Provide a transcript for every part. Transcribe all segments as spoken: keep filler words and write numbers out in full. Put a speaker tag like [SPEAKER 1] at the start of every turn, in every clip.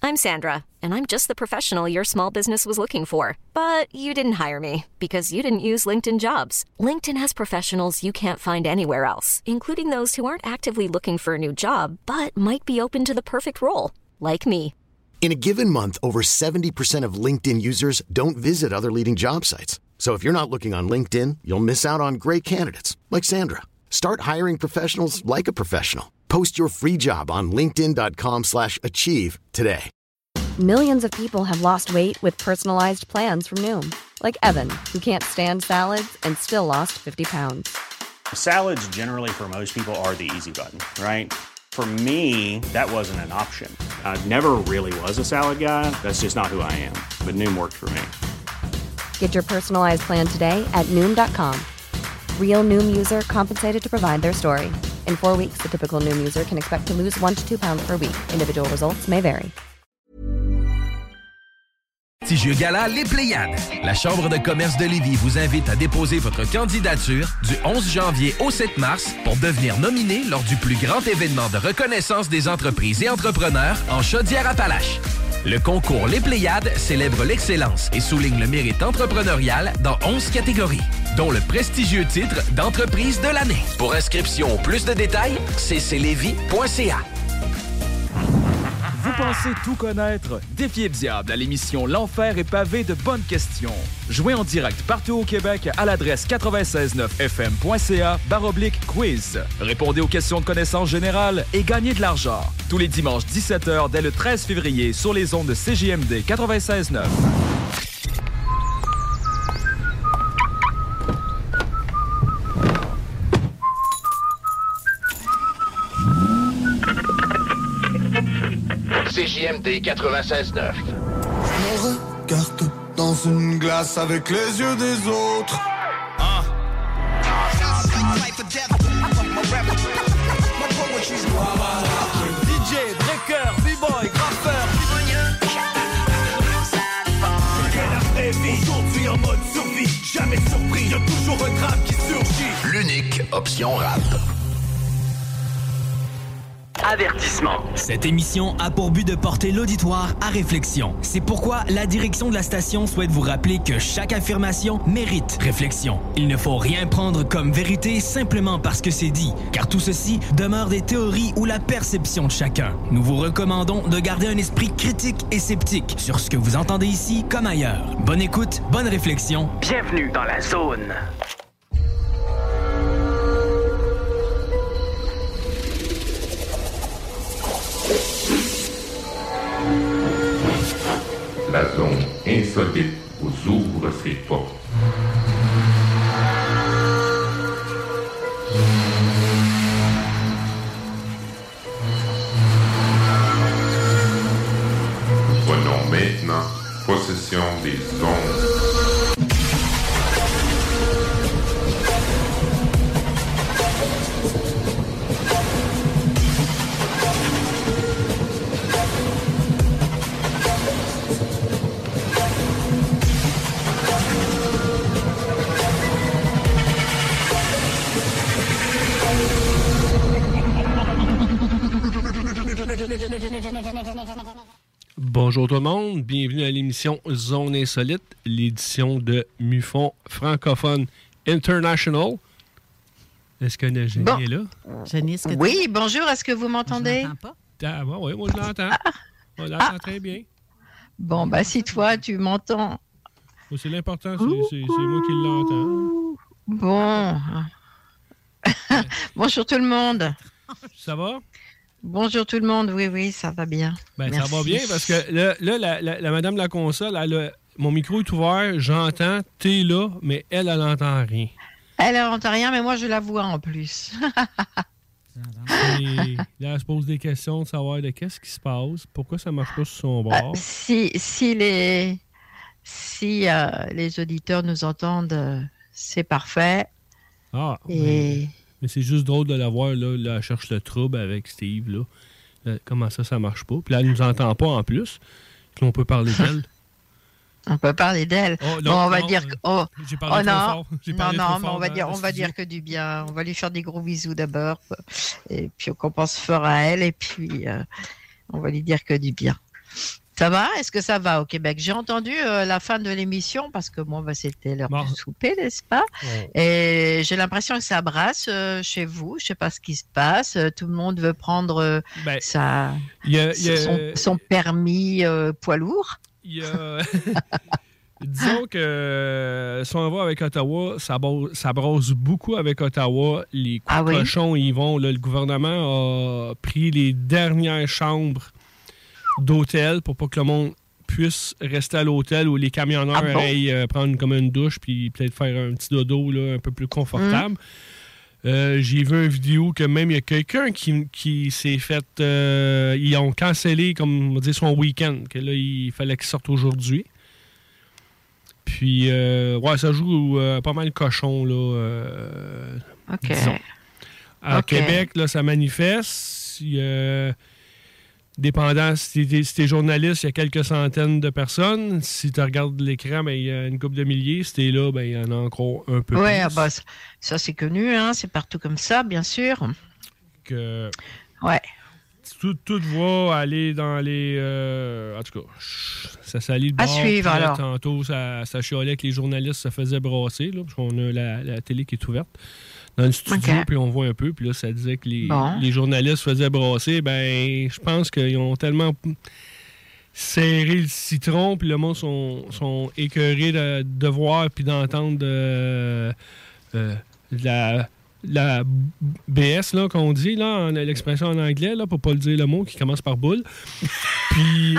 [SPEAKER 1] I'm Sandra, and I'm just the professional your small business was looking for. But you didn't hire me because you didn't use LinkedIn Jobs. LinkedIn has professionals you can't find anywhere else, including those who aren't actively looking for a new job, but might be open to the perfect role, like me.
[SPEAKER 2] In a given month, over seventy percent of LinkedIn users don't visit other leading job sites. So if you're not looking on LinkedIn, you'll miss out on great candidates like Sandra. Start hiring professionals like a professional. Post your free job on linkedin.com slash achieve today.
[SPEAKER 3] Millions of people have lost weight with personalized plans from Noom. Like Evan, who can't stand salads and still lost fifty pounds.
[SPEAKER 4] Salads generally for most people are the easy button, right? For me, that wasn't an option. I never really was a salad guy. That's just not who I am. But Noom worked for me.
[SPEAKER 3] Get your personalized plan today at Noom dot com. Real Noom user compensated to provide their story. In four weeks, the typical Noom user can expect to lose one to two pounds per week. Individual results may vary.
[SPEAKER 5] Prestigieux gala Les Pléiades. La Chambre de commerce de Lévis vous invite à déposer votre candidature du onze janvier au sept mars pour devenir nominé lors du plus grand événement de reconnaissance des entreprises et entrepreneurs en Chaudière-Appalaches. Le concours Les Pléiades célèbre l'excellence et souligne le mérite entrepreneurial dans onze catégories, dont le prestigieux titre d'entreprise de l'année. Pour inscription ou plus de détails, c c lévis point c a.
[SPEAKER 6] Vous pensez tout connaître? Défiez le diable à l'émission L'Enfer est pavé de bonnes questions. Jouez en direct partout au Québec à l'adresse quatre-vingt-seize neuf f m point c a barre oblique quiz. Répondez aux questions de connaissance générale et gagnez de l'argent. Tous les dimanches dix-sept heures dès le treize février sur les ondes de C J M D quatre-vingt-seize neuf.
[SPEAKER 7] C J M D quatre-vingt-seize neuf.
[SPEAKER 8] Je me regarde dans une glace avec les yeux des autres.
[SPEAKER 9] Ah. D J, breaker, b-boy, graffeur. Que la vraie vie, aujourd'hui en mode survie. Jamais surpris, y'a toujours un drame qui surgit.
[SPEAKER 7] L'unique option rap.
[SPEAKER 10] Avertissement. Cette émission a pour but de porter l'auditoire à réflexion. C'est pourquoi la direction de la station souhaite vous rappeler que chaque affirmation mérite réflexion. Il ne faut rien prendre comme vérité simplement parce que c'est dit, car tout ceci demeure des théories ou la perception de chacun. Nous vous recommandons de garder un esprit critique et sceptique sur ce que vous entendez ici comme ailleurs. Bonne écoute, bonne réflexion. Bienvenue dans la zone.
[SPEAKER 11] La zone insolite vous ouvre ses portes. Prenons maintenant possession des ondes.
[SPEAKER 12] Bonjour tout le monde, bienvenue à l'émission Zone Insolite, l'édition de MUFON francophone international. Est-ce que Jenny bon. est là?
[SPEAKER 13] Jenny, est-ce que
[SPEAKER 14] oui, bonjour, est-ce que vous m'entendez?
[SPEAKER 13] Je n'entends pas.
[SPEAKER 12] Ah, bon, oui, moi je l'entends. Ah. On l'entend ah. très bien.
[SPEAKER 14] Bon, bah si toi tu m'entends.
[SPEAKER 12] Oh, c'est l'important, c'est, c'est, c'est moi qui l'entends.
[SPEAKER 14] Bon. Bonjour tout le monde.
[SPEAKER 12] Ça va?
[SPEAKER 14] Bonjour tout le monde, oui, oui, ça va bien.
[SPEAKER 12] Ben, ça va bien parce que là, là la, la, la madame de la console, elle a, mon micro est ouvert, j'entends, t'es là, mais elle, elle n'entend rien.
[SPEAKER 14] Elle, elle n'entend rien, mais moi, je la vois en plus.
[SPEAKER 12] Et là, elle se pose des questions de savoir de qu'est-ce qui se passe, pourquoi ça ne marche pas sur son bord.
[SPEAKER 14] Euh, si si les, si, euh, les auditeurs nous entendent, euh, c'est parfait.
[SPEAKER 12] Ah,
[SPEAKER 14] Et...
[SPEAKER 12] mais, mais c'est juste drôle de la voir, là, là, elle cherche le trouble avec Steve, là. là. Comment ça, ça marche pas? Puis là, elle nous entend pas en plus. Puis on peut parler d'elle.
[SPEAKER 14] On peut parler d'elle.
[SPEAKER 12] Oh, non,
[SPEAKER 14] bon, on va
[SPEAKER 12] non,
[SPEAKER 14] dire que oh,
[SPEAKER 12] j'ai parlé
[SPEAKER 14] oh,
[SPEAKER 12] trop
[SPEAKER 14] non,
[SPEAKER 12] fort. J'ai parlé
[SPEAKER 14] non,
[SPEAKER 12] trop
[SPEAKER 14] non, mais
[SPEAKER 12] fort
[SPEAKER 14] on va dire, on va dire que du bien. On va lui faire des gros bisous d'abord, et puis qu'on pense fort à elle, et puis euh, on va lui dire que du bien. Ça va? Est-ce que ça va au Québec? J'ai entendu euh, la fin de l'émission parce que moi, bah, c'était l'heure
[SPEAKER 12] bon.
[SPEAKER 14] du souper, n'est-ce pas? Ouais. Et j'ai l'impression que ça brasse euh, chez vous. Je ne sais pas ce qui se passe. Tout le monde veut prendre euh, ben, sa, y a, y a... Son, son permis euh, poids lourd.
[SPEAKER 12] Il y a... Disons que euh, si on va avec Ottawa, ça, brosse, ça brosse beaucoup avec Ottawa. Les coups ah, de cochon, oui? Ils vont. Là, le gouvernement a pris les dernières chambres d'hôtel pour pas que le monde puisse rester à l'hôtel où les camionneurs ah bon? aillent euh, prendre comme une douche puis peut-être faire un petit dodo là, un peu plus confortable. Mmh. Euh, j'ai vu une vidéo que même il y a quelqu'un qui, qui s'est fait... Euh, ils ont cancellé, comme on va dire, son week-end, que là, il fallait qu'il sorte aujourd'hui. Puis, euh, ouais, ça joue euh, pas mal cochon, là. Euh,
[SPEAKER 14] OK.
[SPEAKER 12] Disons. À
[SPEAKER 14] okay.
[SPEAKER 12] Québec, là, ça manifeste. Il y a... Dépendant, si t'es, si t'es journaliste, il y a quelques centaines de personnes. Si tu regardes l'écran, ben, il y a une couple de milliers. Si t'es là, ben, il y en a encore un peu
[SPEAKER 14] ouais,
[SPEAKER 12] plus.
[SPEAKER 14] Ouais, bah, ça, c'est connu. Hein, c'est partout comme ça, bien sûr.
[SPEAKER 12] Que...
[SPEAKER 14] Ouais.
[SPEAKER 12] Tout, tout va aller dans les... Euh, en tout cas, ça s'allie de bord.
[SPEAKER 14] À suivre, alors.
[SPEAKER 12] Tantôt, ça, ça chialait que les journalistes se faisaient brasser, là, parce qu'on a la, la télé qui est ouverte dans le studio, okay. Puis on voit un peu, puis là, ça disait que les, bon. les journalistes faisaient brasser. Ben, je pense qu'ils ont tellement serré le citron, puis le monde sont, sont écœurés de, de voir puis d'entendre de, euh, de la... la B S, là, qu'on dit, là, l'expression en anglais, là, pour pas le dire le mot, qui commence par boule. Puis...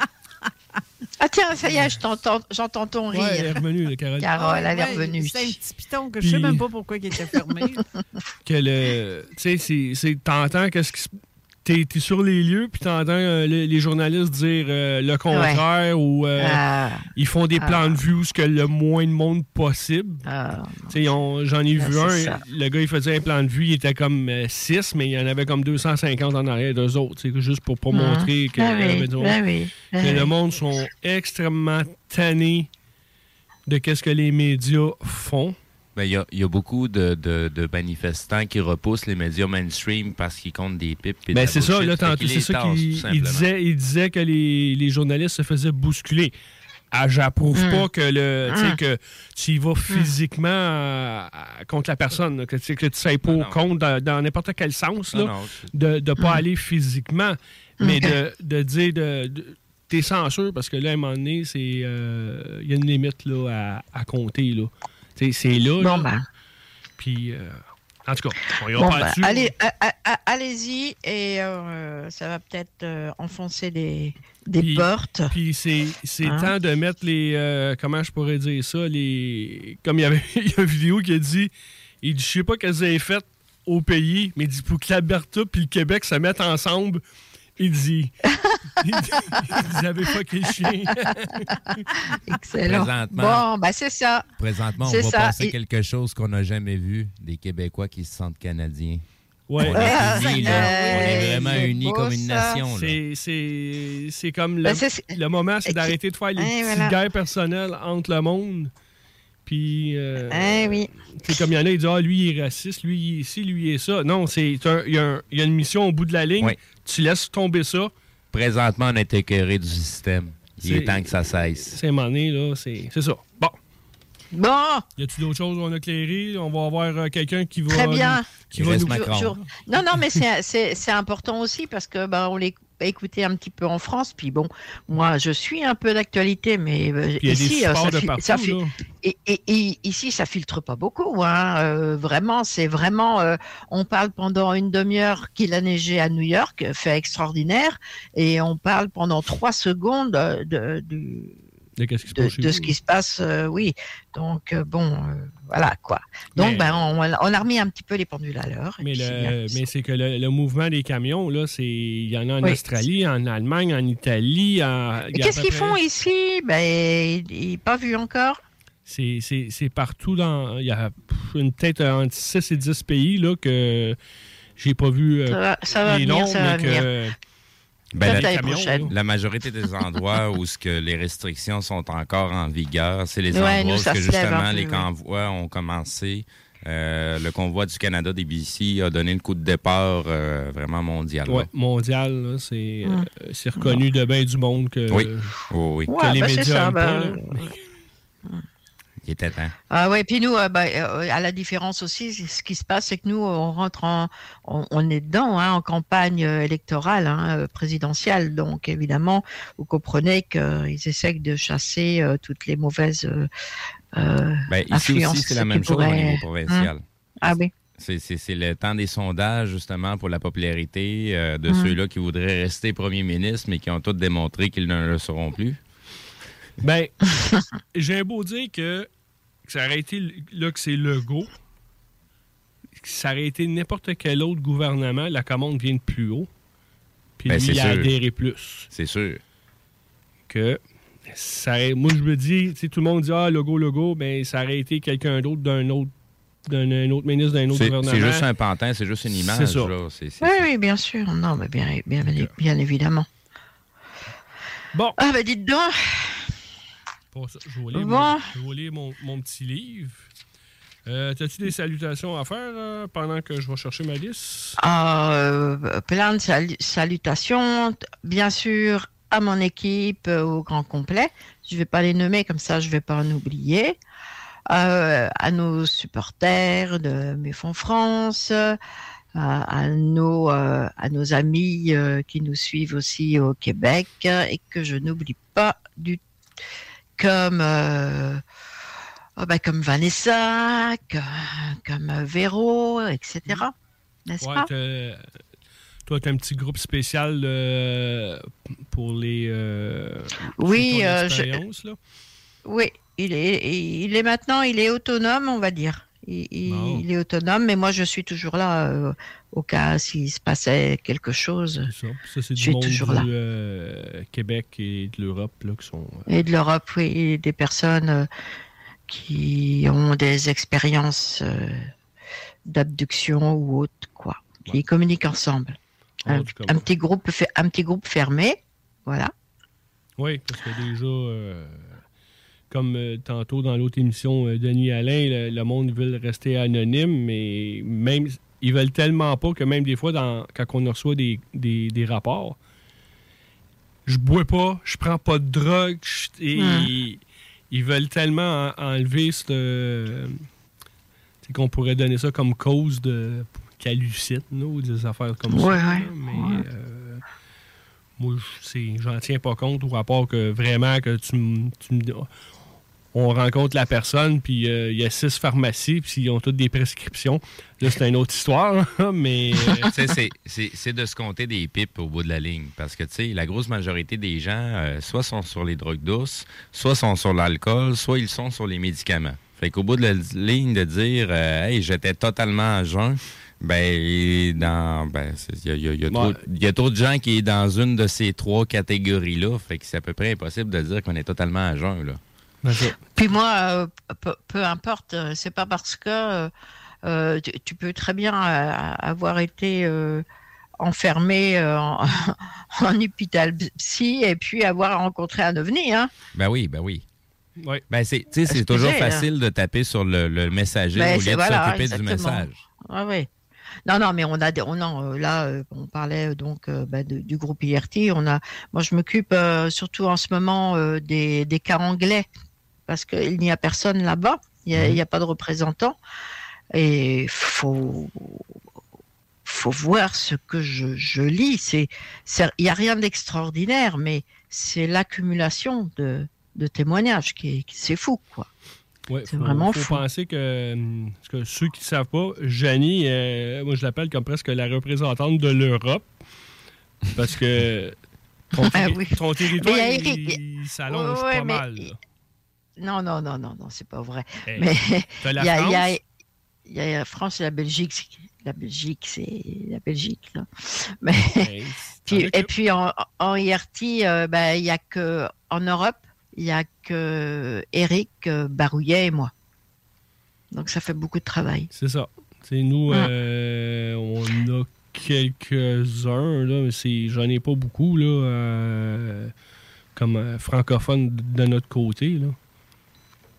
[SPEAKER 14] Ah tiens, ça y est, je t'entends, j'entends ton rire.
[SPEAKER 12] Ouais, elle est revenue, là, Carole.
[SPEAKER 14] Carole, elle est
[SPEAKER 13] ouais,
[SPEAKER 14] revenue.
[SPEAKER 13] C'est un petit piton que Puis... je sais même pas pourquoi il était fermé.
[SPEAKER 12] Que le... Tu sais, c'est, c'est, t'entends qu'est-ce qui se... T'es, t'es sur les lieux, puis t'entends euh, les, les journalistes dire euh, le contraire, ouais. ou euh, ah. ils font des plans ah. de vue où il y a le moins de monde possible. Ah. Ils ont, j'en ai ah, vu un, ça. Le gars, il faisait un plan de vue, il était comme six, euh, mais il y en avait comme deux cent cinquante en arrière d'eux autres, juste pour pas mmh. montrer que,
[SPEAKER 14] ah, oui.
[SPEAKER 12] disons,
[SPEAKER 14] ah, oui. ah,
[SPEAKER 12] que
[SPEAKER 14] oui.
[SPEAKER 12] le monde sont extrêmement tannés de qu'est-ce que les médias font.
[SPEAKER 15] Il ben, y, y a beaucoup de, de, de manifestants qui repoussent les médias mainstream parce qu'ils comptent des pipes. Et
[SPEAKER 12] ben,
[SPEAKER 15] de
[SPEAKER 12] c'est ça, là, tantôt, c'est ça qu'il il disait, il disait que les, les journalistes se faisaient bousculer. Ah, j'approuve mmh. pas que le mmh. que tu y vas physiquement à, à, contre la personne, là, que, que tu ne sais pas au compte dans, dans n'importe quel sens, là, non, non, de ne pas mmh. aller physiquement, mais okay. de, de dire de, de t'es censure parce que là, à un moment donné, c'est il euh, y a une limite là, à, à compter, là. T'sais, c'est là,
[SPEAKER 14] bon,
[SPEAKER 12] là.
[SPEAKER 14] Ben.
[SPEAKER 12] Puis, euh, en tout cas, on y va
[SPEAKER 14] bon,
[SPEAKER 12] pas
[SPEAKER 14] ben,
[SPEAKER 12] dessus.
[SPEAKER 14] Allez, a, a, allez-y, et euh, ça va peut-être euh, enfoncer des, des
[SPEAKER 12] puis,
[SPEAKER 14] portes.
[SPEAKER 12] Puis c'est, c'est hein? temps de mettre les... Euh, comment je pourrais dire ça? Les Comme il y avait il y a une vidéo qui a dit, il dit, je sais pas qu'elles vous avez fait au pays, mais il dit, pour que l'Alberta puis le Québec se mettent ensemble... Il dit, il dit, ils avaient fucké le chien.
[SPEAKER 14] Excellent. Bon, ben c'est ça.
[SPEAKER 15] Présentement,
[SPEAKER 14] c'est
[SPEAKER 15] on va
[SPEAKER 14] ça.
[SPEAKER 15] passer
[SPEAKER 14] Et...
[SPEAKER 15] quelque chose qu'on n'a jamais vu, des Québécois qui se sentent canadiens.
[SPEAKER 12] Ouais.
[SPEAKER 15] On est unis, là.
[SPEAKER 14] Euh,
[SPEAKER 15] On est vraiment unis comme une
[SPEAKER 14] ça.
[SPEAKER 15] nation. Là.
[SPEAKER 12] C'est, c'est, c'est comme le,
[SPEAKER 14] ben c'est...
[SPEAKER 12] le moment, c'est d'arrêter de faire les
[SPEAKER 14] hey,
[SPEAKER 12] petites
[SPEAKER 14] voilà.
[SPEAKER 12] guerres personnelles entre le monde. Puis, euh,
[SPEAKER 14] eh oui.
[SPEAKER 12] c'est comme il y en a, ils disent, ah, lui, il est raciste, lui, il est ci, lui, il est ça. Non, c'est il y, y a une mission au bout de la ligne. Oui. Tu laisses tomber ça.
[SPEAKER 15] Présentement, on est écœuré du système. Il c'est, est temps que ça cesse.
[SPEAKER 12] C'est un moment donné, là, c'est, c'est ça. Bon.
[SPEAKER 14] Bon.
[SPEAKER 12] Y a-t-il d'autres choses qu'on a éclairées? On va avoir euh, quelqu'un qui va...
[SPEAKER 14] Très bien.
[SPEAKER 12] Qui va nous...
[SPEAKER 14] je, je... Non, non, mais c'est, c'est, c'est important aussi parce que ben, on les écouté un petit peu en France, puis bon, moi je suis un peu d'actualité, mais euh, ici, ça, de fi- partout, ça fi- et, et, et ici ça filtre pas beaucoup, hein. euh, vraiment, c'est vraiment, euh, on parle pendant une demi-heure qu'il a neigé à New York, fait extraordinaire, et on parle pendant trois secondes de, de, de
[SPEAKER 12] De, qu'est-ce qui se
[SPEAKER 14] de,
[SPEAKER 12] passe,
[SPEAKER 14] de ce qui se passe, euh, oui. Donc, euh, bon, euh, voilà, quoi. Donc, mais, ben, on, on a remis un petit peu les pendules à l'heure.
[SPEAKER 12] Mais, le, mais c'est que le, le mouvement des camions, là, c'est il y en a en oui. Australie, en Allemagne, en Italie. En,
[SPEAKER 14] et qu'est-ce qu'ils font ici? Ben, il n'est pas vu encore.
[SPEAKER 12] C'est, c'est, c'est partout dans... Il y a une tête entre six et dix pays, là, que j'ai pas vu euh,
[SPEAKER 14] ça va, ça va
[SPEAKER 12] les
[SPEAKER 14] venir,
[SPEAKER 12] noms,
[SPEAKER 14] ça va
[SPEAKER 12] mais que...
[SPEAKER 14] venir.
[SPEAKER 15] Ben, la, camions, la majorité des endroits où ce que les restrictions sont encore en vigueur, c'est les
[SPEAKER 14] ouais,
[SPEAKER 15] endroits
[SPEAKER 14] nous,
[SPEAKER 15] où que justement
[SPEAKER 14] peu,
[SPEAKER 15] les
[SPEAKER 14] oui.
[SPEAKER 15] convois ont commencé. Euh, le convoi du Canada des B C a donné le coup de départ euh, vraiment mondial.
[SPEAKER 12] Oui, mondial. Là, c'est, mm. euh, c'est reconnu de bien du monde que,
[SPEAKER 15] oui. Oh, oui.
[SPEAKER 12] que
[SPEAKER 14] ouais,
[SPEAKER 12] les
[SPEAKER 14] ben,
[SPEAKER 12] médias
[SPEAKER 14] ça,
[SPEAKER 12] n'aiment
[SPEAKER 14] ben,
[SPEAKER 12] pas.
[SPEAKER 14] Là.
[SPEAKER 15] Il était temps.
[SPEAKER 14] Ah oui, puis nous, euh, ben, euh, à la différence aussi, ce qui se passe, c'est que nous, on rentre en... On, on est dedans, hein, en campagne électorale, hein, présidentielle. Donc, évidemment, vous comprenez qu'ils essaient de chasser euh, toutes les mauvaises euh,
[SPEAKER 15] ben, ici aussi, c'est la même chose pourraient... au niveau provincial.
[SPEAKER 14] Hum. Ah oui.
[SPEAKER 15] C'est, c'est, c'est le temps des sondages, justement, pour la popularité euh, de
[SPEAKER 14] hum.
[SPEAKER 15] ceux-là qui voudraient rester premiers ministres, mais qui ont tous démontré qu'ils ne le seront plus.
[SPEAKER 12] Ben, j'ai beau dire que ça aurait été, là, que c'est Legault, ça aurait été n'importe quel autre gouvernement, la commande vient de plus haut, puis
[SPEAKER 15] ben,
[SPEAKER 12] lui, il a adhéré plus.
[SPEAKER 15] C'est sûr.
[SPEAKER 12] Que ça aurait, moi, je me dis, tu sais, tout le monde dit, ah, Legault, Legault, ben, ça aurait été quelqu'un d'autre d'un autre, d'un un autre ministre, d'un autre
[SPEAKER 15] c'est,
[SPEAKER 12] gouvernement.
[SPEAKER 15] C'est juste un pantin, c'est juste une image.
[SPEAKER 12] C'est ça.
[SPEAKER 15] Là. C'est, c'est,
[SPEAKER 14] oui,
[SPEAKER 15] c'est...
[SPEAKER 14] oui, bien sûr. Non, mais bien, bien, bien, bien évidemment.
[SPEAKER 12] Bon.
[SPEAKER 14] Ah, ben, dites donc.
[SPEAKER 12] Ça, je vais lire,
[SPEAKER 14] bon.
[SPEAKER 12] mon, je vais lire mon, mon petit livre. Euh, T'as-tu des salutations à faire euh, pendant que je vais chercher ma liste?
[SPEAKER 14] Euh, plein de sal- salutations, bien sûr, à mon équipe euh, au grand complet. Je ne vais pas les nommer, comme ça je ne vais pas en oublier. Euh, à nos supporters de Méfond France, euh, à, nos, euh, à nos amis euh, qui nous suivent aussi au Québec euh, et que je n'oublie pas du tout. Comme, euh, oh ben comme Vanessa, que, comme Véro, et cetera. N'est-ce
[SPEAKER 12] ouais,
[SPEAKER 14] pas?
[SPEAKER 12] T'as, toi, tu as un petit groupe spécial euh, pour les. Euh,
[SPEAKER 14] oui,
[SPEAKER 12] ton
[SPEAKER 14] euh,
[SPEAKER 12] expérience,
[SPEAKER 14] je,
[SPEAKER 12] là.
[SPEAKER 14] Oui, il est, il est maintenant, il est autonome, on va dire. Il, il,
[SPEAKER 12] bon.
[SPEAKER 14] il est autonome, mais moi, je suis toujours là euh, au cas s'il se passait quelque chose.
[SPEAKER 12] C'est ça. Ça, c'est
[SPEAKER 14] je
[SPEAKER 12] du
[SPEAKER 14] suis
[SPEAKER 12] monde
[SPEAKER 14] toujours
[SPEAKER 12] du
[SPEAKER 14] là.
[SPEAKER 12] Euh, Québec et de l'Europe là, qui sont. Euh...
[SPEAKER 14] Et de l'Europe, oui, et des personnes euh, qui ont des expériences euh, d'abduction ou autres, quoi, qui ouais. communiquent ensemble. Oh, un, un petit groupe, un petit groupe fermé, voilà.
[SPEAKER 12] Oui, parce que déjà. Euh... Comme euh, tantôt dans l'autre émission, euh, Denis Alain, le, le monde veut rester anonyme, mais même ils veulent tellement pas que même des fois, dans, quand on reçoit des, des, des rapports, je bois pas, je prends pas de drogue, et mmh. ils, ils veulent tellement en, enlever cette, euh, qu'on pourrait donner ça comme cause de callucite, ou des affaires comme
[SPEAKER 14] ouais,
[SPEAKER 12] ça.
[SPEAKER 14] Ouais,
[SPEAKER 12] là, mais
[SPEAKER 14] ouais.
[SPEAKER 12] Euh, moi, c'est, j'en tiens pas compte au rapport que vraiment que tu me on rencontre la personne, puis il euh, y a six pharmacies, puis ils ont toutes des prescriptions. Là, c'est une autre histoire, mais...
[SPEAKER 15] Euh... tu sais, c'est, c'est, c'est de se compter des pipes au bout de la ligne. Parce que, tu sais, la grosse majorité des gens, euh, soit sont sur les drogues douces, soit sont sur l'alcool, soit ils sont sur les médicaments. Fait qu'au bout de la ligne, de dire euh, « Hey, j'étais totalement à jeun », ben, dans, ben, il y a, y a, y a trop, y a trop de gens qui sont dans une de ces trois catégories-là. Fait que c'est à peu près impossible de dire qu'on est totalement à jeun, là.
[SPEAKER 14] Puis moi, euh, peu, peu importe, c'est pas parce que euh, tu, tu peux très bien euh, avoir été euh, enfermé euh, en, en hôpital psy et puis avoir rencontré un ovni, hein.
[SPEAKER 15] Ben oui, ben oui.
[SPEAKER 12] Oui.
[SPEAKER 15] Ben c'est, tu sais, c'est toujours facile de taper sur le, le messager ben, au lieu de voilà, s'occuper exactement. du message.
[SPEAKER 14] Ah oui. Non, non, mais on a, on, non, là, on parlait donc euh, bah, de, du groupe I R T. On a, moi, je m'occupe euh, surtout en ce moment euh, des, des cas anglais parce qu'il n'y a personne là-bas. Il n'y a, mmh. a pas de représentant. Et faut, faut voir ce que je, je lis. C'est, c'est, il n'y a rien d'extraordinaire, mais c'est l'accumulation de, de témoignages qui est, qui, c'est fou, quoi.
[SPEAKER 12] Ouais,
[SPEAKER 14] c'est
[SPEAKER 12] faut,
[SPEAKER 14] vraiment
[SPEAKER 12] faut
[SPEAKER 14] fou.
[SPEAKER 12] penser que, que ceux qui ne savent pas, Janie, euh, moi je l'appelle comme presque la représentante de l'Europe, parce que ton,
[SPEAKER 14] ah, oui.
[SPEAKER 12] ton territoire,
[SPEAKER 14] il,
[SPEAKER 12] il, il s'allonge ouais, pas mal. Là.
[SPEAKER 14] Non, non, non, non, non, c'est pas vrai.
[SPEAKER 12] Hey,
[SPEAKER 14] mais
[SPEAKER 12] t'as la
[SPEAKER 14] il y a,
[SPEAKER 12] France?
[SPEAKER 14] Il y, a, il y a la France et la Belgique. La Belgique, c'est la Belgique, là. Mais, hey, puis, et puis en, en I R T, euh, ben, il n'y a que en Europe, il n'y a que Éric Barouillet et moi. Donc, ça fait beaucoup de travail.
[SPEAKER 12] C'est ça. C'est nous, hum. euh, on a quelques-uns, là, mais c'est, j'en ai pas beaucoup, là, euh, comme euh, francophones de notre côté, là.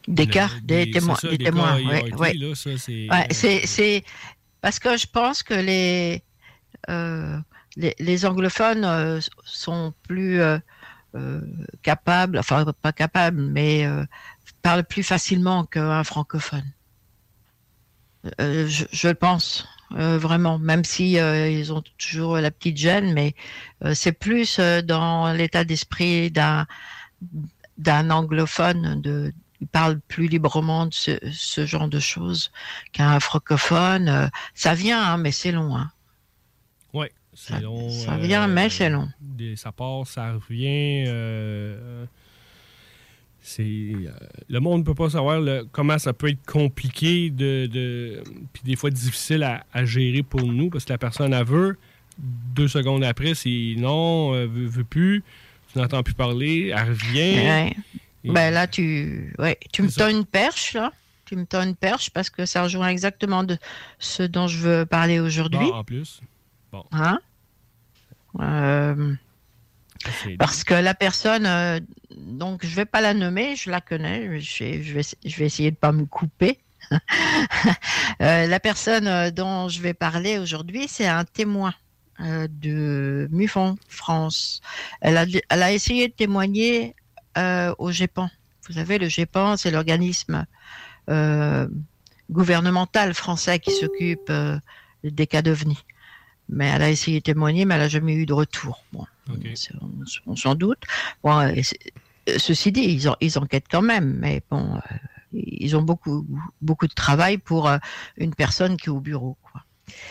[SPEAKER 14] Des cas, des, des témoins. Ça, des des témoins, oui. Ouais. Là, ça, c'est... Ouais, c'est, c'est parce que je pense que les, euh, les, les anglophones euh, sont plus euh, euh, capables, enfin pas capables, mais euh, parlent plus facilement qu'un francophone. Euh, je, je le pense. Euh, vraiment, même si euh, ils ont toujours la petite gêne, mais euh, c'est plus euh, dans l'état d'esprit d'un, d'un anglophone de il parle plus librement de ce, ce genre de choses qu'un francophone. Euh, ça vient, hein, mais c'est long. Hein.
[SPEAKER 12] Oui, c'est
[SPEAKER 14] ça,
[SPEAKER 12] long.
[SPEAKER 14] Ça vient, euh, mais c'est long.
[SPEAKER 12] Des, ça part, ça revient. Euh, c'est, euh, le monde ne peut pas savoir le, comment ça peut être compliqué, de, de, puis des fois difficile à, à gérer pour nous, parce que la personne, elle veut. Deux secondes après, c'est non, elle veut, veut plus. Tu n'entends plus parler, elle revient.
[SPEAKER 14] Ouais. Et... Ben là, tu, ouais, tu me tends une perche, là. Tu me tends une perche parce que ça rejoint exactement de ce dont je veux parler aujourd'hui.
[SPEAKER 12] Bon, en plus. Bon.
[SPEAKER 14] Hein? Euh, parce que la personne, euh, donc je vais pas la nommer, je la connais, je vais, je vais, je vais essayer de pas me couper. euh, la personne dont je vais parler aujourd'hui, c'est un témoin euh, de MUFON France. Elle a, elle a essayé de témoigner Euh, au GEPAN. Vous savez, le GEPAN, c'est l'organisme euh, gouvernemental français qui s'occupe euh, des cas d'OVNI. Mais elle a essayé de témoigner, mais elle n'a jamais eu de retour. Bon, okay. on, on s'en doute. Bon, euh, ceci dit, ils, en, ils enquêtent quand même, mais bon, euh, ils ont beaucoup, beaucoup de travail pour euh, une personne qui est au bureau, quoi.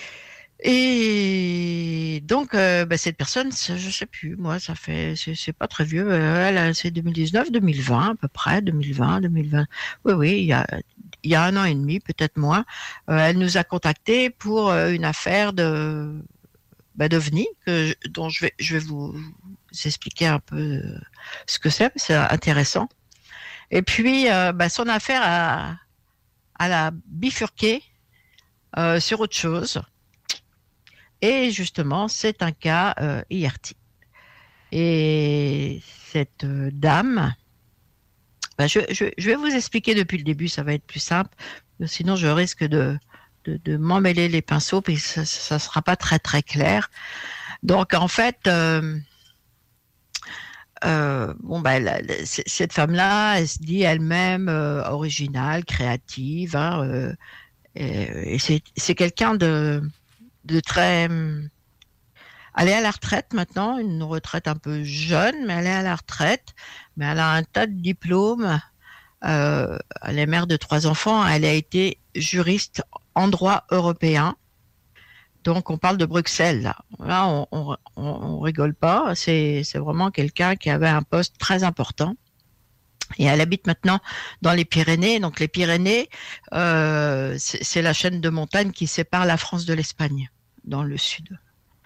[SPEAKER 14] Et donc, euh, bah, cette personne, je sais plus, moi, ça fait, c'est, c'est pas très vieux. Elle, c'est deux mille dix-neuf, deux mille vingt à peu près, deux mille vingt, deux mille vingt. Oui, oui, il y a, il y a un an et demi, peut-être moins. Euh, elle nous a contactés pour euh, une affaire de, bah, d'OVNI, que je, dont je vais, je vais vous, vous expliquer un peu ce que c'est, c'est intéressant. Et puis, euh, bah, son affaire a, a la bifurqué euh, sur autre chose. Et justement, c'est un cas euh, I R T. Et cette euh, dame, ben je, je, je vais vous expliquer depuis le début, ça va être plus simple. Sinon, je risque de, de, de m'emmêler les pinceaux, puis ça ne sera pas très très clair. Donc, en fait, euh, euh, bon, ben, la, la, cette femme-là, elle se dit elle-même euh, originale, créative, hein, euh, et, et c'est, c'est quelqu'un de de très... Elle est à la retraite maintenant, une retraite un peu jeune, mais elle est à la retraite, mais elle a un tas de diplômes, euh, elle est mère de trois enfants, elle a été juriste en droit européen, donc on parle de Bruxelles, là, là on, on, on rigole pas, c'est, c'est vraiment quelqu'un qui avait un poste très important. Et elle habite maintenant dans les Pyrénées. Donc les Pyrénées, euh, c'est, c'est la chaîne de montagnes qui sépare la France de l'Espagne, dans le sud.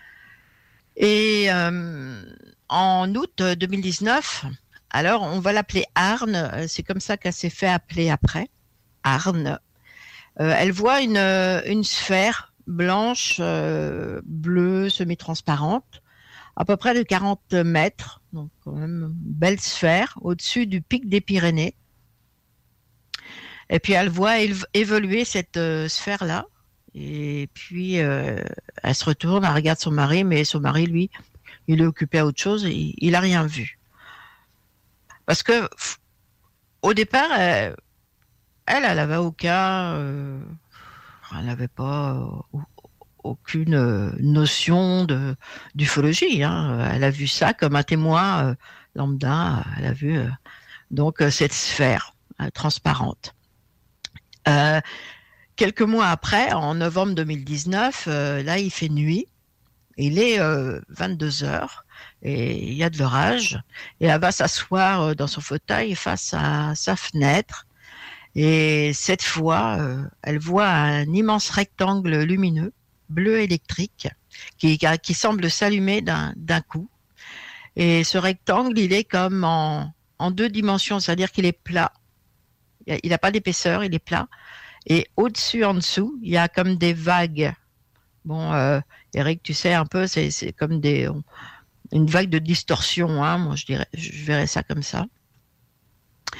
[SPEAKER 14] Et euh, en août deux mille dix-neuf, alors on va l'appeler Arne, c'est comme ça qu'elle s'est fait appeler après, Arne. Euh, elle voit une, une sphère blanche, euh, bleue, semi-transparente, à peu près de quarante mètres, donc quand même une belle sphère, au-dessus du pic des Pyrénées. Et puis elle voit évoluer cette euh, sphère-là, et puis euh, elle se retourne, elle regarde son mari, mais son mari, lui, il est occupé à autre chose, et il n'a rien vu. Parce que, au départ, elle, elle, elle avait aucun... Euh, elle n'avait pas... Euh, aucune notion de d'ufologie, hein. Elle a vu ça comme un témoin euh, lambda. Elle a vu euh, donc euh, cette sphère euh, transparente. Euh, quelques mois après, en novembre deux mille dix-neuf, euh, là il fait nuit. Il est euh, vingt-deux heures et il y a de l'orage. Et elle va s'asseoir dans son fauteuil face à sa fenêtre. Et cette fois, euh, elle voit un immense rectangle lumineux bleu électrique qui, qui semble s'allumer d'un, d'un coup. Et ce rectangle, il est comme en, en deux dimensions, c'est-à-dire qu'il est plat. Il n'a pas d'épaisseur, il est plat. Et au-dessus, en dessous, il y a comme des vagues. Bon, euh, Eric, tu sais un peu, c'est, c'est comme des, une vague de distorsion. Hein, moi, je dirais, je verrais ça comme ça.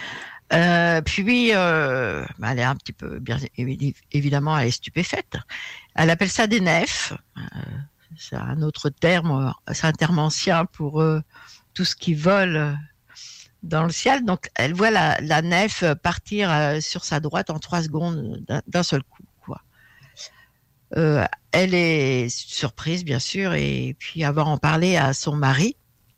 [SPEAKER 14] Euh, puis, euh, bah, elle est un petit peu, bien évidemment, elle est stupéfaite. Elle appelle ça des nefs. Euh, c'est un autre terme, c'est un terme ancien pour euh, tout ce qui vole dans le ciel. Donc, elle voit la, la nef partir euh, sur sa droite en trois secondes d'un, d'un seul coup, quoi. Euh, elle est surprise, bien sûr, et puis avoir en parlé à son mari,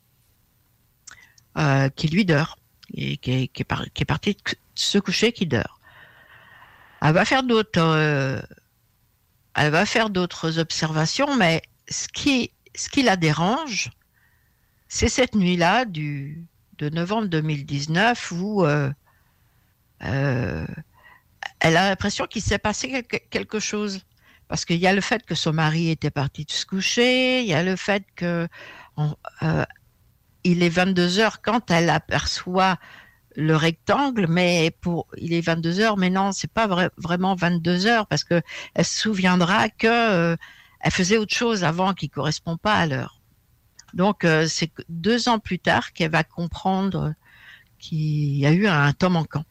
[SPEAKER 14] euh, qui lui dort. Et qui est, qui, est par, qui est parti se coucher, qui dort. Elle va faire d'autres, euh, elle va faire d'autres observations, mais ce qui, ce qui la dérange, c'est cette nuit-là du de novembre deux mille dix-neuf où euh, euh, elle a l'impression qu'il s'est passé quelque, quelque chose, parce qu'il y a le fait que son mari était parti se coucher, il y a le fait que on, euh, il est vingt-deux heures quand elle aperçoit le rectangle, mais pour il est vingt-deux heures, mais non, c'est pas vrai, vraiment vingt-deux heures, parce que elle se souviendra que euh, elle faisait autre chose avant qui correspond pas à l'heure. Donc euh, c'est deux ans plus tard qu'elle va comprendre qu'il y a eu un temps manquant.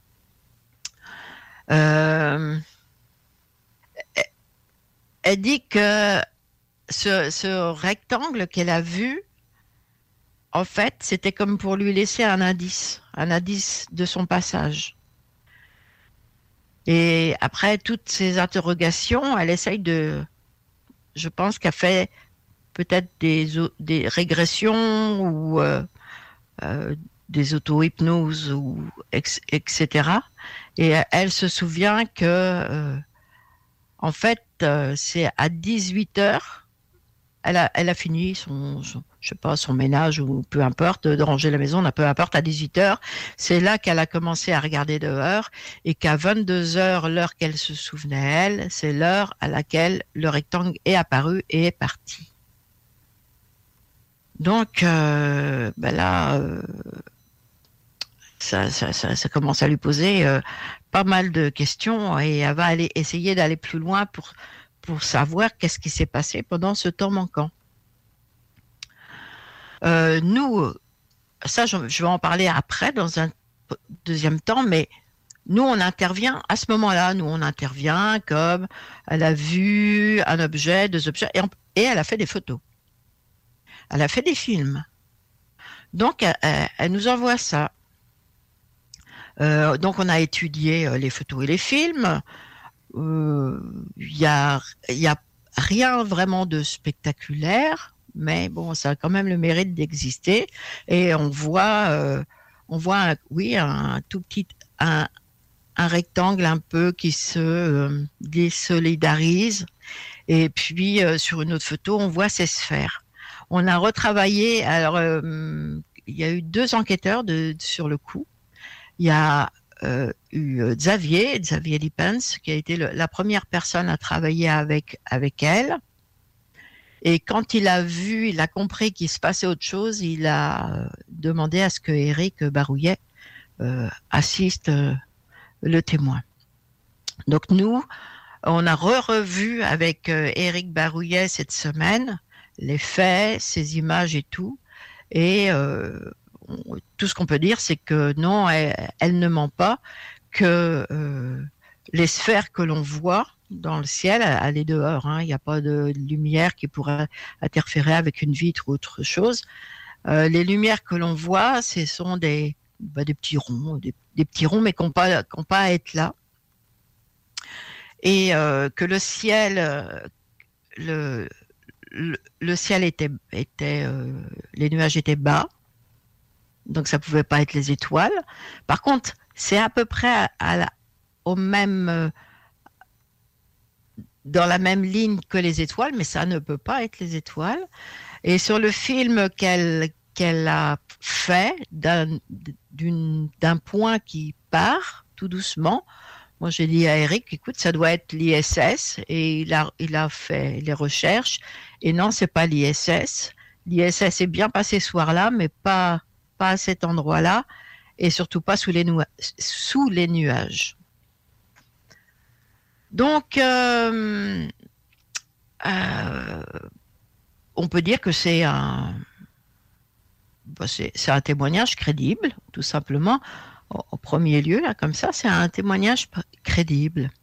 [SPEAKER 14] Euh, elle dit que ce, ce rectangle qu'elle a vu, en fait, c'était comme pour lui laisser un indice, un indice de son passage. Et après toutes ces interrogations, elle essaye de... Je pense qu'elle fait peut-être des, des régressions ou euh, euh, des auto-hypnoses, ou et cetera. Et elle se souvient que, euh, en fait, euh, c'est à dix-huit heures, elle a, elle a fini son... son je sais pas, son ménage ou peu importe, de ranger la maison, peu importe, à dix-huit heures. C'est là qu'elle a commencé à regarder dehors et qu'à vingt-deux heures, l'heure qu'elle se souvenait, elle, c'est l'heure à laquelle le rectangle est apparu et est parti. Donc, euh, ben là, euh, ça, ça, ça, ça commence à lui poser euh, pas mal de questions et elle va aller essayer d'aller plus loin pour, pour savoir qu'est-ce qui s'est passé pendant ce temps manquant. Euh, nous, ça je, je vais en parler après dans un deuxième temps, mais nous on intervient à ce moment-là, nous on intervient comme elle a vu un objet, deux objets, et, on, et elle a fait des photos. Elle a fait des films. Donc elle, elle nous envoie ça. Euh, donc on a étudié les photos et les films. Il euh, y a, y a rien vraiment de spectaculaire. Mais bon, ça a quand même le mérite d'exister. Et on voit, euh, on voit, un, oui, un tout petit, un, un rectangle un peu qui se euh, désolidarise. Et puis euh, sur une autre photo, on voit ces sphères. On a retravaillé. Alors, euh, il y a eu deux enquêteurs de, sur le coup. Il y a euh, eu Xavier, Xavier Lippens, qui a été le, la première personne à travailler avec avec elle. Et quand il a vu, il a compris qu'il se passait autre chose, il a demandé à ce que Éric Barouillet euh, assiste euh, le témoin. Donc nous, on a re-revu avec euh, Éric Barouillet cette semaine les faits, ces images et tout. Et euh, on, tout ce qu'on peut dire, c'est que non, elle, elle ne ment pas, que euh, les sphères que l'on voit dans le ciel, elle est dehors, hein. Il n'y a pas de lumière qui pourrait interférer avec une vitre ou autre chose. Euh, les lumières que l'on voit, ce sont des, bah, des petits ronds, des, des petits ronds, mais qui n'ont pas, qui n'ont pas à être là. Et euh, que le ciel, le, le, le ciel était, était euh, les nuages étaient bas, donc ça pouvait pas être les étoiles. Par contre, c'est à peu près à, à la, au même euh, dans la même ligne que les étoiles, mais ça ne peut pas être les étoiles. Et sur le film qu'elle qu'elle a fait d'un d'une, d'un point qui part tout doucement, moi j'ai dit à Éric, écoute, ça doit être l'I S S, et il a il a fait les recherches, et non, c'est pas l'I S S. L'I S S est bien passé ce soir-là, mais pas pas à cet endroit-là, et surtout pas sous les nu- sous les nuages. Donc, euh, euh, on peut dire que c'est un, bah c'est, c'est un témoignage crédible, tout simplement. au, au premier lieu, là, comme ça, c'est un témoignage crédible.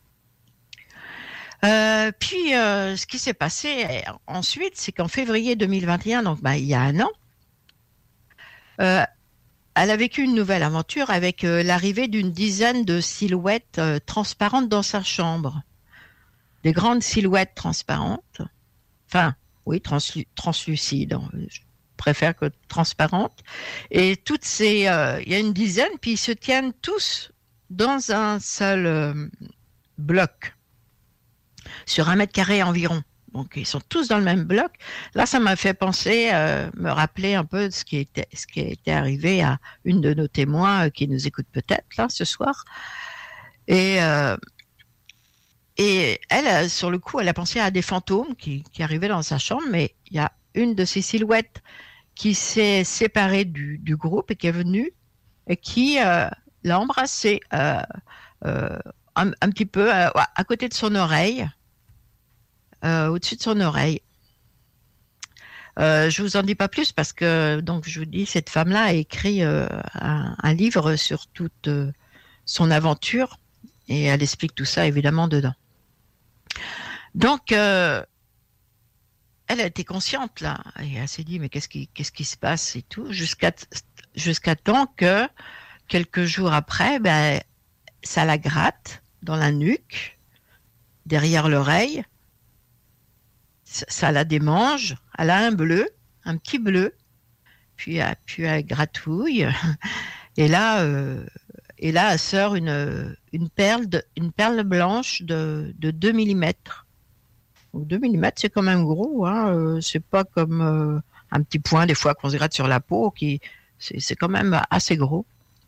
[SPEAKER 14] Euh, puis, euh, ce qui s'est passé ensuite, c'est qu'en février deux mille vingt et un, donc bah, il y a un an, euh, elle a vécu une nouvelle aventure avec euh, l'arrivée d'une dizaine de silhouettes euh, transparentes dans sa chambre. Des grandes silhouettes transparentes. Enfin, oui, translu- translucides. Je préfère que transparentes. Et toutes ces... Euh, il y a une dizaine, puis ils se tiennent tous dans un seul euh, bloc, sur un mètre carré environ. Donc, ils sont tous dans le même bloc. Là, ça m'a fait penser, euh, me rappeler un peu de ce qui était, ce qui était arrivé à une de nos témoins euh, qui nous écoute peut-être, là, ce soir. Et, euh, et elle, sur le coup, elle a pensé à des fantômes qui, qui arrivaient dans sa chambre, mais il y a une de ces silhouettes qui s'est séparée du, du groupe et qui est venue et qui euh, l'a embrassée euh, euh, un, un petit peu euh, à côté de son oreille. Euh, au-dessus de son oreille. Euh, je vous en dis pas plus parce que, donc, je vous dis, cette femme-là a écrit euh, un, un livre sur toute euh, son aventure et elle explique tout ça évidemment dedans. Donc, euh, elle a été consciente là et elle s'est dit mais qu'est-ce qui, qu'est-ce qui se passe et tout jusqu'à jusqu'à temps que quelques jours après, ben, ça la gratte dans la nuque, derrière l'oreille. Ça la démange, elle a un bleu, un petit bleu, puis, puis elle gratouille, et là, euh, et là elle sort une, une, perle, de, une perle blanche de, de deux millimètres. Donc deux millimètres, c'est quand même gros, hein, euh, c'est pas comme euh, un petit point des fois qu'on se gratte sur la peau, qui, c'est, c'est quand même assez gros.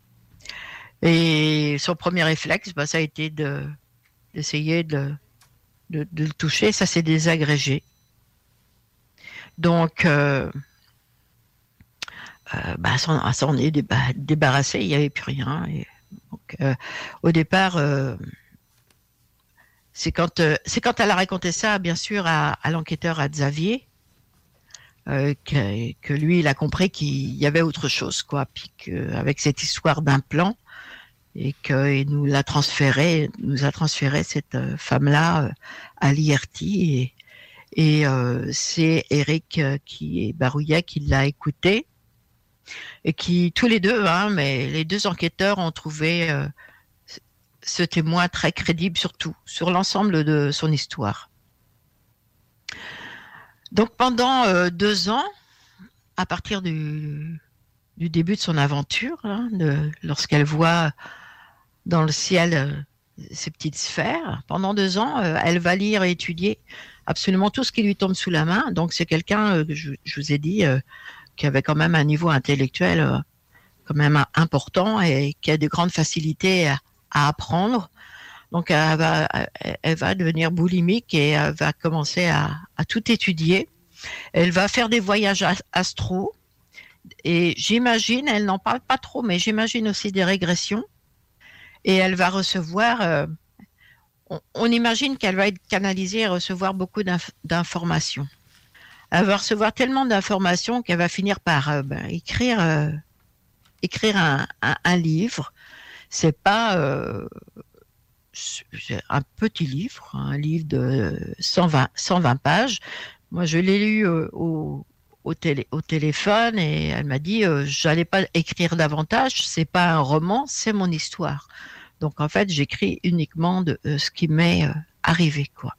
[SPEAKER 14] Et son premier réflexe, bah, ça a été de, d'essayer de, de, de le toucher, ça s'est désagrégé. Donc, euh, euh, bah, ça, ça en est déba- débarrassé, il n'y avait plus rien. Et donc, euh, au départ, euh, c'est, quand, euh, c'est quand elle a raconté ça, bien sûr, à, à l'enquêteur, à Xavier, euh, que, que lui, il a compris qu'il y avait autre chose, quoi. Puis qu'avec cette histoire d'implant, et qu'il nous l'a transféré, nous a transféré cette euh, femme-là euh, à l'I R T et Et euh, c'est Eric euh, qui est Barouillet qui l'a écouté et qui, tous les deux, hein, mais les deux enquêteurs ont trouvé euh, ce témoin très crédible, surtout sur l'ensemble de son histoire. Donc pendant euh, deux ans, à partir du, du début de son aventure, hein, de, lorsqu'elle voit dans le ciel euh, ces petites sphères, pendant deux ans, euh, elle va lire et étudier absolument tout ce qui lui tombe sous la main. Donc c'est quelqu'un, euh, je, je vous ai dit, euh, qui avait quand même un niveau intellectuel euh, quand même important et qui a de grandes facilités à, à apprendre. Donc elle va, elle va devenir boulimique et elle va commencer à, à tout étudier. Elle va faire des voyages astro et j'imagine, elle n'en parle pas trop, mais j'imagine aussi des régressions. Et elle va recevoir... Euh, on imagine qu'elle va être canalisée et recevoir beaucoup d'inf- d'informations. Elle va recevoir tellement d'informations qu'elle va finir par euh, ben, écrire, euh, écrire un, un, un livre. C'est pas euh, c'est un petit livre, un livre de cent vingt pages. Moi, je l'ai lu euh, au, au, télé, au téléphone et elle m'a dit euh, j'allais pas écrire davantage. C'est pas un roman, c'est mon histoire. Donc, en fait, j'écris uniquement de euh, ce qui m'est euh, arrivé, quoi.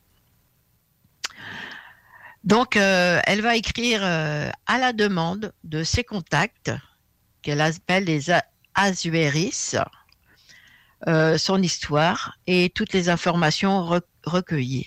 [SPEAKER 14] Donc, euh, elle va écrire euh, à la demande de ses contacts, qu'elle appelle les Azuéris, euh, son histoire et toutes les informations re- recueillies.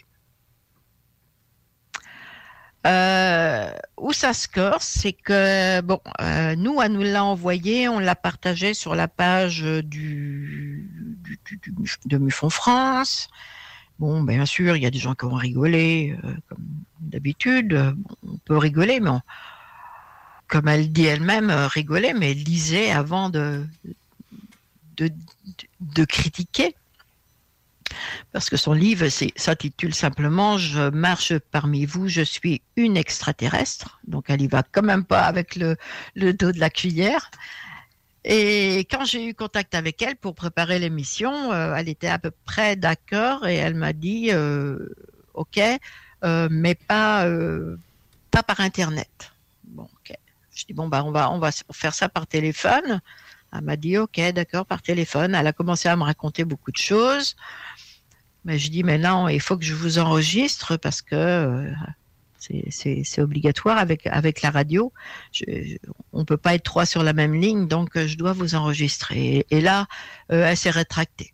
[SPEAKER 14] Euh, où ça se corse, c'est que bon, euh, nous, elle nous l'a envoyé, on l'a partagé sur la page du, du, du, du de Mufon France. Bon, bien sûr, il y a des gens qui ont rigolé, euh, comme d'habitude. Bon, on peut rigoler, mais on, comme elle dit elle-même, euh, rigoler, mais lisez avant de, de, de, de critiquer. Parce que son livre s'intitule simplement « Je marche parmi vous, je suis une extraterrestre ». Donc elle y va quand même pas avec le, le dos de la cuillère. Et quand j'ai eu contact avec elle pour préparer l'émission, euh, elle était à peu près d'accord et elle m'a dit euh, OK, euh, mais pas, euh, pas par Internet. Bon, OK. Je dis bon, bah, on va, on va faire ça par téléphone. Elle m'a dit OK, d'accord, par téléphone. Elle a commencé à me raconter beaucoup de choses. Mais je dis mais non, il faut que je vous enregistre parce que euh, c'est, c'est, c'est obligatoire avec, avec la radio. Je, je, on ne peut pas être trois sur la même ligne, donc euh, je dois vous enregistrer. Et, et là, euh, elle s'est rétractée.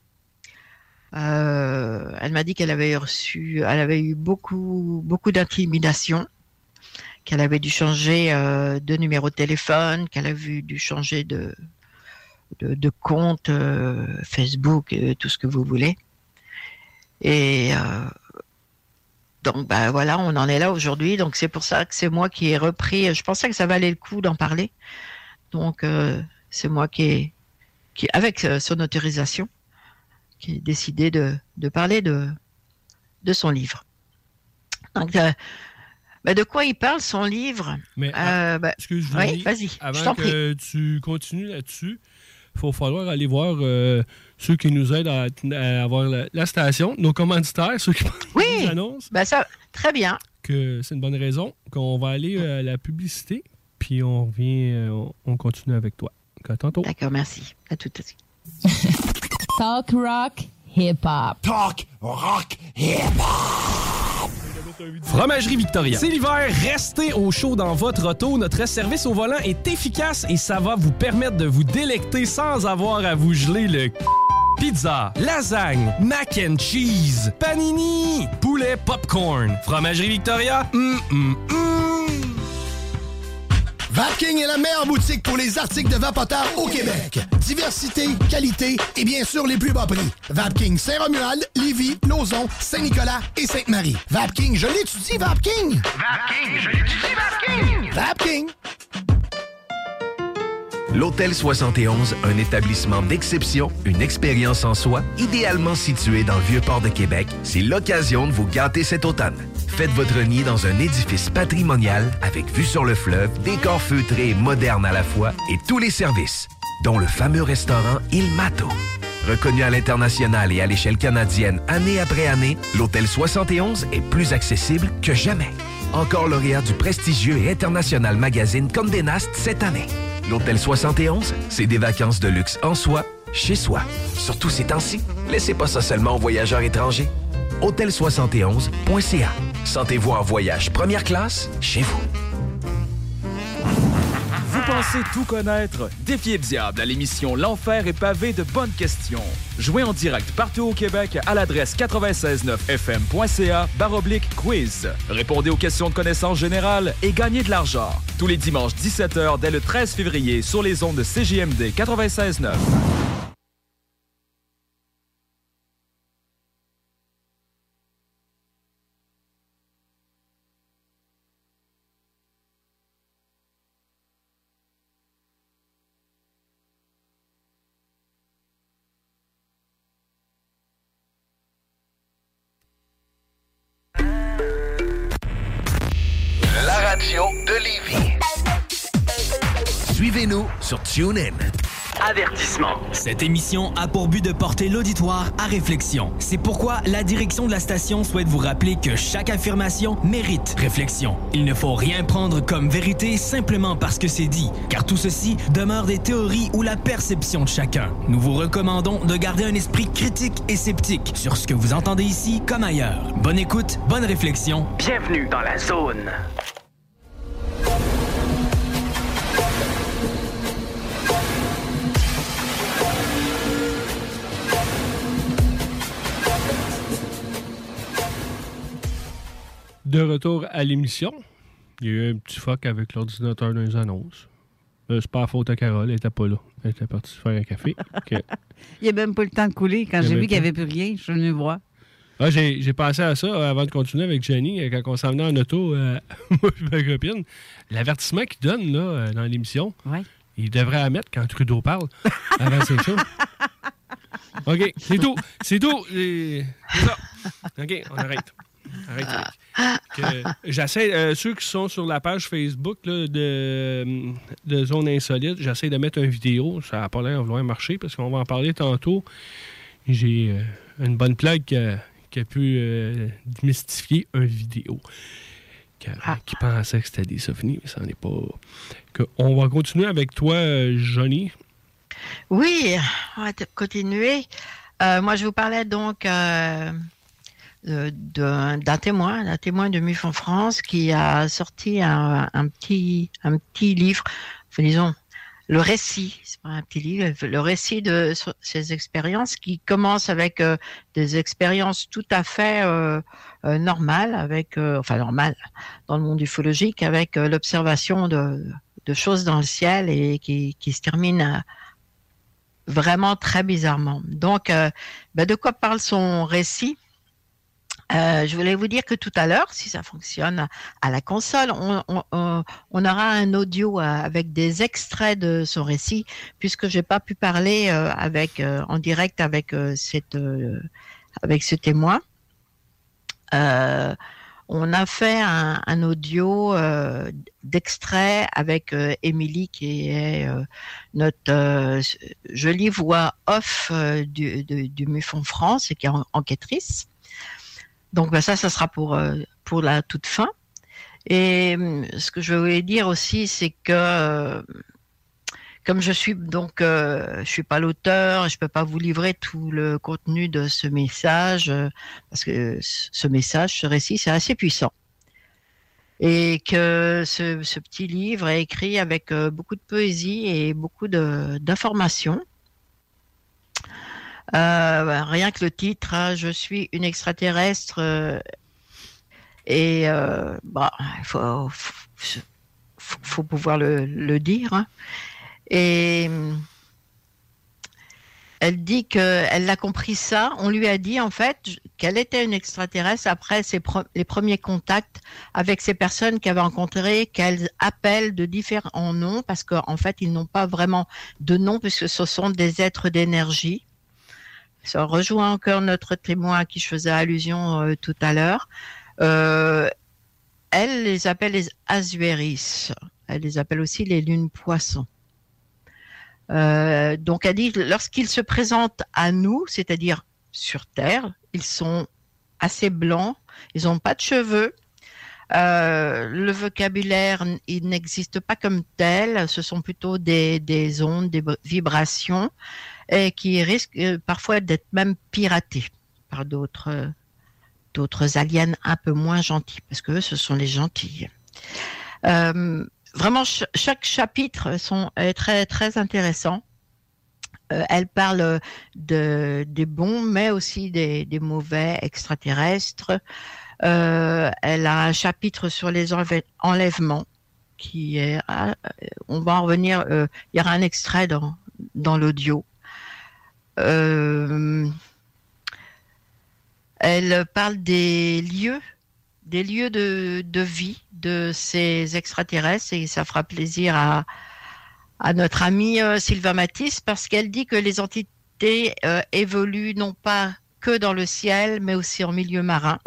[SPEAKER 14] Euh, elle m'a dit qu'elle avait reçu, elle avait eu beaucoup, beaucoup d'intimidation, qu'elle avait dû changer euh, de numéro de téléphone, qu'elle avait dû changer de, de, de compte euh, Facebook, euh, tout ce que vous voulez. Et euh, donc, ben voilà, on en est là aujourd'hui. Donc, c'est pour ça que c'est moi qui ai repris. Je pensais que ça valait le coup d'en parler. Donc, euh, c'est moi qui ai, qui, avec euh, son autorisation, qui ai décidé de, de parler de, de son livre. Donc, euh, ben de quoi il parle, son livre?
[SPEAKER 12] Mais,
[SPEAKER 14] euh, ben,
[SPEAKER 12] excuse-moi,
[SPEAKER 14] oui, vas-y,
[SPEAKER 12] avant
[SPEAKER 14] je t'en
[SPEAKER 12] que
[SPEAKER 14] prie.
[SPEAKER 12] tu continues là-dessus, il va falloir aller voir euh, ceux qui nous aident à, à avoir la, la station, nos commanditaires, ceux qui
[SPEAKER 14] oui,
[SPEAKER 12] nous annoncent.
[SPEAKER 14] Ben ça, très bien.
[SPEAKER 12] Que c'est une bonne raison, qu'on va aller à la publicité, puis on revient, on, on continue avec toi. À tantôt.
[SPEAKER 14] D'accord, merci. À tout de suite.
[SPEAKER 16] Talk rock, hip-hop.
[SPEAKER 9] Talk rock, hip-hop.
[SPEAKER 17] Fromagerie Victoria. C'est l'hiver, restez au chaud dans votre auto. Notre service au volant est efficace et ça va vous permettre de vous délecter sans avoir à vous geler le pizza, lasagne, mac and cheese, panini, poulet popcorn. Fromagerie Victoria, hum, hum, hum.
[SPEAKER 18] Vapking est la meilleure boutique pour les articles de vapoteurs au Québec. Diversité, qualité et bien sûr les plus bas prix. Vapking Saint-Romuald, Lévis, Lauson, Saint-Nicolas et Sainte-Marie. Vapking, je l'étudie, Vapking!
[SPEAKER 9] Vapking, je l'étudie, Vapking!
[SPEAKER 18] Vapking!
[SPEAKER 5] L'Hôtel soixante et onze, un établissement d'exception, une expérience en soi, idéalement situé dans le Vieux-Port de Québec, c'est l'occasion de vous gâter cet automne. Faites votre nid dans un édifice patrimonial avec vue sur le fleuve, décor feutré et moderne à la fois et tous les services, dont le fameux restaurant Il Mato. Reconnu à l'international et à l'échelle canadienne année après année, l'Hôtel soixante et onze est plus accessible que jamais. Encore lauréat du prestigieux et international magazine Condé Nast cette année. L'Hôtel soixante et onze, c'est des vacances de luxe en soi, chez soi. Surtout ces temps-ci, laissez pas ça seulement aux voyageurs étrangers. hôtel soixante et onze point c a. Sentez-vous en voyage première classe chez vous.
[SPEAKER 6] Vous pensez tout connaître? Défiez le diable à l'émission L'Enfer est pavé de bonnes questions. Jouez en direct partout au Québec à l'adresse quatre-vingt-seize neuf f m point c a barre oblique quiz. Répondez aux questions de connaissance générale et gagnez de l'argent. Tous les dimanches dix-sept heures dès le treize février sur les ondes de C J M D quatre-vingt-seize neuf.
[SPEAKER 7] La radio de Lévis.
[SPEAKER 5] Suivez-nous sur TuneIn.
[SPEAKER 10] Avertissement. Cette émission a pour but de porter l'auditoire à réflexion. C'est pourquoi la direction de la station souhaite vous rappeler que chaque affirmation mérite réflexion. Il ne faut rien prendre comme vérité simplement parce que c'est dit, car tout ceci demeure des théories ou la perception de chacun. Nous vous recommandons de garder un esprit critique et sceptique sur ce que vous entendez ici comme ailleurs. Bonne écoute, bonne réflexion. Bienvenue dans la zone.
[SPEAKER 12] De retour à l'émission, il y a eu un petit fuck avec l'ordinateur dans les annonces. Euh, c'est pas la faute à Carole, elle était pas là. Elle était partie se faire un café. Que...
[SPEAKER 13] Il n'y a même pas le temps de couler. Quand j'ai vu qu'il n'y avait plus rien, je suis venu voir.
[SPEAKER 12] Ah, j'ai, j'ai pensé à ça avant de continuer avec Jenny, quand on s'en venait en auto, euh, moi et ma copine. L'avertissement qu'il donne là, dans l'émission,
[SPEAKER 13] ouais. Il
[SPEAKER 12] devrait la mettre quand Trudeau parle avant ces choses. OK, c'est tout. C'est tout. C'est ça. OK, on arrête. Arrête. J'essaie, euh, ceux qui sont sur la page Facebook là, de, de Zone Insolite, j'essaie de mettre une vidéo. Ça n'a pas l'air de vouloir marcher parce qu'on va en parler tantôt. J'ai euh, une bonne plug qui a, qui a pu euh, démystifier une vidéo. Qui, ah. qui pensait que c'était des ovnis, mais ça n'en est pas. Que, on va continuer avec toi, Johnny.
[SPEAKER 14] Oui, on va continuer. Euh, moi, je vous parlais donc euh, de, de, d'un témoin, d'un témoin de MUFON France qui a sorti un, un, petit, un petit livre, enfin, disons, le récit, c'est pas un petit livre, le récit de ses expériences qui commence avec euh, des expériences tout à fait euh, euh, normales, avec, euh, enfin normales dans le monde ufologique, avec euh, l'observation de, de choses dans le ciel et qui, qui se termine à, vraiment très bizarrement. Donc, euh, ben de quoi parle son récit? Euh, je voulais vous dire que tout à l'heure, si ça fonctionne à la console, on, on, on, on aura un audio avec des extraits de son récit, puisque j'ai pas pu parler euh, avec euh, en direct avec euh, cette euh, avec ce témoin. Euh, on a fait un, un audio euh, d'extrait avec euh, Émilie, qui est euh, notre euh, jolie voix off euh, du, du, du MUFON France et qui est enquêtrice. Donc ben ça, ça sera pour euh, pour la toute fin. Et euh, ce que je voulais dire aussi, c'est que euh, comme je suis donc euh, je suis pas l'auteur, je peux pas vous livrer tout le contenu de ce message euh, parce que ce message, ce récit, c'est assez puissant. Et que ce, ce petit livre est écrit avec euh, beaucoup de poésie et beaucoup de d'informations. Euh, bah, rien que le titre, hein, je suis une extraterrestre euh, et euh, bah, faut, faut, faut pouvoir le, le dire. Hein. Et elle dit qu'elle a compris ça. On lui a dit en fait qu'elle était une extraterrestre après ses pro- les premiers contacts avec ces personnes qu'elle avait rencontrées, qu'elle appelle de différents noms parce qu'en fait ils n'ont pas vraiment de nom puisque ce sont des êtres d'énergie. Ça rejoint encore notre témoin à qui je faisais allusion euh, tout à l'heure. Euh, elle les appelle les Asueris. Elle les appelle aussi les lunes poissons. Euh, donc elle dit lorsqu'ils se présentent à nous, c'est-à-dire sur Terre, ils sont assez blancs, ils n'ont pas de cheveux. Euh, le vocabulaire, il n'existe pas comme tel. Ce sont plutôt des, des ondes, des vibrations. Et qui risquent euh, parfois d'être même piratés par d'autres euh, d'autres aliens un peu moins gentils, parce que eux, ce sont les gentils. Euh, vraiment, ch- chaque chapitre sont, est très très intéressant. Euh, elle parle de des bons, mais aussi des, des mauvais extraterrestres. Euh, elle a un chapitre sur les enlève- enlèvements, qui est, euh, on va en revenir. Euh, il y aura un extrait dans dans l'audio. Euh, elle parle des lieux, des lieux de, de vie de ces extraterrestres et ça fera plaisir à, à notre amie euh, Sylvain Matisse parce qu'elle dit que les entités euh, évoluent non pas que dans le ciel mais aussi en milieu marin.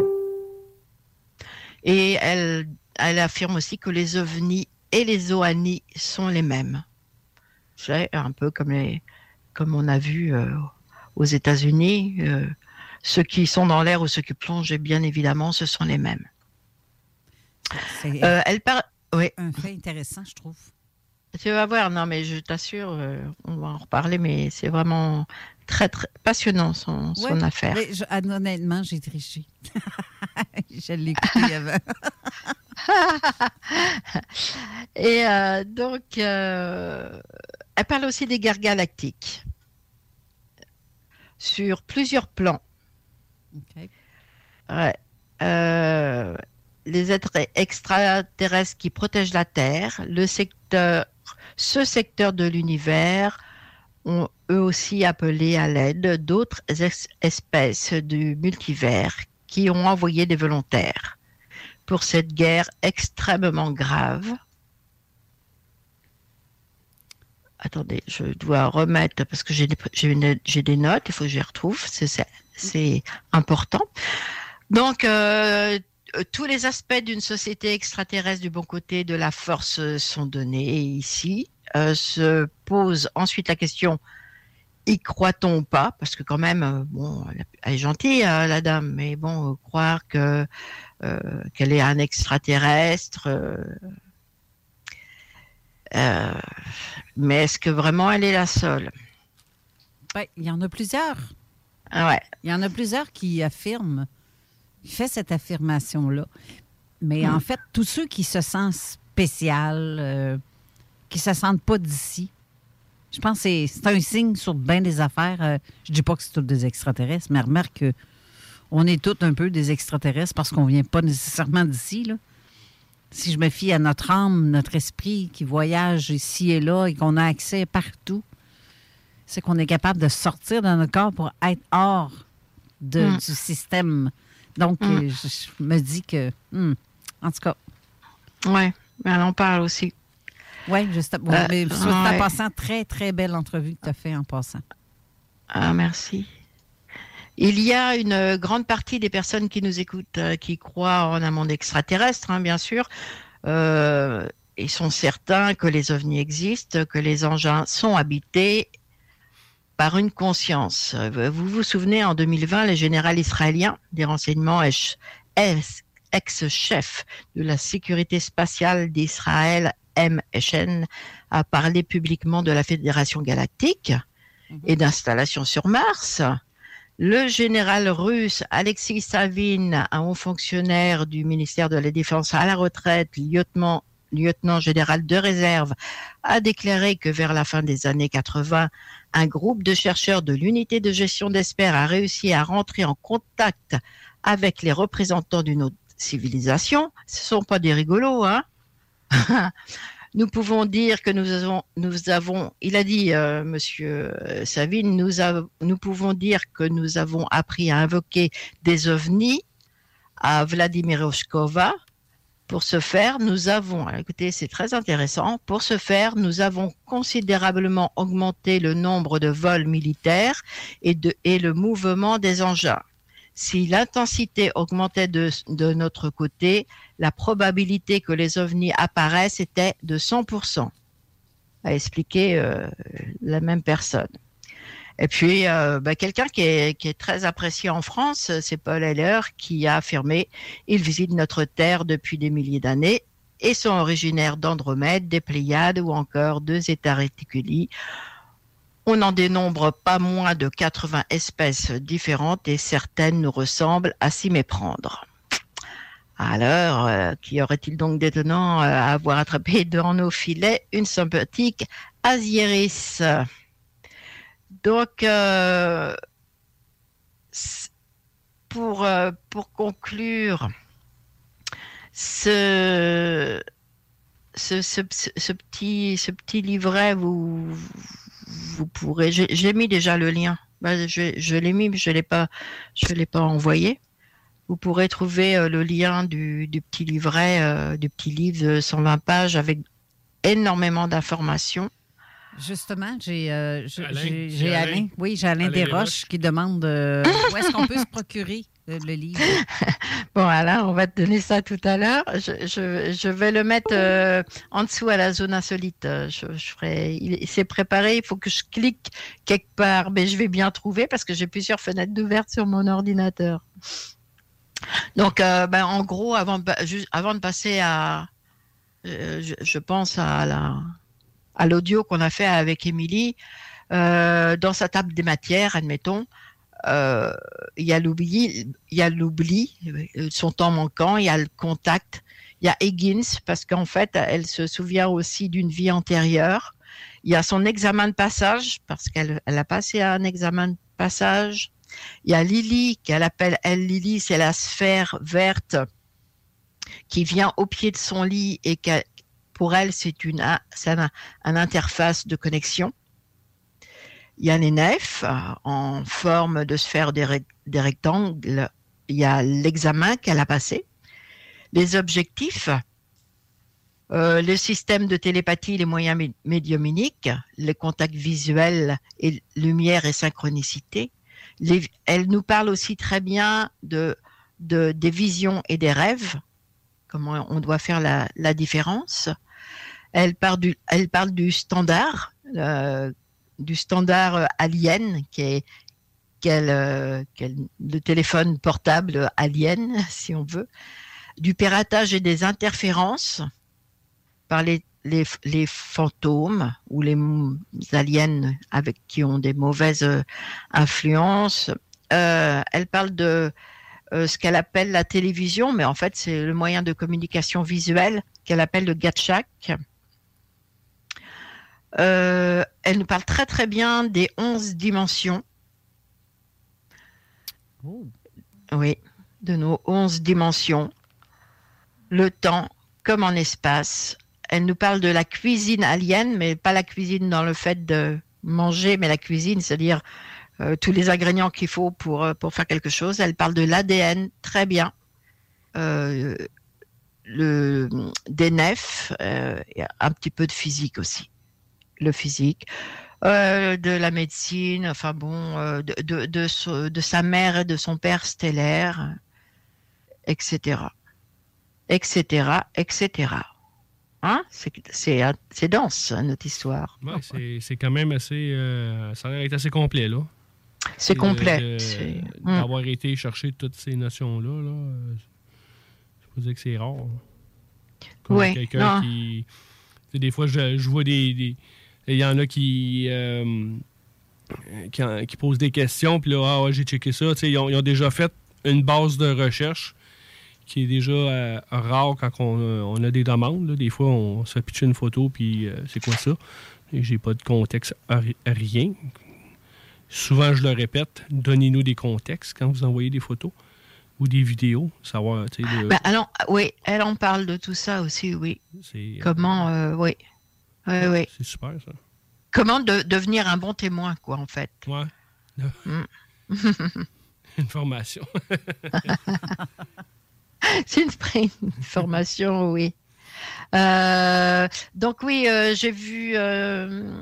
[SPEAKER 14] Et elle, elle affirme aussi que les ovnis et les oanis sont les mêmes. C'est un peu comme les comme on a vu euh, aux États-Unis, euh, ceux qui sont dans l'air ou ceux qui plongent, bien évidemment, ce sont les mêmes.
[SPEAKER 13] C'est
[SPEAKER 14] euh, elle par... oui.
[SPEAKER 13] un fait intéressant, je trouve.
[SPEAKER 14] Tu vas voir, non, mais je t'assure, euh, on va en reparler, mais c'est vraiment très, très passionnant son, son
[SPEAKER 13] ouais,
[SPEAKER 14] affaire.
[SPEAKER 13] Mais je, honnêtement, j'ai triché. Je l'ai écouté avant.
[SPEAKER 14] Et euh, donc, euh, elle parle aussi des guerres galactiques sur plusieurs plans.
[SPEAKER 13] Okay.
[SPEAKER 14] Ouais. Euh, les êtres extraterrestres qui protègent la Terre, le secteur, ce secteur de l'univers, ont eux aussi appelé à l'aide d'autres es- espèces du multivers qui ont envoyé des volontaires pour cette guerre extrêmement grave. Attendez, je dois remettre, parce que j'ai des, j'ai une, j'ai des notes, il faut que je les retrouve, c'est, c'est, c'est important. Donc, euh, tous les aspects d'une société extraterrestre du bon côté de la force sont donnés ici. Euh, se pose ensuite la question, y croit-on ou pas? Parce que quand même, euh, bon, elle est gentille, hein, la dame, mais bon, euh, croire que euh, qu'elle est un extraterrestre, euh, euh, mais est-ce que vraiment elle est la seule?
[SPEAKER 13] Ben, il y en a plusieurs.
[SPEAKER 14] Ah ouais.
[SPEAKER 13] Il y en a plusieurs qui affirment, qui font cette affirmation-là. Mais mm. en fait, tous ceux qui se sentent spécial, euh, qui ne se sentent pas d'ici, je pense que c'est, c'est un signe sur bien des affaires. Euh, je ne dis pas que c'est tous des extraterrestres, mais remarque qu'on est tous un peu des extraterrestres parce qu'on ne vient pas nécessairement d'ici, là. Si je me fie à notre âme, notre esprit qui voyage ici et là et qu'on a accès partout, c'est qu'on est capable de sortir de notre corps pour être hors de, mm. du système. Donc, mm. euh, je, je me dis que... Mm, en tout cas...
[SPEAKER 14] Oui, mais elle en parle aussi.
[SPEAKER 13] Oui, juste. Bon, euh, mais soit ouais. en passant, très, très belle entrevue que tu as fait en passant.
[SPEAKER 14] Ah, merci. Il y a une grande partie des personnes qui nous écoutent euh, qui croient en un monde extraterrestre, hein, bien sûr. Euh, ils sont certains que les ovnis existent, que les engins sont habités par une conscience. Vous vous souvenez, en deux mille vingt, le général israélien des renseignements ex-chef de la sécurité spatiale d'Israël, M. Echen, a parlé publiquement de la Fédération galactique mmh. et d'installation sur Mars. Le général russe Alexis Savine, un haut fonctionnaire du ministère de la Défense à la retraite, lieutenant, lieutenant général de réserve, a déclaré que vers la fin des années quatre-vingts, un groupe de chercheurs de l'unité de gestion d'Esper a réussi à rentrer en contact avec les représentants d'une autre civilisation. Ce ne sont pas des rigolos, hein. Nous pouvons dire que nous avons, nous avons il a dit, euh, Monsieur Savine, nous, a, nous pouvons dire que nous avons appris à invoquer des ovnis à Vladimirovskova. Pour ce faire, nous avons, écoutez, c'est très intéressant, pour ce faire, nous avons considérablement augmenté le nombre de vols militaires et, de, et le mouvement des engins. Si l'intensité augmentait de, de notre côté, la probabilité que les ovnis apparaissent était de cent pour cent, a expliqué euh, la même personne. Et puis, euh, bah, quelqu'un qui est, qui est très apprécié en France, c'est Paul Heller, qui a affirmé « Ils visitent notre Terre depuis des milliers d'années et sont originaires d'Andromède, des Pléiades ou encore de Zeta Reticuli. On n'en dénombre pas moins de quatre-vingts espèces différentes et certaines nous ressemblent à s'y méprendre. » Alors, euh, qu'y aurait-il donc d'étonnant euh, à avoir attrapé dans nos filets une sympathique Asieris? Donc, euh, pour, euh, pour conclure, ce, ce, ce, ce, petit, ce petit livret, vous, vous pourrez... J'ai, j'ai mis déjà le lien. Ben, je, je l'ai mis, mais je ne l'ai pas, je l'ai pas envoyé. Vous pourrez trouver euh, le lien du, du petit livret, euh, du petit livre de cent vingt pages avec énormément d'informations.
[SPEAKER 13] Justement, j'ai, euh, j'ai, Alain, j'ai, j'ai Alain. Alain. Oui, j'ai Alain, Alain Desroches, Desroches qui demande euh, où est-ce qu'on peut se procurer euh, le livre.
[SPEAKER 14] Bon, Alain, on va te donner ça tout à l'heure. Je, je, je vais le mettre euh, en dessous à la zone insolite. Je, je ferai, il, c'est préparé, il faut que je clique quelque part, mais je vais bien trouver parce que j'ai plusieurs fenêtres ouvertes sur mon ordinateur. Donc, euh, ben, en gros, avant de, juste, avant de passer à... Euh, je, je pense à la... à l'audio qu'on a fait avec Émilie, euh, dans sa table des matières, admettons, euh, il y a l'oubli, il y a l'oubli, son temps manquant, il y a le contact, il y a Higgins, parce qu'en fait, elle se souvient aussi d'une vie antérieure. Il y a son examen de passage, parce qu'elle elle a passé un examen de passage. Il y a Lily, qu'elle appelle, elle, Lily, c'est la sphère verte qui vient au pied de son lit et qui pour elle, c'est une, c'est un, un interface de connexion. Il y a les nefs en forme de sphère des, ré, des rectangles. Il y a l'examen qu'elle a passé. Les objectifs, euh, le système de télépathie, les moyens mé- médiumniques, les contacts visuels, et lumière et synchronicité. Les, elle nous parle aussi très bien de, de, des visions et des rêves, comment on doit faire la, la différence. Elle parle du, elle parle du standard, euh, du standard Alien, qui est quel, euh, quel, le téléphone portable Alien, si on veut, du piratage et des interférences par les, les, les fantômes ou les aliens avec qui ont des mauvaises influences. Euh, elle parle de euh, ce qu'elle appelle la télévision, mais en fait c'est le moyen de communication visuelle qu'elle appelle le gatchak. Euh, elle nous parle très très bien des onze dimensions. Oh. Oui, de nos onze dimensions. Le temps comme en espace. Elle nous parle de la cuisine alien, mais pas la cuisine dans le fait de manger, mais la cuisine, c'est-à-dire euh, tous les ingrédients qu'il faut pour, pour faire quelque chose. Elle parle de l'A D N, très bien. Euh, le, des nefs, euh, et un petit peu de physique aussi. Le physique. Euh, de la médecine, enfin bon, euh, de, de, de, de sa mère et de son père stellaire, et cetera, et cetera, et cetera. Hein? C'est, c'est, c'est dense, hein, notre histoire.
[SPEAKER 12] Ouais, c'est, c'est quand même assez... Euh, ça a l'air d'être assez complet, là.
[SPEAKER 14] C'est complet.
[SPEAKER 12] De, de,
[SPEAKER 14] c'est...
[SPEAKER 12] D'avoir été chercher toutes ces notions-là, là, je peux dire que c'est rare. Comme
[SPEAKER 14] ouais,
[SPEAKER 12] quelqu'un
[SPEAKER 14] non.
[SPEAKER 12] qui... Des fois, je, je vois des... des il y en a qui, euh, qui, qui posent des questions, puis là, ah ouais, j'ai checké ça. Ils ont, ils ont déjà fait une base de recherche qui est déjà euh, rare quand on, on a des demandes. Là. Des fois, on se fait pitcher une photo, puis euh, c'est quoi ça? Et j'ai pas de contexte à, à rien. Souvent, je le répète, donnez-nous des contextes quand vous envoyez des photos ou des vidéos. Savoir, tu sais, de...
[SPEAKER 14] ben, alors, oui, elle en parle de tout ça aussi, oui.
[SPEAKER 12] C'est,
[SPEAKER 14] Comment, euh, oui. Oui, oui.
[SPEAKER 12] C'est super, ça.
[SPEAKER 14] Comment de, devenir un bon témoin, quoi, en fait.
[SPEAKER 12] Ouais. Mm. Une formation.
[SPEAKER 14] C'est une, une formation, oui. Euh, donc, oui, euh, j'ai vu... Euh,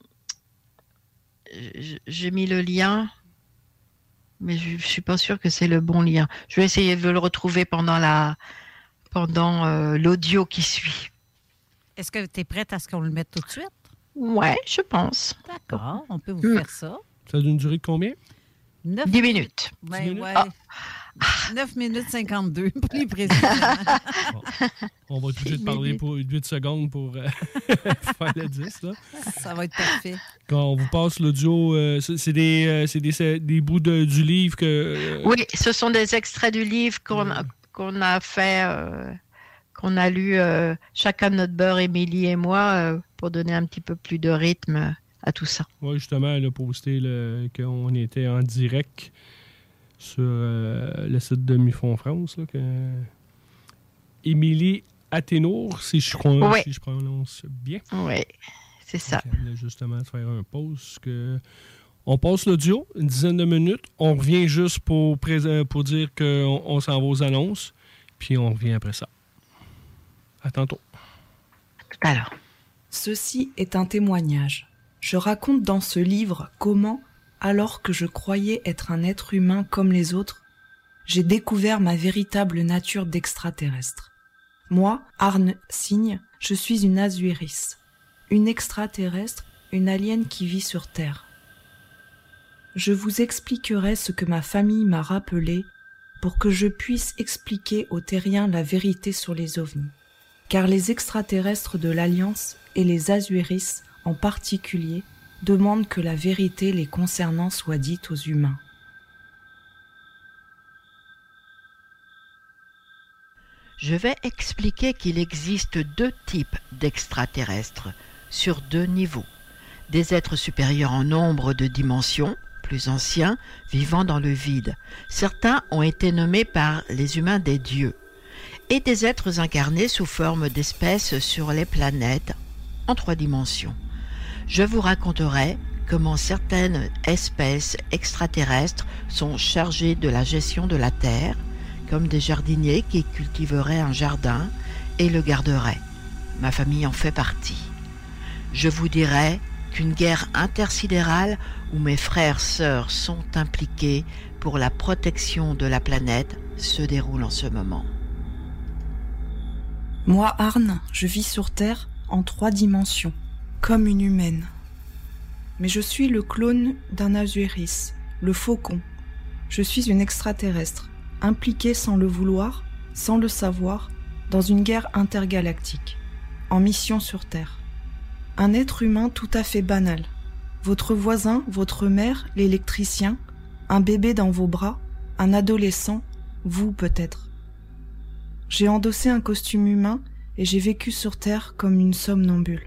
[SPEAKER 14] j'ai mis le lien, mais je ne suis pas sûre que c'est le bon lien. Je vais essayer de le retrouver pendant, la, pendant euh, l'audio qui suit.
[SPEAKER 13] Est-ce que tu es prête à ce qu'on le mette tout de suite?
[SPEAKER 14] Ouais, je pense.
[SPEAKER 13] D'accord, on peut vous mmh. faire ça.
[SPEAKER 12] Ça a une durée de combien?
[SPEAKER 14] neuf dix minutes.
[SPEAKER 13] Ouais,
[SPEAKER 12] dix minutes?
[SPEAKER 13] Ouais.
[SPEAKER 14] Ah.
[SPEAKER 13] neuf minutes cinquante-deux, plus précisément.
[SPEAKER 12] Bon. On va tout de suite parler pour huit secondes pour euh, faire le dix. Là.
[SPEAKER 13] Ça va être parfait.
[SPEAKER 12] Quand on vous passe l'audio, euh, c'est, c'est, des, euh, c'est des, des bouts de, du livre que... Euh...
[SPEAKER 14] Oui, ce sont des extraits du livre qu'on, mmh. qu'on a fait... Euh... qu'on a lu euh, chacun de notre beurre, Émilie et moi, euh, pour donner un petit peu plus de rythme à tout ça.
[SPEAKER 12] Oui, justement, elle a posté le, qu'on était en direct sur euh, le site de MUFON France. Là, que... Émilie Athénour, si je, crois,
[SPEAKER 14] oui.
[SPEAKER 12] si je prononce bien.
[SPEAKER 14] Oui, c'est ça.
[SPEAKER 12] Donc, elle a justement de faire un pause. Que... On passe l'audio, une dizaine de minutes. On revient juste pour, pré- pour dire qu'on on s'en va aux annonces, puis on revient après ça. À tantôt.
[SPEAKER 14] Alors.
[SPEAKER 19] Ceci est un témoignage. Je raconte dans ce livre comment, alors que je croyais être un être humain comme les autres, j'ai découvert ma véritable nature d'extraterrestre. Moi, Arne Signe, je suis une Azuiris, une extraterrestre, une alien qui vit sur Terre. Je vous expliquerai ce que ma famille m'a rappelé pour que je puisse expliquer aux terriens la vérité sur les ovnis. Car les extraterrestres de l'Alliance et les Azuiris en particulier demandent que la vérité les concernant soit dite aux humains.
[SPEAKER 14] Je vais expliquer qu'il existe deux types d'extraterrestres sur deux niveaux. Des êtres supérieurs en nombre de dimensions, plus anciens, vivant dans le vide. Certains ont été nommés par les humains des dieux. Et des êtres incarnés sous forme d'espèces sur les planètes en trois dimensions. Je vous raconterai comment certaines espèces extraterrestres sont chargées de la gestion de la Terre, comme des jardiniers qui cultiveraient un jardin et le garderaient. Ma famille en fait partie. Je vous dirai qu'une guerre intersidérale où mes frères-sœurs sont impliqués pour la protection de la planète se déroule en ce moment.
[SPEAKER 19] Moi, Arne, je vis sur Terre en trois dimensions, comme une humaine. Mais je suis le clone d'un Azuéris, le faucon. Je suis une extraterrestre, impliquée sans le vouloir, sans le savoir, dans une guerre intergalactique, en mission sur Terre. Un être humain tout à fait banal. Votre voisin, votre mère, l'électricien, un bébé dans vos bras, un adolescent, vous peut-être. J'ai endossé un costume humain et j'ai vécu sur Terre comme une somnambule.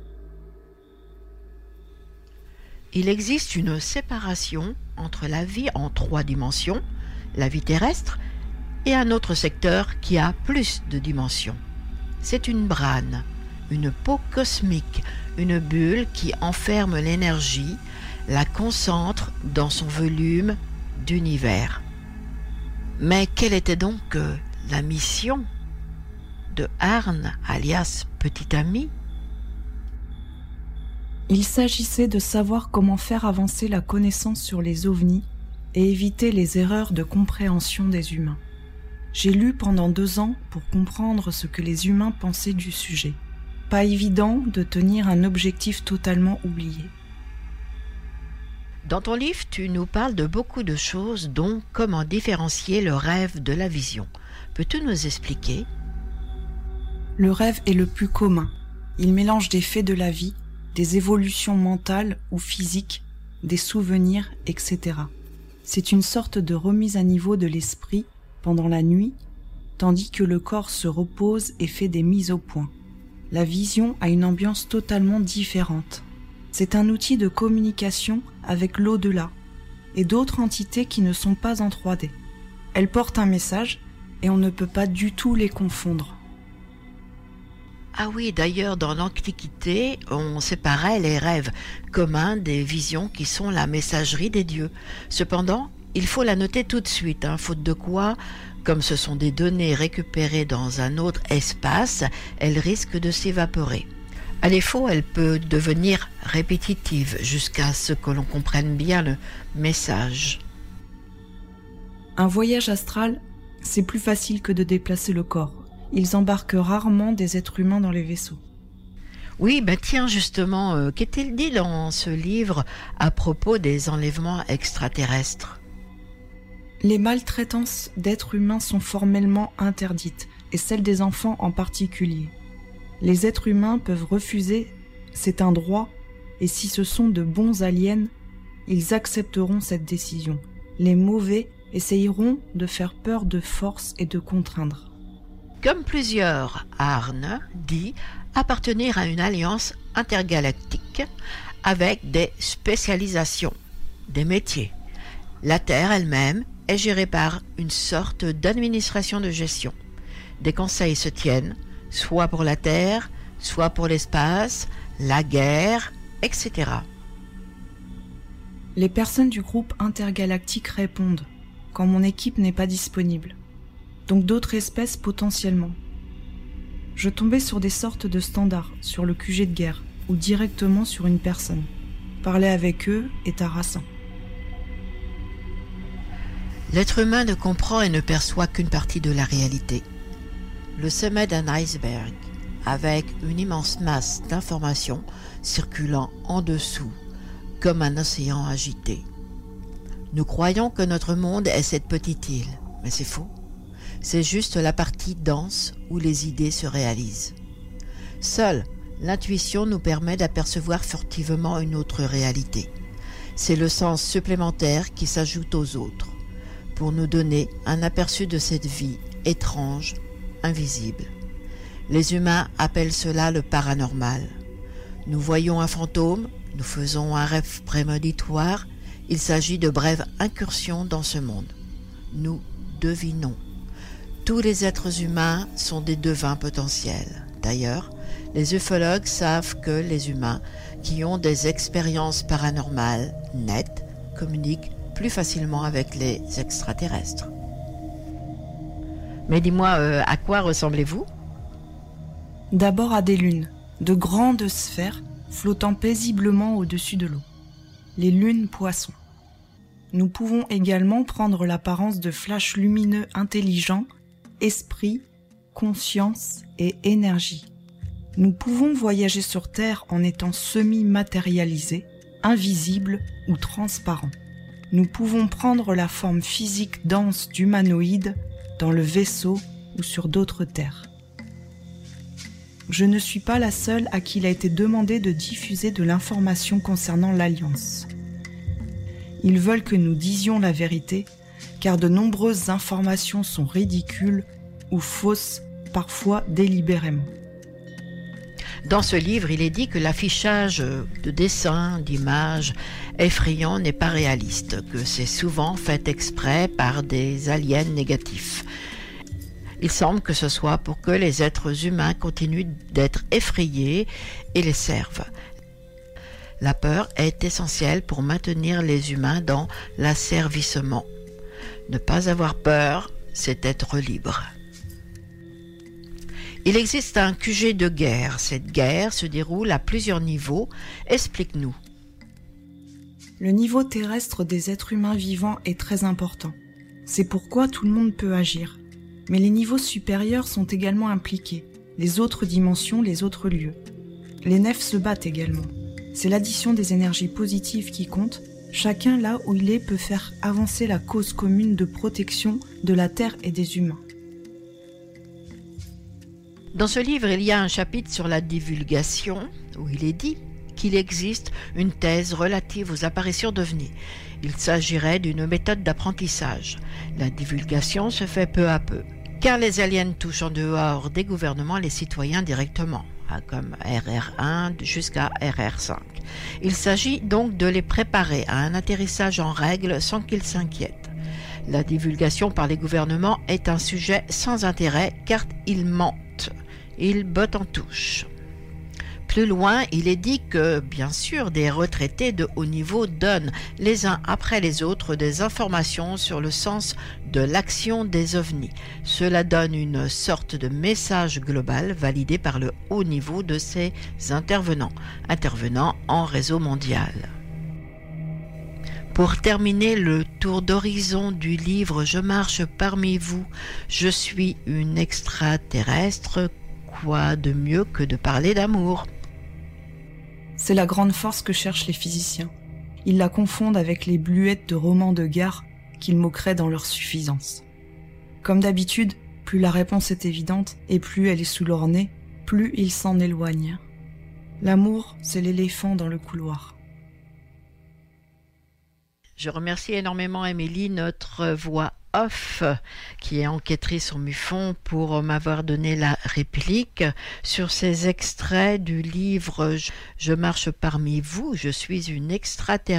[SPEAKER 14] Il existe une séparation entre la vie en trois dimensions, la vie terrestre, et un autre secteur qui a plus de dimensions. C'est une brane, une peau cosmique, une bulle qui enferme l'énergie, la concentre dans son volume d'univers. Mais quelle était donc euh, la mission de Arne, alias Petit Ami?
[SPEAKER 19] Il s'agissait de savoir comment faire avancer la connaissance sur les ovnis et éviter les erreurs de compréhension des humains. J'ai lu pendant deux ans pour comprendre ce que les humains pensaient du sujet. Pas évident de tenir un objectif totalement oublié.
[SPEAKER 14] Dans ton livre, tu nous parles de beaucoup de choses, dont comment différencier le rêve de la vision. Peux-tu nous expliquer?
[SPEAKER 19] Le rêve est le plus commun. Il mélange des faits de la vie, des évolutions mentales ou physiques, des souvenirs, et cetera. C'est une sorte de remise à niveau de l'esprit pendant la nuit, tandis que le corps se repose et fait des mises au point. La vision a une ambiance totalement différente. C'est un outil de communication avec l'au-delà et d'autres entités qui ne sont pas en trois D. Elles portent un message et on ne peut pas du tout les confondre.
[SPEAKER 14] Ah oui, d'ailleurs, dans l'Antiquité, on séparait les rêves communs des visions qui sont la messagerie des dieux. Cependant, il faut la noter tout de suite, hein, faute de quoi, comme ce sont des données récupérées dans un autre espace, elles risquent de s'évaporer. À défaut, elle peut devenir répétitive jusqu'à ce que l'on comprenne bien le message.
[SPEAKER 19] Un voyage astral, c'est plus facile que de déplacer le corps. Ils embarquent rarement des êtres humains dans les vaisseaux.
[SPEAKER 14] Oui, ben tiens, justement, euh, qu'est-il dit dans ce livre à propos des enlèvements extraterrestres?
[SPEAKER 19] Les maltraitances d'êtres humains sont formellement interdites, et celles des enfants en particulier. Les êtres humains peuvent refuser, c'est un droit, et si ce sont de bons aliens, ils accepteront cette décision. Les mauvais essayeront de faire peur de force et de contraindre.
[SPEAKER 14] Comme plusieurs, Arne dit appartenir à une alliance intergalactique avec des spécialisations, des métiers. La Terre elle-même est gérée par une sorte d'administration de gestion. Des conseils se tiennent, soit pour la Terre, soit pour l'espace, la guerre, et cetera.
[SPEAKER 19] Les personnes du groupe intergalactique répondent quand mon équipe n'est pas disponible. Donc d'autres espèces potentiellement. Je tombais sur des sortes de standards, sur le Q G de guerre, ou directement sur une personne. Parler avec eux est harassant.
[SPEAKER 14] L'être humain ne comprend et ne perçoit qu'une partie de la réalité. Le sommet d'un iceberg, avec une immense masse d'informations circulant en dessous, comme un océan agité. Nous croyons que notre monde est cette petite île, mais c'est faux. C'est juste la partie dense où les idées se réalisent. Seule l'intuition nous permet d'apercevoir furtivement une autre réalité. C'est le sens supplémentaire qui s'ajoute aux autres, pour nous donner un aperçu de cette vie étrange, invisible. Les humains appellent cela le paranormal. Nous voyons un fantôme, nous faisons un rêve prémonitoire, il s'agit de brèves incursions dans ce monde. Nous devinons. Tous les êtres humains sont des devins potentiels. D'ailleurs, les ufologues savent que les humains qui ont des expériences paranormales nettes communiquent plus facilement avec les extraterrestres. Mais dis-moi, euh, à quoi ressemblez-vous?
[SPEAKER 19] D'abord à des lunes, de grandes sphères flottant paisiblement au-dessus de l'eau. Les lunes poissons. Nous pouvons également prendre l'apparence de flashs lumineux intelligents, esprit, conscience et énergie. Nous pouvons voyager sur Terre en étant semi-matérialisés, invisibles ou transparents. Nous pouvons prendre la forme physique dense d'humanoïdes dans le vaisseau ou sur d'autres terres. Je ne suis pas la seule à qui il a été demandé de diffuser de l'information concernant l'Alliance. Ils veulent que nous disions la vérité, car de nombreuses informations sont ridicules ou fausses, parfois délibérément.
[SPEAKER 14] Dans ce livre, il est dit que l'affichage de dessins, d'images effrayants n'est pas réaliste, que c'est souvent fait exprès par des aliens négatifs. Il semble que ce soit pour que les êtres humains continuent d'être effrayés et les servent. La peur est essentielle pour maintenir les humains dans l'asservissement. Ne pas avoir peur, c'est être libre. Il existe un Q G de guerre. Cette guerre se déroule à plusieurs niveaux. Explique-nous.
[SPEAKER 19] Le niveau terrestre des êtres humains vivants est très important. C'est pourquoi tout le monde peut agir. Mais les niveaux supérieurs sont également impliqués. Les autres dimensions, les autres lieux. Les nefs se battent également. C'est l'addition des énergies positives qui compte. Chacun là où il est peut faire avancer la cause commune de protection de la Terre et des humains.
[SPEAKER 14] Dans ce livre, il y a un chapitre sur la divulgation, où il est dit qu'il existe une thèse relative aux apparitions d'ovnis. Il s'agirait d'une méthode d'apprentissage. La divulgation se fait peu à peu, car les aliens touchent en dehors des gouvernements les citoyens directement, comme R R un jusqu'à R R cinq. Il s'agit donc de les préparer à un atterrissage en règle sans qu'ils s'inquiètent. La divulgation par les gouvernements est un sujet sans intérêt, car ils mentent. Ils bottent en touche. Plus loin, il est dit que, bien sûr, des retraités de haut niveau donnent les uns après les autres des informations sur le sens de l'action des ovnis. Cela donne une sorte de message global validé par le haut niveau de ces intervenants, intervenants en réseau mondial. Pour terminer le tour d'horizon du livre « Je marche parmi vous, je suis une extraterrestre », quoi de mieux que de parler d'amour ?
[SPEAKER 19] C'est la grande force que cherchent les physiciens. Ils la confondent avec les bluettes de romans de gare qu'ils moqueraient dans leur suffisance. Comme d'habitude, plus la réponse est évidente et plus elle est sous leur nez, plus ils s'en éloignent. L'amour, c'est l'éléphant dans le couloir.
[SPEAKER 14] Je remercie énormément Émilie, notre voix off, qui est enquêtrice sur MUFON, pour m'avoir donné la réplique sur ces extraits du livre « Je marche parmi vous, je suis une extraterrestre »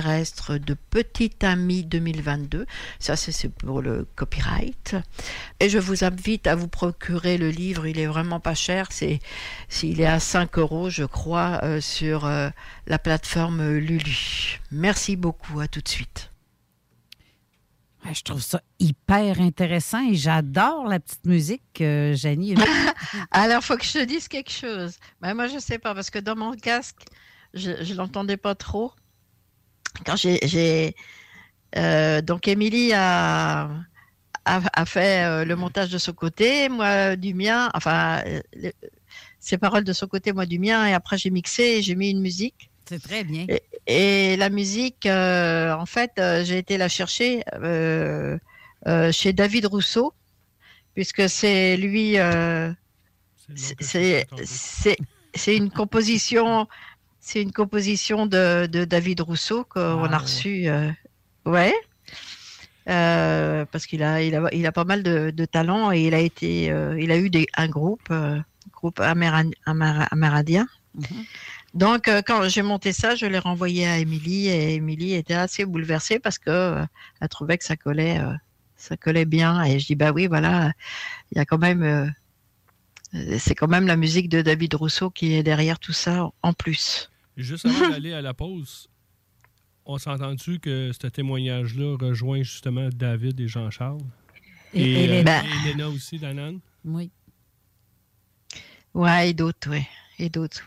[SPEAKER 14] de Petit Ami deux mille vingt-deux. Ça, c'est pour le copyright. Et je vous invite à vous procurer le livre. Il est vraiment pas cher. C'est, il est à cinq euros, je crois, euh, sur euh, la plateforme Lulu. Merci beaucoup. À tout de suite.
[SPEAKER 13] Je trouve ça hyper intéressant et j'adore la petite musique que Janie.
[SPEAKER 14] Alors, il faut que je te dise quelque chose. Ben, moi, je ne sais pas, parce que dans mon casque, je ne l'entendais pas trop. Quand j'ai... j'ai euh, donc, Émilie a, a, a fait euh, le montage de son côté, moi du mien, enfin, euh, le, ses paroles de son côté, moi du mien, et après j'ai mixé et j'ai mis une musique.
[SPEAKER 13] C'est très bien.
[SPEAKER 14] Et, et la musique, euh, en fait, euh, j'ai été la chercher euh, euh, chez David Rousseau, puisque c'est lui, euh, c'est, c'est, c'est une composition, c'est une composition de, de David Rousseau qu'on ah, a reçu, euh, ouais, euh, parce qu'il a, il a, il a pas mal de, de talent et il a été, euh, il a eu des, un groupe, euh, groupe amérindien. amérindien. Mm-hmm. Donc, euh, quand j'ai monté ça, je l'ai renvoyé à Émilie et Émilie était assez bouleversée parce que euh, elle trouvait que ça collait, euh, ça collait bien. Et je dis bah oui, voilà, il y a quand même, euh, c'est quand même la musique de David Rousseau qui est derrière tout ça en plus.
[SPEAKER 12] Juste avant d'aller à la pause, on s'est entendu que ce témoignage-là rejoint justement David et Jean-Charles et, et, et, euh, ben, et Léna aussi, Danane.
[SPEAKER 13] Oui.
[SPEAKER 14] Ouais, et d'autres, ouais, et d'autres, ouais.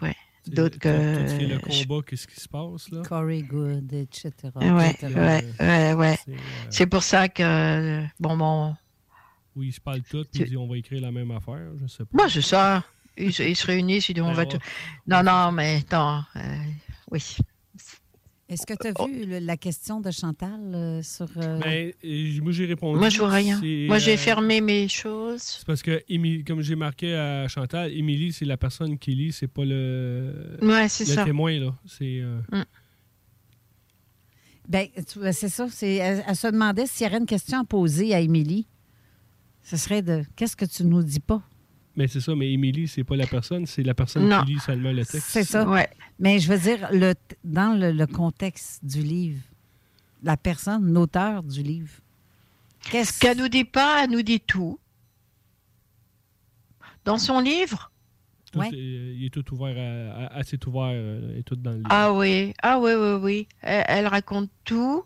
[SPEAKER 14] d'autres que...
[SPEAKER 12] Le combat, qu'est-ce qui se passe, là?
[SPEAKER 13] Corey Good, et cetera.
[SPEAKER 14] Ouais,
[SPEAKER 13] et cetera.
[SPEAKER 14] ouais, ouais, ouais.
[SPEAKER 12] C'est, euh...
[SPEAKER 14] c'est pour ça que... Bon, bon...
[SPEAKER 12] Oui, ils se parlent tous, puis ils disent on va écrire la même affaire, je sais pas.
[SPEAKER 14] Moi, c'est ça. Ils, ils se réunissent, ils disent on
[SPEAKER 12] ben,
[SPEAKER 14] va
[SPEAKER 12] ouais.
[SPEAKER 14] tout... Non, non, mais attends, euh, oui.
[SPEAKER 13] Est-ce que tu as vu le, la question de Chantal euh, sur... Euh...
[SPEAKER 12] Ben, moi, j'ai répondu.
[SPEAKER 14] Moi, je vois rien.
[SPEAKER 12] C'est,
[SPEAKER 14] moi, j'ai
[SPEAKER 12] euh,
[SPEAKER 14] fermé mes choses.
[SPEAKER 12] C'est parce que, Émilie, comme j'ai marqué à Chantal, Émilie, c'est la personne qui lit, c'est pas le,
[SPEAKER 14] ouais, c'est
[SPEAKER 12] le
[SPEAKER 14] ça.
[SPEAKER 12] témoin, là. C'est... Euh...
[SPEAKER 14] Mm.
[SPEAKER 13] Ben, c'est ça. C'est, elle, elle se demandait s'il y aurait une question à poser à Émilie. Ce serait de « Qu'est-ce que tu nous dis pas? »
[SPEAKER 12] Mais c'est ça, mais Émilie, c'est pas la personne, c'est la personne
[SPEAKER 14] non.
[SPEAKER 12] qui lit seulement le texte.
[SPEAKER 13] C'est ça.
[SPEAKER 14] Ouais.
[SPEAKER 13] Mais je veux dire, le, dans le, le contexte du livre, la personne, l'auteur du livre, qu'est-ce
[SPEAKER 14] qu'elle nous dit pas, elle nous dit tout. Dans son livre?
[SPEAKER 12] Tout
[SPEAKER 13] ouais.
[SPEAKER 12] est, il est tout ouvert, à, à, assez ouvert, il est tout dans le livre.
[SPEAKER 14] Ah oui, ah oui, oui, oui. Elle, elle raconte tout.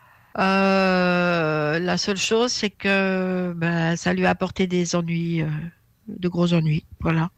[SPEAKER 14] Euh, la seule chose, c'est que ben, ça lui a apporté des ennuis, euh, de gros ennuis. Voilà.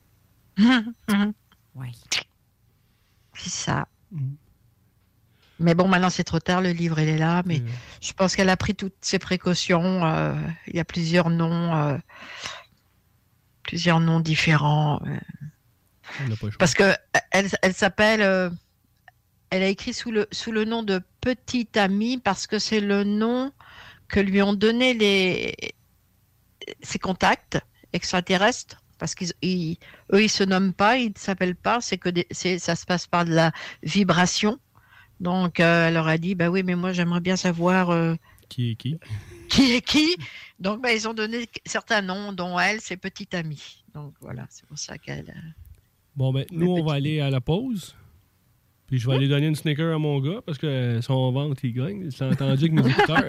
[SPEAKER 13] Oui.
[SPEAKER 14] C'est ça.
[SPEAKER 12] Mm.
[SPEAKER 14] Mais bon, maintenant c'est trop tard, le livre il est là, mais mm. je pense qu'elle a pris toutes ses précautions. Euh, il y a plusieurs noms, euh, plusieurs noms différents. Euh, parce que elle, elle s'appelle. Euh, Elle a écrit sous le, sous le nom de Petite Amie parce que c'est le nom que lui ont donné les, ses contacts extraterrestres. Parce qu'eux, ils, eux, ils se nomment pas, ils ne s'appellent pas, c'est que des, c'est, ça se passe par de la vibration. Donc, euh, elle leur a dit, bah oui, mais moi, j'aimerais bien savoir... Euh,
[SPEAKER 12] qui est qui?
[SPEAKER 14] Qui est qui? Donc, bah, ils ont donné certains noms, dont elle, c'est Petite Amie. Donc, voilà, c'est pour ça qu'elle... Euh,
[SPEAKER 12] bon, ben, nous, on va aller à la pause. Puis je vais aller donner une sneaker à mon gars parce que son ventre, il gagne. J'ai entendu avec mes écouteurs.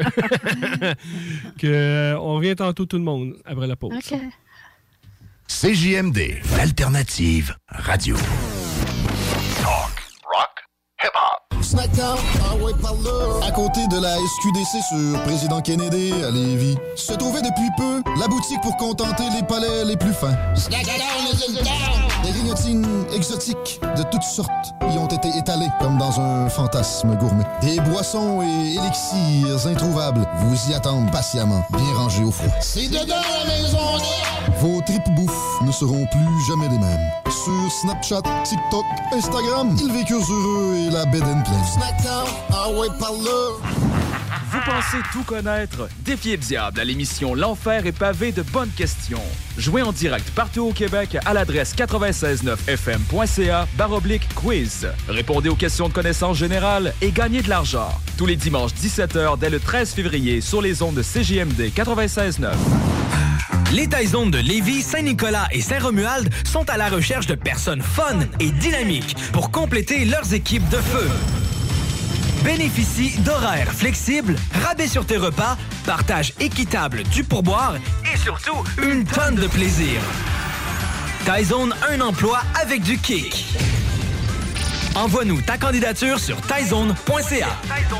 [SPEAKER 12] que, on revient tantôt tout le monde après la pause.
[SPEAKER 14] OK.
[SPEAKER 18] C J M D, l'alternative radio.
[SPEAKER 7] Talk, rock, hip-hop.
[SPEAKER 20] Snackdown, ah ouais, par là. À côté de la S Q D C sur Président Kennedy à Lévis, se trouvait depuis peu la boutique pour contenter les palais les plus fins. Snackdown is in town. Des grignotines exotiques de toutes sortes y ont été étalées comme dans un fantasme gourmet. Des boissons et élixirs introuvables vous y attendent patiemment, bien rangés au froid. C'est dedans la maison. Vos tripes bouffe ne seront plus jamais les mêmes. Sur Snapchat, TikTok, Instagram, ils vécurent heureux et la bed and play. Snackdown, ah ouais, par là.
[SPEAKER 6] Vous pensez tout connaître? Défiez le diable à l'émission L'Enfer est pavé de bonnes questions. Jouez en direct partout au Québec à l'adresse quatre-vingt-seize neuf f m point c a barre oblique quiz. Répondez aux questions de connaissances générales et gagnez de l'argent. Tous les dimanches dix-sept heures dès le treize février sur les ondes de C J M D quatre-vingt-seize neuf.
[SPEAKER 10] Les Taizones de Lévis, Saint-Nicolas et Saint-Romuald sont à la recherche de personnes fun et dynamiques pour compléter leurs équipes de feu. Bénéficie d'horaires flexibles, rabais sur tes repas, partage équitable du pourboire et surtout une tonne de plaisir. Taizone, un emploi avec du kick. Envoie-nous ta candidature sur taizone point c a.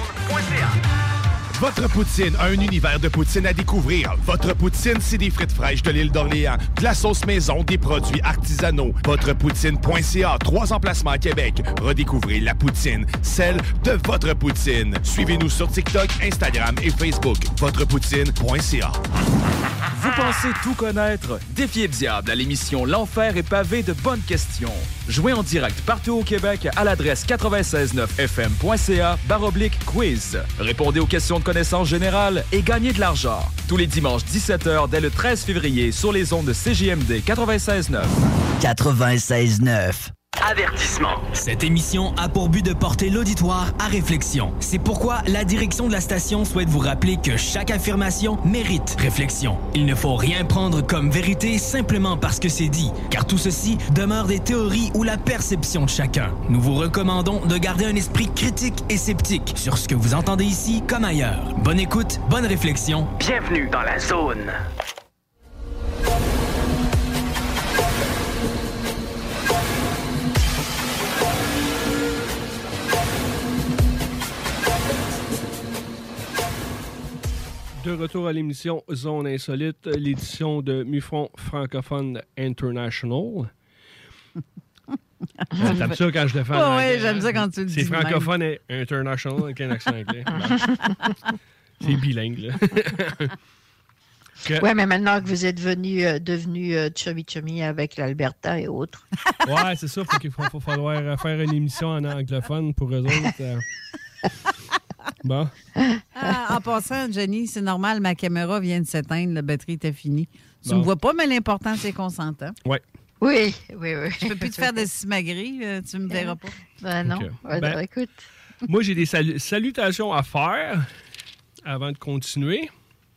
[SPEAKER 9] Votre Poutine, un univers de poutine à découvrir. Votre Poutine, c'est des frites fraîches de l'île d'Orléans, de la sauce maison, des produits artisanaux. votre poutine point c a, trois emplacements à Québec. Redécouvrez la poutine, celle de votre Poutine. Suivez-nous sur TikTok, Instagram et Facebook. votre poutine point c a.
[SPEAKER 6] Vous pensez tout connaître? Défiez le diable à l'émission L'Enfer est pavé de bonnes questions. Jouez en direct partout au Québec à l'adresse quatre-vingt-seize neuf f m point c a barre oblique quiz. Répondez aux questions de connaissances générales et gagnez de l'argent. Tous les dimanches dix-sept heures dès le treize février sur les ondes de C J M D quatre-vingt-seize neuf.
[SPEAKER 10] quatre-vingt-seize neuf. Avertissement. Cette émission a pour but de porter l'auditoire à réflexion. C'est pourquoi la direction de la station souhaite vous rappeler que chaque affirmation mérite réflexion. Il ne faut rien prendre comme vérité simplement parce que c'est dit, car tout ceci demeure des théories ou la perception de chacun. Nous vous recommandons de garder un esprit critique et sceptique sur ce que vous entendez ici comme ailleurs. Bonne écoute, bonne réflexion. Bienvenue dans la zone.
[SPEAKER 12] De retour à l'émission Zone Insolite, l'édition de MUFON Francophone International. T'aimes ça quand je le fais en
[SPEAKER 13] anglais? Oui, j'aime ça quand tu le dis.
[SPEAKER 12] C'est francophone et international avec un accent anglais. C'est bilingue, là.
[SPEAKER 14] Que... Oui, mais maintenant que vous êtes venu, euh, devenu euh, chummy-chummy avec l'Alberta et autres.
[SPEAKER 12] Ouais, c'est ça. Faut qu'il faut, faut falloir faire une émission en anglophone pour eux autres. Euh... Bon.
[SPEAKER 13] Ah, en passant, Jenny, c'est normal, ma caméra vient de s'éteindre, la batterie était finie. Tu
[SPEAKER 12] bon.
[SPEAKER 13] me vois pas, mais l'important, c'est qu'on s'entend.
[SPEAKER 12] Ouais.
[SPEAKER 14] Oui, oui, oui.
[SPEAKER 13] Je peux plus te faire de simagrée, euh, tu me verras pas.
[SPEAKER 14] Ben non.
[SPEAKER 12] Okay.
[SPEAKER 14] Ben,
[SPEAKER 12] ben,
[SPEAKER 14] écoute.
[SPEAKER 12] Moi, j'ai des sal- salutations à faire avant de continuer.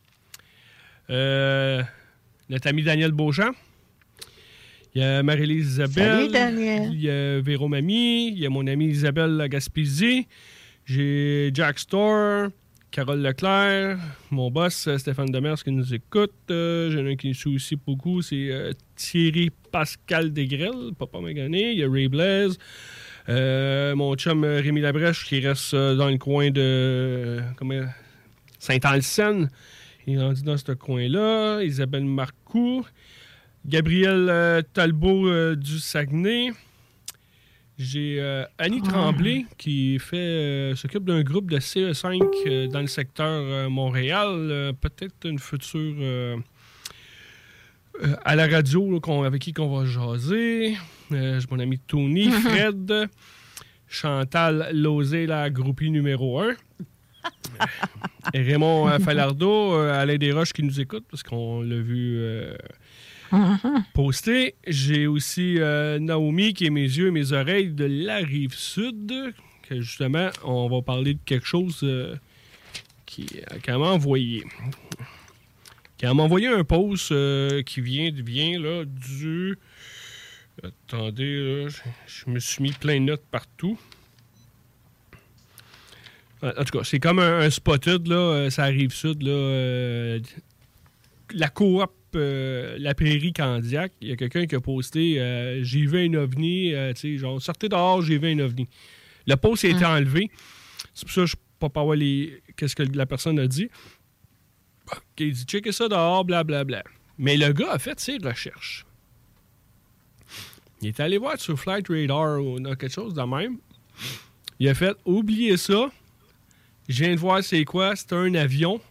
[SPEAKER 12] Euh, notre ami Daniel Beauchamp. Il y a Marie-Lise Isabelle.
[SPEAKER 14] Salut, Daniel.
[SPEAKER 12] Il y a Véro Mamie. Il y a mon amie Isabelle Gaspésie. J'ai Jack Store. Carole Leclerc. Mon boss, Stéphane Demers, qui nous écoute. Euh, J'en ai un qui nous suit aussi beaucoup. C'est euh, Thierry Pascal Desgrelles. Papa Magané. Il y a Ray Blaise. Euh, mon chum Rémi Labrèche, qui reste dans le coin de euh, comment, Saint-Anne-Seine. Il est rendu dans ce coin-là. Isabelle Marcoux. Gabriel euh, Talbot euh, du Saguenay. J'ai euh, Annie oh. Tremblay qui fait euh, s'occupe d'un groupe de C E cinq euh, dans le secteur euh, Montréal. Euh, peut-être une future euh, euh, à la radio là, qu'on, avec qui on va jaser. Euh, j'ai mon ami Tony, Fred, Chantal Lauzé, la groupie numéro un. Et Raymond euh, Falardeau, euh, Alain Desroches qui nous écoute parce qu'on l'a vu euh, uh-huh. poster. J'ai aussi euh, Naomi qui est mes yeux et mes oreilles de la Rive-Sud. Que justement, on va parler de quelque chose euh, qui, qui m'a envoyé. Qui m'a envoyé un post euh, qui vient, vient là, du... Attendez, là, je, je me suis mis plein de notes partout. En tout cas, c'est comme un, un spotted, là, ça arrive sud, là, euh, la coop, euh, la prairie Candiac, il y a quelqu'un qui a posté euh, « J'ai vu un ovni euh, », tu sais, genre « Sortez dehors, j'ai vu un ovni ». Le post a été hum. enlevé. C'est pour ça que je ne peux pas voir les... qu'est-ce que la personne a dit. Il dit « Checkez ça dehors, blablabla ». Mais le gars a fait ses recherches. Il est allé voir sur Flight Radar ou quelque chose de même. Il a fait « Oubliez ça ». Je viens de voir c'est quoi. C'est un avion.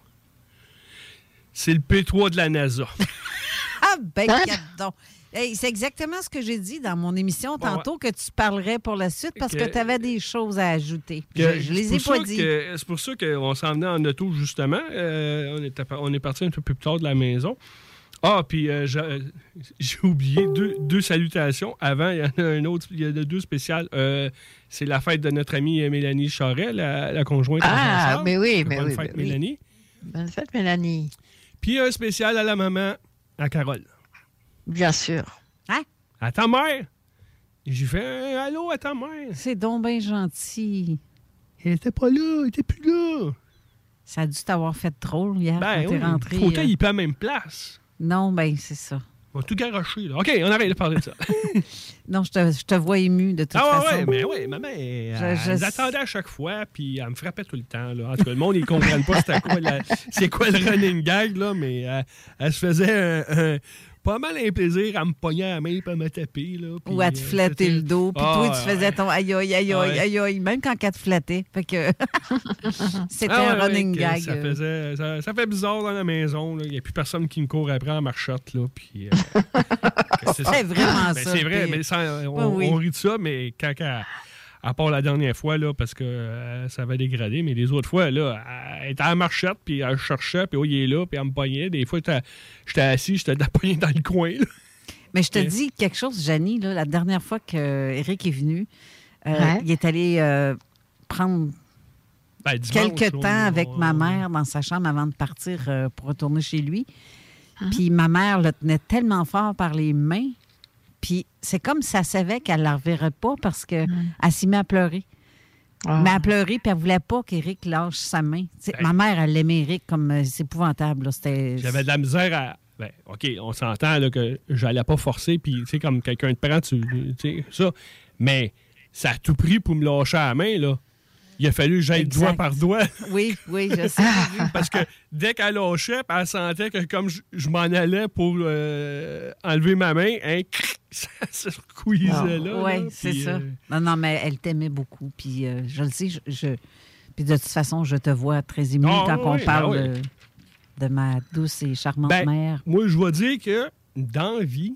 [SPEAKER 12] C'est le P trois de la NASA.
[SPEAKER 13] Ah, ben, donc. Hey, c'est exactement ce que j'ai dit dans mon émission tantôt, ouais. que tu parlerais pour la suite parce que, que tu avais des choses à ajouter. Que, je, je les ai pas dit.
[SPEAKER 12] Que, c'est pour ça qu'on s'en venait en auto, justement. Euh, on, est, on est parti un peu plus tard de la maison. Ah, puis euh, j'ai, j'ai oublié deux, deux salutations. Avant, il y en a un autre, il y en a deux spéciales. Euh, c'est la fête de notre amie Mélanie Charret, la, la conjointe.
[SPEAKER 14] Ah, mais oui, mais
[SPEAKER 12] Bonne
[SPEAKER 14] oui.
[SPEAKER 12] fête,
[SPEAKER 14] mais
[SPEAKER 12] Mélanie.
[SPEAKER 14] Oui. Bonne fête, Mélanie.
[SPEAKER 12] Puis un spécial à la maman, à Carole.
[SPEAKER 14] Bien sûr.
[SPEAKER 13] Hein?
[SPEAKER 12] À ta mère. J'ai fait un allô à ta mère.
[SPEAKER 13] C'est donc bien gentil.
[SPEAKER 12] Elle était pas là, elle était plus là.
[SPEAKER 13] Ça a dû t'avoir fait trop hier
[SPEAKER 12] ben,
[SPEAKER 13] quand t'es
[SPEAKER 12] oui,
[SPEAKER 13] rentré.
[SPEAKER 12] Le fauteuil, euh... il peut à la même place.
[SPEAKER 13] Non, ben c'est ça.
[SPEAKER 12] On va tout garocher, là. OK, on arrête de parler de ça.
[SPEAKER 13] Non, je te, je te vois ému de toute
[SPEAKER 12] ah,
[SPEAKER 13] façon.
[SPEAKER 12] Ah ouais, mais oui, maman, elle,
[SPEAKER 13] je,
[SPEAKER 12] elle
[SPEAKER 13] je...
[SPEAKER 12] attendait à chaque fois, puis elle me frappait tout le temps, là. En tout cas, le monde, ils ne comprennent pas c'était quoi la, c'est quoi le running gag, là, mais elle, elle se faisait un, un, pas mal un plaisir à me pogner à la main et à me taper, là.
[SPEAKER 13] Ou à te flatter euh, le dos, puis ah, toi, tu faisais ouais. ton aïe aïe aïe aïe aïe aïe, même quand elle te flattait. Fait que c'était ah, un ouais, running ouais, gag.
[SPEAKER 12] Ça, faisait, ça, ça fait bizarre dans la maison, il n'y a plus personne qui me court après en marchotte, là, puis... Euh,
[SPEAKER 13] c'est, c'est vraiment
[SPEAKER 12] ben,
[SPEAKER 13] ça.
[SPEAKER 12] C'est vrai, mais ça, on, oui. on rit de ça, mais quand, quand à part la dernière fois, là, parce que euh, ça va dégrader, mais les autres fois, là, elle était à la marchette, puis elle cherchait, puis oh, il est là, puis elle me pognait. Des fois, j'étais assis, j'étais pogné dans le coin, là.
[SPEAKER 13] Mais je te okay. dis quelque chose, Janie, là, la dernière fois qu'Éric est venu, euh, ouais. il est allé euh, prendre ben, dimanche, quelques temps on, avec on, ma mère dans sa chambre avant de partir euh, pour retourner chez lui. Hein? Puis ma mère le tenait tellement fort par les mains. Puis c'est comme si elle savait qu'elle ne la reverrait pas parce qu'elle mm. s'y met à pleurer. Oh. Mais elle pleurait, puis elle ne voulait pas qu'Éric lâche sa main. Hey. Ma mère, elle l'aimait Éric comme... Euh, c'est épouvantable. Là. C'était...
[SPEAKER 12] J'avais de la misère à... Ben, OK, on s'entend là, que j'allais pas forcer, puis tu sais, comme quelqu'un te prend, tu sais, ça. Mais ça a tout pris pour me lâcher la main, là. il a fallu que j'aille
[SPEAKER 13] Exact.
[SPEAKER 12] doigt par doigt.
[SPEAKER 13] Oui, oui, je sais.
[SPEAKER 12] Parce que dès qu'elle lâchait, elle sentait que comme je, je m'en allais pour euh, enlever ma main, hein, ça se squeezait là.
[SPEAKER 13] Oui,
[SPEAKER 12] là,
[SPEAKER 13] c'est
[SPEAKER 12] puis,
[SPEAKER 13] ça.
[SPEAKER 12] euh,
[SPEAKER 13] Non, non, mais elle t'aimait beaucoup. Puis euh, je le sais, je, je- puis de toute façon, je te vois très émue
[SPEAKER 12] Ah,
[SPEAKER 13] quand
[SPEAKER 12] oui,
[SPEAKER 13] on parle
[SPEAKER 12] ben oui.
[SPEAKER 13] de, de ma douce et charmante
[SPEAKER 12] ben,
[SPEAKER 13] mère.
[SPEAKER 12] moi, je vais dire que dans la vie,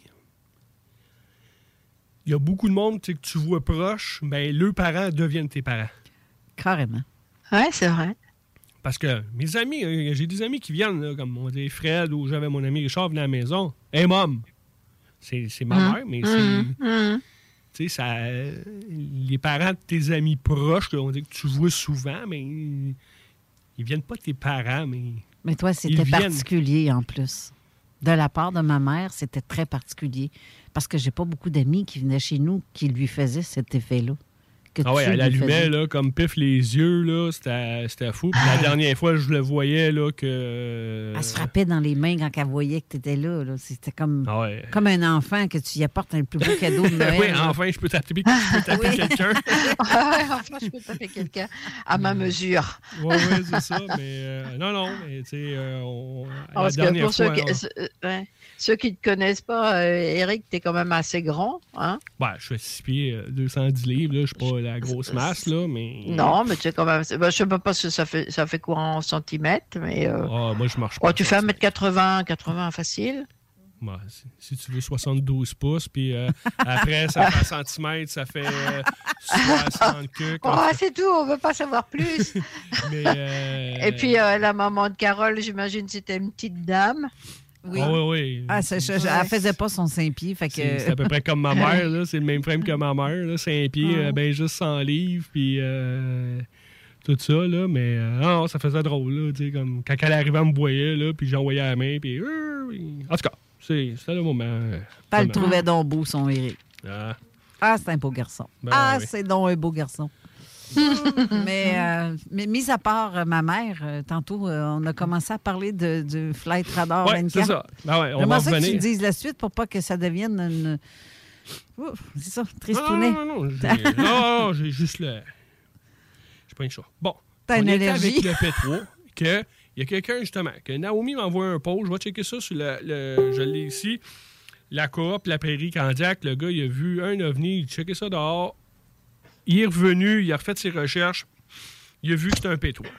[SPEAKER 12] il y a beaucoup de monde tu sais, que tu vois proche, ben, leurs parents deviennent tes parents.
[SPEAKER 13] Carrément.
[SPEAKER 14] Ouais, c'est vrai.
[SPEAKER 12] Parce que mes amis, euh, j'ai des amis qui viennent, là, comme on dit Fred ou j'avais mon ami Richard venir à la maison. Hey, mom! C'est, c'est ma
[SPEAKER 14] Mmh.
[SPEAKER 12] mère, mais
[SPEAKER 14] Mmh.
[SPEAKER 12] c'est.
[SPEAKER 14] Mmh.
[SPEAKER 12] Tu sais, ça. euh, les parents de tes amis proches, là, on dit que tu vois souvent, mais ils, ils viennent pas de tes parents, mais.
[SPEAKER 13] Mais toi,
[SPEAKER 12] Ils
[SPEAKER 13] c'était
[SPEAKER 12] viennent.
[SPEAKER 13] particulier en plus. De la part de ma mère, c'était très particulier. Parce que j'ai pas beaucoup d'amis qui venaient chez nous qui lui faisaient cet effet-là. Que
[SPEAKER 12] Ah ouais,
[SPEAKER 13] tu
[SPEAKER 12] elle
[SPEAKER 13] lui
[SPEAKER 12] allumait
[SPEAKER 13] faisais.
[SPEAKER 12] là, comme pif les yeux, là, c'était, c'était fou. Puis la dernière fois, je le voyais là, que.
[SPEAKER 13] Elle se frappait dans les mains quand elle voyait que tu étais là, là. C'était comme,
[SPEAKER 12] Ah ouais.
[SPEAKER 13] comme un enfant que tu y apportes un plus beau cadeau de Noël.
[SPEAKER 12] oui,
[SPEAKER 13] là.
[SPEAKER 12] enfin, je peux taper, je peux taper
[SPEAKER 13] Oui.
[SPEAKER 12] quelqu'un.
[SPEAKER 14] Ouais, enfin, je peux taper quelqu'un à ma mesure.
[SPEAKER 12] Oui, oui, c'est ça. Mais euh, non, non, mais tu sais, euh, on- la
[SPEAKER 14] Parce que
[SPEAKER 12] dernière
[SPEAKER 14] pour ceux
[SPEAKER 12] fois.
[SPEAKER 14] qui,
[SPEAKER 12] on-
[SPEAKER 14] ceux, euh, ouais. Ceux qui ne te connaissent pas, euh, Eric, tu es quand même assez grand. Hein?
[SPEAKER 12] Ouais, je fais six pieds, euh, deux cent dix livres, là. Je suis pas la grosse masse, là, mais.
[SPEAKER 14] Non, mais tu sais quand même. Ben, je ne sais pas parce que ça fait, ça fait quoi en centimètres, mais. Euh...
[SPEAKER 12] Ah, moi, je marche pas.
[SPEAKER 14] Oh, tu fais un mètre quatre-vingts, quatre-vingts facile.
[SPEAKER 12] Ouais, si, si tu veux soixante-douze pouces, puis euh, après, ça fait un centimètre, ça fait euh, soixante queues.
[SPEAKER 14] Oh, c'est tout, on ne veut pas savoir plus.
[SPEAKER 12] Mais, euh,
[SPEAKER 14] Et puis, euh, la maman de Carole, j'imagine c'était une petite dame.
[SPEAKER 13] Oui.
[SPEAKER 12] Ah, oui, oui.
[SPEAKER 13] Ah, c'est- je- je- elle faisait pas son cinq pieds. Fait que...
[SPEAKER 12] C'est, c'est à peu près comme ma mère, là. C'est le même frame que ma mère, là. cinq pieds,
[SPEAKER 13] Ah.
[SPEAKER 12] euh, ben juste cent livres, puis euh, tout ça, là. Mais euh, non, ça faisait drôle, là. Tu sais, comme quand elle arrivait, elle me voyait, là, puis j'envoyais la main, puis. euh, en tout cas, c'est, c'était le moment. euh,
[SPEAKER 13] Elle le
[SPEAKER 12] vraiment.
[SPEAKER 13] trouvait donc beau, son Eric.
[SPEAKER 12] Ah.
[SPEAKER 13] Ah, c'est un beau garçon.
[SPEAKER 12] Ben
[SPEAKER 13] ah,
[SPEAKER 12] oui.
[SPEAKER 13] c'est donc un beau garçon. mais, euh, mais mis à part euh, ma mère, euh, tantôt, euh, on a commencé à parler de, du Flight Radar
[SPEAKER 12] Ouais,
[SPEAKER 13] vingt-quatre.
[SPEAKER 12] c'est ça. Ben ouais, on
[SPEAKER 13] J'aimerais
[SPEAKER 12] va
[SPEAKER 13] ça que tu
[SPEAKER 12] revenir.
[SPEAKER 13] me dises la suite pour pas que ça devienne une... Ouf, c'est ça,
[SPEAKER 12] Non,
[SPEAKER 13] tristounet.
[SPEAKER 12] non, non, non, j'ai, non, non, j'ai juste le. J'ai pas une chose. Bon.
[SPEAKER 13] T'as
[SPEAKER 12] on
[SPEAKER 13] une
[SPEAKER 12] était
[SPEAKER 13] allergie.
[SPEAKER 12] avec le P trois, que il y a quelqu'un, justement, que Naomi m'envoie un post. Je vais checker ça sur le. le- je l'ai ici. La coop, la prairie Candiac. Le gars, il a vu un ovni. Il a checké ça dehors. Il est revenu. Il a refait ses recherches. Il a vu que c'était un P trois.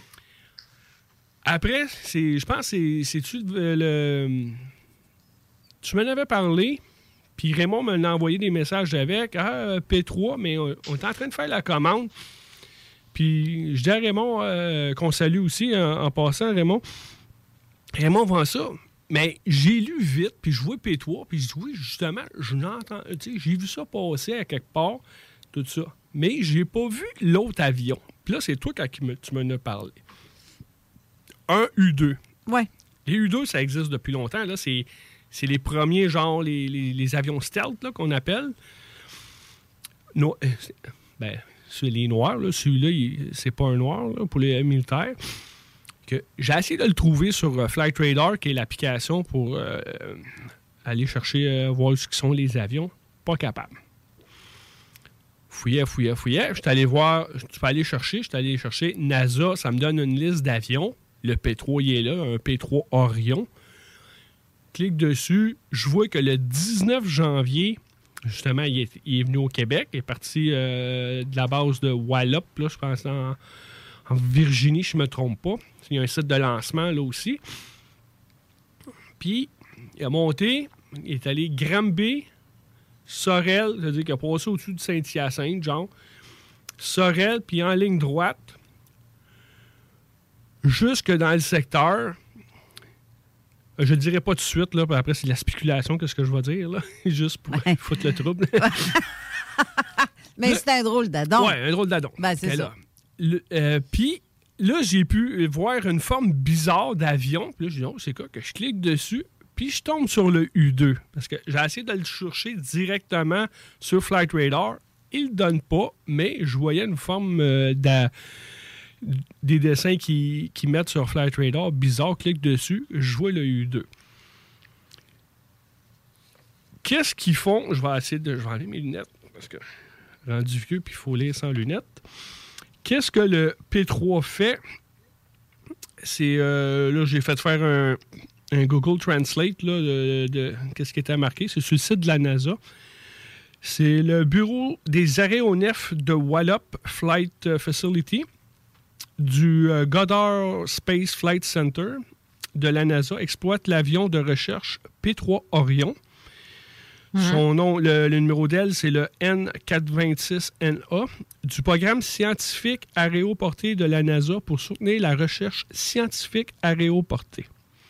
[SPEAKER 12] Après, c'est, je pense que c'est, c'est-tu le, le- Tu m'en avais parlé. Puis Raymond me l'a envoyé des messages avec. Ah, P trois, mais on, on est en train de faire la commande. Puis je dis à Raymond euh, qu'on salue aussi en, en passant, Raymond. Raymond vend ça. Mais j'ai lu vite, puis je vois P trois, puis je dis oui, justement, je l'entends. Tu sais, j'ai vu ça passer à quelque part, tout ça. Mais j'ai pas vu l'autre avion. Puis là, c'est toi quand tu me- tu m'en as parlé. Un U deux.
[SPEAKER 13] Ouais.
[SPEAKER 12] Les U deux, ça existe depuis longtemps. Là, c'est, c'est les premiers, genre, les, les- les avions stealth là, qu'on appelle. No- euh, c'est- ben, c'est les noirs. Là. Celui-là, il- c'est pas un noir là, pour les militaires. Que j'ai essayé de le trouver sur euh, Flight Radar, qui est l'application pour euh, aller chercher, euh, voir ce qui sont les avions. Pas capable. Fouillais, fouillais, fouillais. Je suis allé voir, tu peux aller chercher, je suis allé chercher NASA, ça me donne une liste d'avions. Le P trois, il est là, un P trois Orion. Clique dessus, je vois que le dix-neuf janvier, justement, il est, il est venu au Québec, il est parti euh, de la base de Wallop, là, je pense, en, en Virginie, je ne me trompe pas. Il y a un site de lancement, là aussi. Puis, il a monté, il est allé Granby, Sorel, c'est-à-dire qu'il a passé au-dessus de Saint-Hyacinthe, genre. Sorel, puis en ligne droite, jusque dans le secteur. Je ne dirai pas tout de suite, là, puis après, c'est de la spéculation, qu'est-ce que je vais dire, là, juste pour
[SPEAKER 13] Ouais.
[SPEAKER 12] foutre le trouble.
[SPEAKER 13] Mais c'est un drôle d'adon.
[SPEAKER 12] Oui, un drôle d'adon.
[SPEAKER 13] Ben, c'est
[SPEAKER 12] Qu'elle
[SPEAKER 13] ça.
[SPEAKER 12] a. Le- euh, Puis là, j'ai pu voir une forme bizarre d'avion. Puis là, je dis, oh, c'est quoi que je clique dessus. Puis je tombe sur le U deux. Parce que j'ai essayé de le chercher directement sur Flight Radar. Il ne le donne pas, mais je voyais une forme euh, d'a- des dessins qu'ils qui mettent sur Flight Radar. Bizarre, clique dessus, je vois le U deux. Qu'est-ce qu'ils font? Je vais essayer de. Je vais enlever mes lunettes parce que rendu vieux, puis il faut lire sans lunettes. qu'est-ce que le P trois fait? C'est, euh, là, j'ai fait faire un, un Google Translate là, de, de qu'est-ce qui était marqué. C'est sur le site de la NASA. C'est le bureau des aéronefs de Wallop Flight Facility du euh, Goddard Space Flight Center de la NASA exploite l'avion de recherche P trois Orion. Mm-hmm. Son nom, le, le numéro d'aile, c'est le N quatre cent vingt-six N A du programme scientifique aéroporté de la NASA pour soutenir la recherche scientifique aéroportée.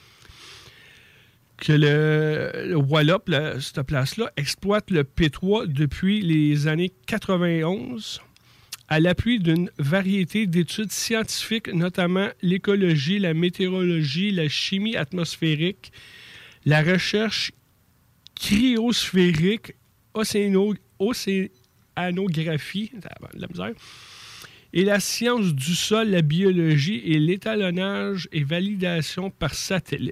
[SPEAKER 12] Que le, le Wallop, le, cette place-là, exploite le P trois depuis les années quatre-vingt-onze à l'appui d'une variété d'études scientifiques, notamment l'écologie, la météorologie, la chimie atmosphérique, la recherche cryosphérique, océano, océanographie, de la misère, et la science du sol, la biologie et l'étalonnage et validation par satellite.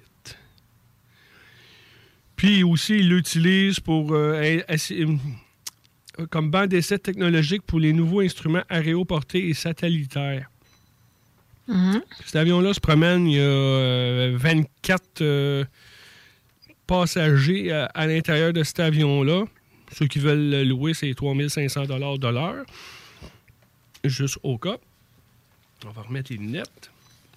[SPEAKER 12] Puis aussi, il l'utilise pour, euh, comme banc d'essai technologique pour les nouveaux instruments aéroportés et satellitaires. Mm-hmm. Cet avion-là se promène, il y a euh, vingt-quatre euh, passagers à, à l'intérieur de cet avion-là. Ceux qui veulent le louer, c'est trois mille cinq cents dollars de l'heure. Juste au cas. On va remettre les lunettes.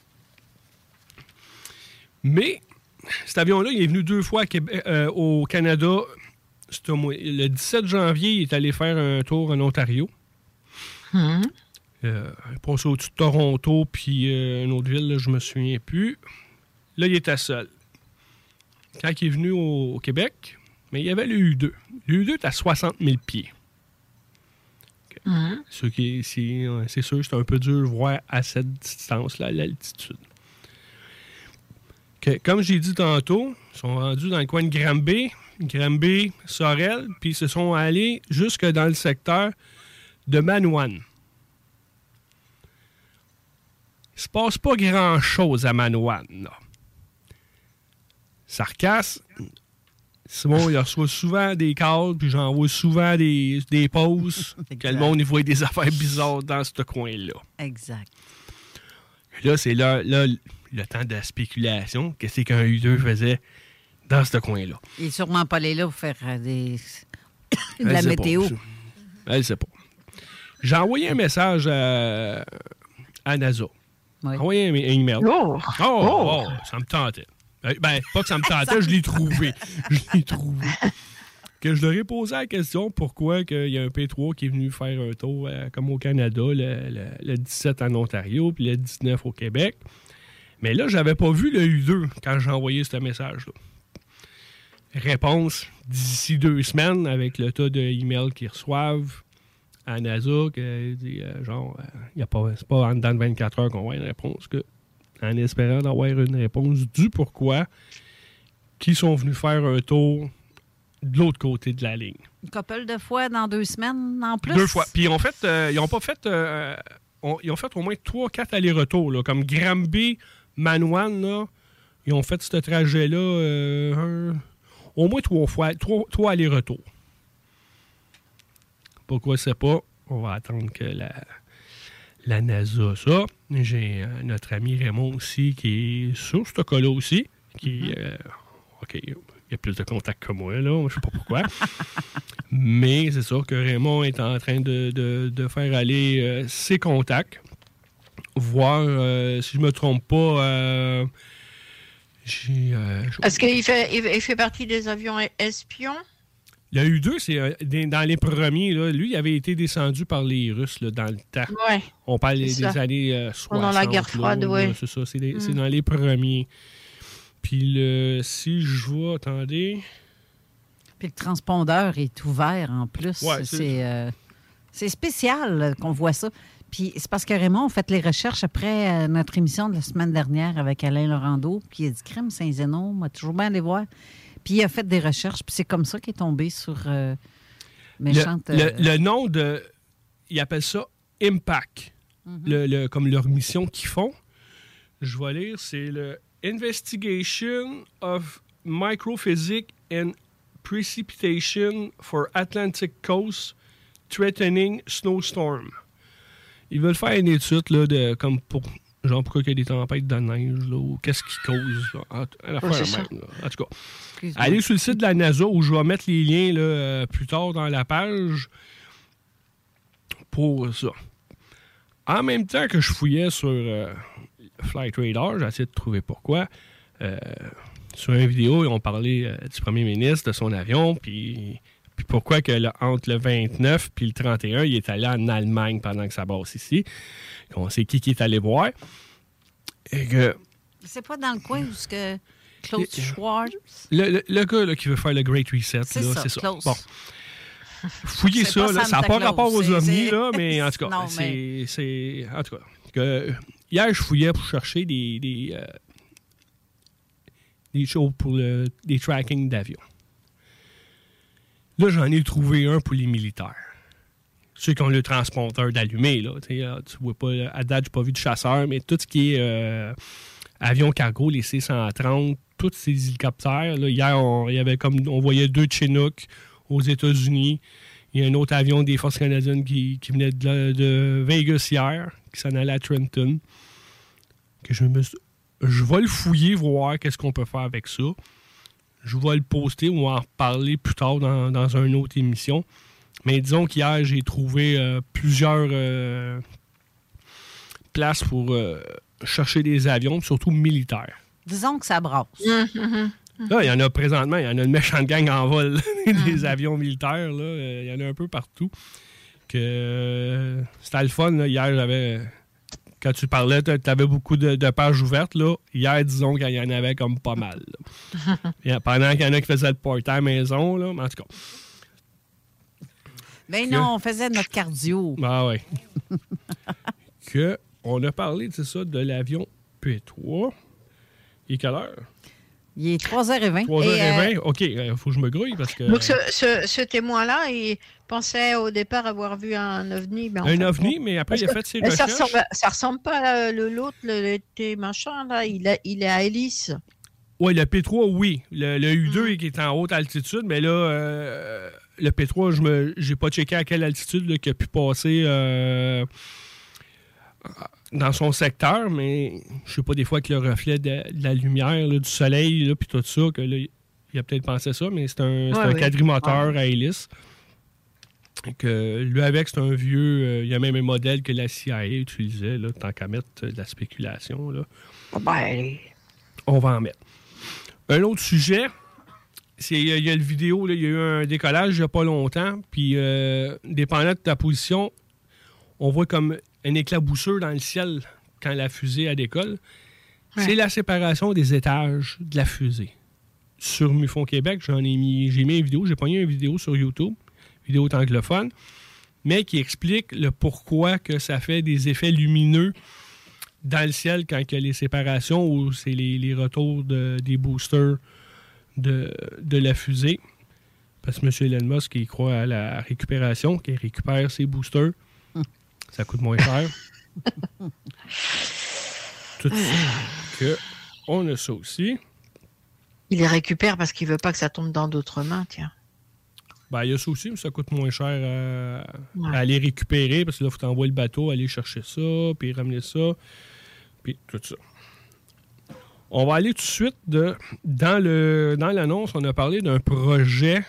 [SPEAKER 12] Mais cet avion-là, il est venu deux fois à Québec, euh, au Canada. C'était le dix-sept janvier, il est allé faire un tour en Ontario. Mm-hmm. Euh, il passe au-dessus de Toronto, puis euh, une autre ville, là, je me souviens plus. Là, il était seul. Quand il est venu au, au Québec, mais il y avait le U deux. Le U deux est à soixante mille pieds. Okay. Mm-hmm. Ce qui est, c'est, c'est sûr, c'est un peu dur de voir à cette distance-là, l'altitude. Okay. Comme j'ai dit tantôt, ils sont rendus dans le coin de Granby, Granby, Sorel, puis ils se sont allés jusque dans le secteur de Manoine. Il se passe pas grand-chose à Manoine, là. Sarcasse, Simon, il reçoit souvent des calls, puis j'envoie souvent des, des pauses, que le monde, il voit des affaires bizarres dans ce coin-là.
[SPEAKER 13] Exact.
[SPEAKER 12] Là, c'est là, là le temps de la spéculation. Qu'est-ce qu'un U deux faisait dans ce coin-là?
[SPEAKER 13] Il n'est sûrement pas allé là pour faire des... de la météo.
[SPEAKER 12] Pas, elle ne sait pas. J'ai envoyé un message à, à NASA.
[SPEAKER 13] Oui.
[SPEAKER 12] J'ai envoyé un, un email.
[SPEAKER 14] Oh!
[SPEAKER 12] Oh, oh! oh! Ça me tentait. Ben, pas que ça me tentait, je l'ai trouvé. Je l'ai trouvé. Que je leur ai posé la question pourquoi il y a un P trois qui est venu faire un tour euh, comme au Canada, le, le, le dix-sept en Ontario, puis le dix-neuf au Québec. Mais là, j'avais pas vu le U deux quand j'ai envoyé ce message-là. Réponse d'ici deux semaines avec le tas d'emails qu'ils reçoivent à NASA, que dit euh, genre, euh, y a pas, c'est pas en dedans de vingt-quatre heures qu'on voit une réponse, que, en espérant d'avoir une réponse du pourquoi qu'ils sont venus faire un tour de l'autre côté de la ligne.
[SPEAKER 13] Une couple de fois dans deux semaines en plus?
[SPEAKER 12] Deux fois. Puis ils ont fait, euh, ils ont pas fait, euh, on, ils ont fait au moins trois, quatre allers-retours, là, comme Granby, Manoine, là, ils ont fait ce trajet-là euh, un, au moins trois fois, trois, trois allers-retours. Pourquoi c'est pas? On va attendre que la, la NASA, ça. J'ai euh, notre ami Raymond aussi qui est sur ce cas-là aussi, qui mm-hmm. euh, OK, il y a plus de contacts que moi, là, je sais pas pourquoi. Mais c'est sûr que Raymond est en train de, de, de faire aller euh, ses contacts, voir, euh, si je me trompe pas, euh, j'ai... Euh,
[SPEAKER 14] Est-ce qu'il fait, il fait partie des avions espions?
[SPEAKER 12] Le U deux, c'est euh, dans les premiers, là, lui, il avait été descendu par les Russes là, dans le temps.
[SPEAKER 14] Ouais,
[SPEAKER 12] on parle des ça. années euh, soixante.
[SPEAKER 14] Pendant la guerre froide, oui.
[SPEAKER 12] C'est ça, c'est, les, mm. c'est dans les premiers. Puis le, si je vois, attendez...
[SPEAKER 13] Puis le transpondeur est ouvert en plus.
[SPEAKER 12] Ouais,
[SPEAKER 13] c'est,
[SPEAKER 12] c'est,
[SPEAKER 13] euh, c'est spécial qu'on voit ça. Puis c'est parce que Raymond a fait les recherches après euh, notre émission de la semaine dernière avec Alain Laurando, qui a dit « Crime Saint-Zénon, m'a toujours bien allé voir ». Puis il a fait des recherches, puis c'est comme ça qu'il est tombé sur euh, méchante...
[SPEAKER 12] Le, le, le nom de... Ils appellent ça Impact, mm-hmm. le, le, comme leur mission qu'ils font. Je vais lire, c'est le Investigation of Microphysics and Precipitation for Atlantic Coast Threatening Snowstorm. ils veulent faire une étude, là, de, comme pour, genre, pourquoi il y a des tempêtes de neige, là, ou qu'est-ce qui cause, là, en, en,
[SPEAKER 14] ouais, c'est
[SPEAKER 12] même, là. En tout cas, allez sur le site de la NASA, où je vais mettre les liens, là, euh, plus tard dans la page, pour ça. En même temps que je fouillais sur euh, Flight Radar, j'ai essayé de trouver pourquoi. Euh, sur une vidéo, ils ont parlé euh, du premier ministre, de son avion, puis, puis pourquoi que le, entre le vingt-neuf puis le trente et un, il est allé en Allemagne pendant que ça passe ici. On sait qui qui est allé voir. Et que...
[SPEAKER 13] C'est pas dans le coin où ce que Klaus Schwartz...
[SPEAKER 12] Le, le, le gars là, qui veut faire le Great Reset,
[SPEAKER 13] c'est
[SPEAKER 12] là,
[SPEAKER 13] ça,
[SPEAKER 12] c'est ça.
[SPEAKER 13] Klaus.
[SPEAKER 12] Bon. Fouillez ça, là, ça n'a pas rapport aux ovnis, là, mais en tout cas, non, mais... c'est... En tout cas, que, hier, je fouillais pour chercher des, des, euh, des choses pour le, des tracking d'avions. Là, j'en ai trouvé un pour les militaires. Ceux qui ont le transpondeur d'allumé, là. Tu vois pas, à date, j'ai pas vu de chasseur, mais tout ce qui est euh, avion cargo, les C cent trente, tous ces hélicoptères, là, hier, on, il y avait comme, on voyait deux Chinook aux États-Unis. Il y a un autre avion des Forces canadiennes qui, qui venait de, de Vegas hier, qui s'en allait à Trenton. Que je, me, je vais le fouiller, voir qu'est-ce qu'on peut faire avec ça. Je vais le poster ou en reparler plus tard dans, dans une autre émission. Mais disons qu'hier, j'ai trouvé euh, plusieurs euh, places pour euh, chercher des avions, surtout militaires.
[SPEAKER 13] Disons que ça brasse.
[SPEAKER 14] Mm-hmm.
[SPEAKER 12] Là, il y en a présentement, il y en a une méchante gang en vol, des avions militaires, là, il y en a un peu partout. Que, euh, c'était le fun, là. Hier, j'avais, quand tu parlais, tu avais beaucoup de, de pages ouvertes, là. Hier, disons qu'il y en avait comme pas mal. Là. Pendant qu'il y en a qui faisaient le portail à la maison, là, mais en tout cas.
[SPEAKER 13] Ben non, on faisait notre cardio.
[SPEAKER 12] Ah oui. Que, on a parlé, c'est ça, de l'avion P trois. Il est quelle heure?
[SPEAKER 13] Il est trois heures vingt.
[SPEAKER 12] trois heures vingt? Euh... OK, il faut que je me grouille parce que...
[SPEAKER 14] Donc, ce, ce, ce témoin-là, il pensait au départ avoir vu un ovni. Mais en
[SPEAKER 12] un
[SPEAKER 14] fait,
[SPEAKER 12] ovni,
[SPEAKER 14] bon.
[SPEAKER 12] mais après, parce il a fait ses
[SPEAKER 14] recherches. Ça
[SPEAKER 12] ressemble,
[SPEAKER 14] ça ressemble pas à l'autre, le T machin, là. Il, a, il est à hélice.
[SPEAKER 12] Oui, le P trois, oui. Le, le U deux, mmh. qui est en haute altitude, mais là, euh, le P trois, je me, j'ai pas checké à quelle altitude là, qu'il a pu passer... Euh, dans son secteur, mais je sais pas, des fois, avec le reflet de, de la lumière, là, du soleil, puis tout ça, que là, il a peut-être pensé ça, mais c'est un, c'est ouais, un oui. quadrimoteur ouais. à hélice. Que, lui, avec, c'est un vieux... Euh, il y a même un modèle que la C I A utilisait, là, tant qu'à mettre de la spéculation. Là.
[SPEAKER 14] Ben...
[SPEAKER 12] On va en mettre. Un autre sujet, c'est il y, y a le vidéo, là, il y a eu un décollage il n'y a pas longtemps, puis euh, dépendant de ta position, on voit comme un éclaboussure dans le ciel quand la fusée elle décolle. Ouais. C'est la séparation des étages de la fusée. Sur MUFON Québec, j'en ai mis, j'ai mis une vidéo, j'ai pogné une vidéo sur YouTube, vidéo anglophone, mais qui explique le pourquoi que ça fait des effets lumineux dans le ciel quand il y a les séparations ou c'est les, les retours de, des boosters de, de la fusée. Parce que M. Elon Musk, il croit à la récupération, qu'il récupère ses boosters. Ça coûte moins cher. Tout ça. Que on a ça aussi.
[SPEAKER 14] Il les récupère parce qu'il veut pas que ça tombe dans d'autres mains, tiens.
[SPEAKER 12] Ben, il y a ça aussi, mais ça coûte moins cher à, ouais. à aller récupérer parce que là, il faut t'envoyer le bateau, aller chercher ça, puis ramener ça, puis tout ça. On va aller tout de suite de, dans, le, dans l'annonce, on a parlé d'un projet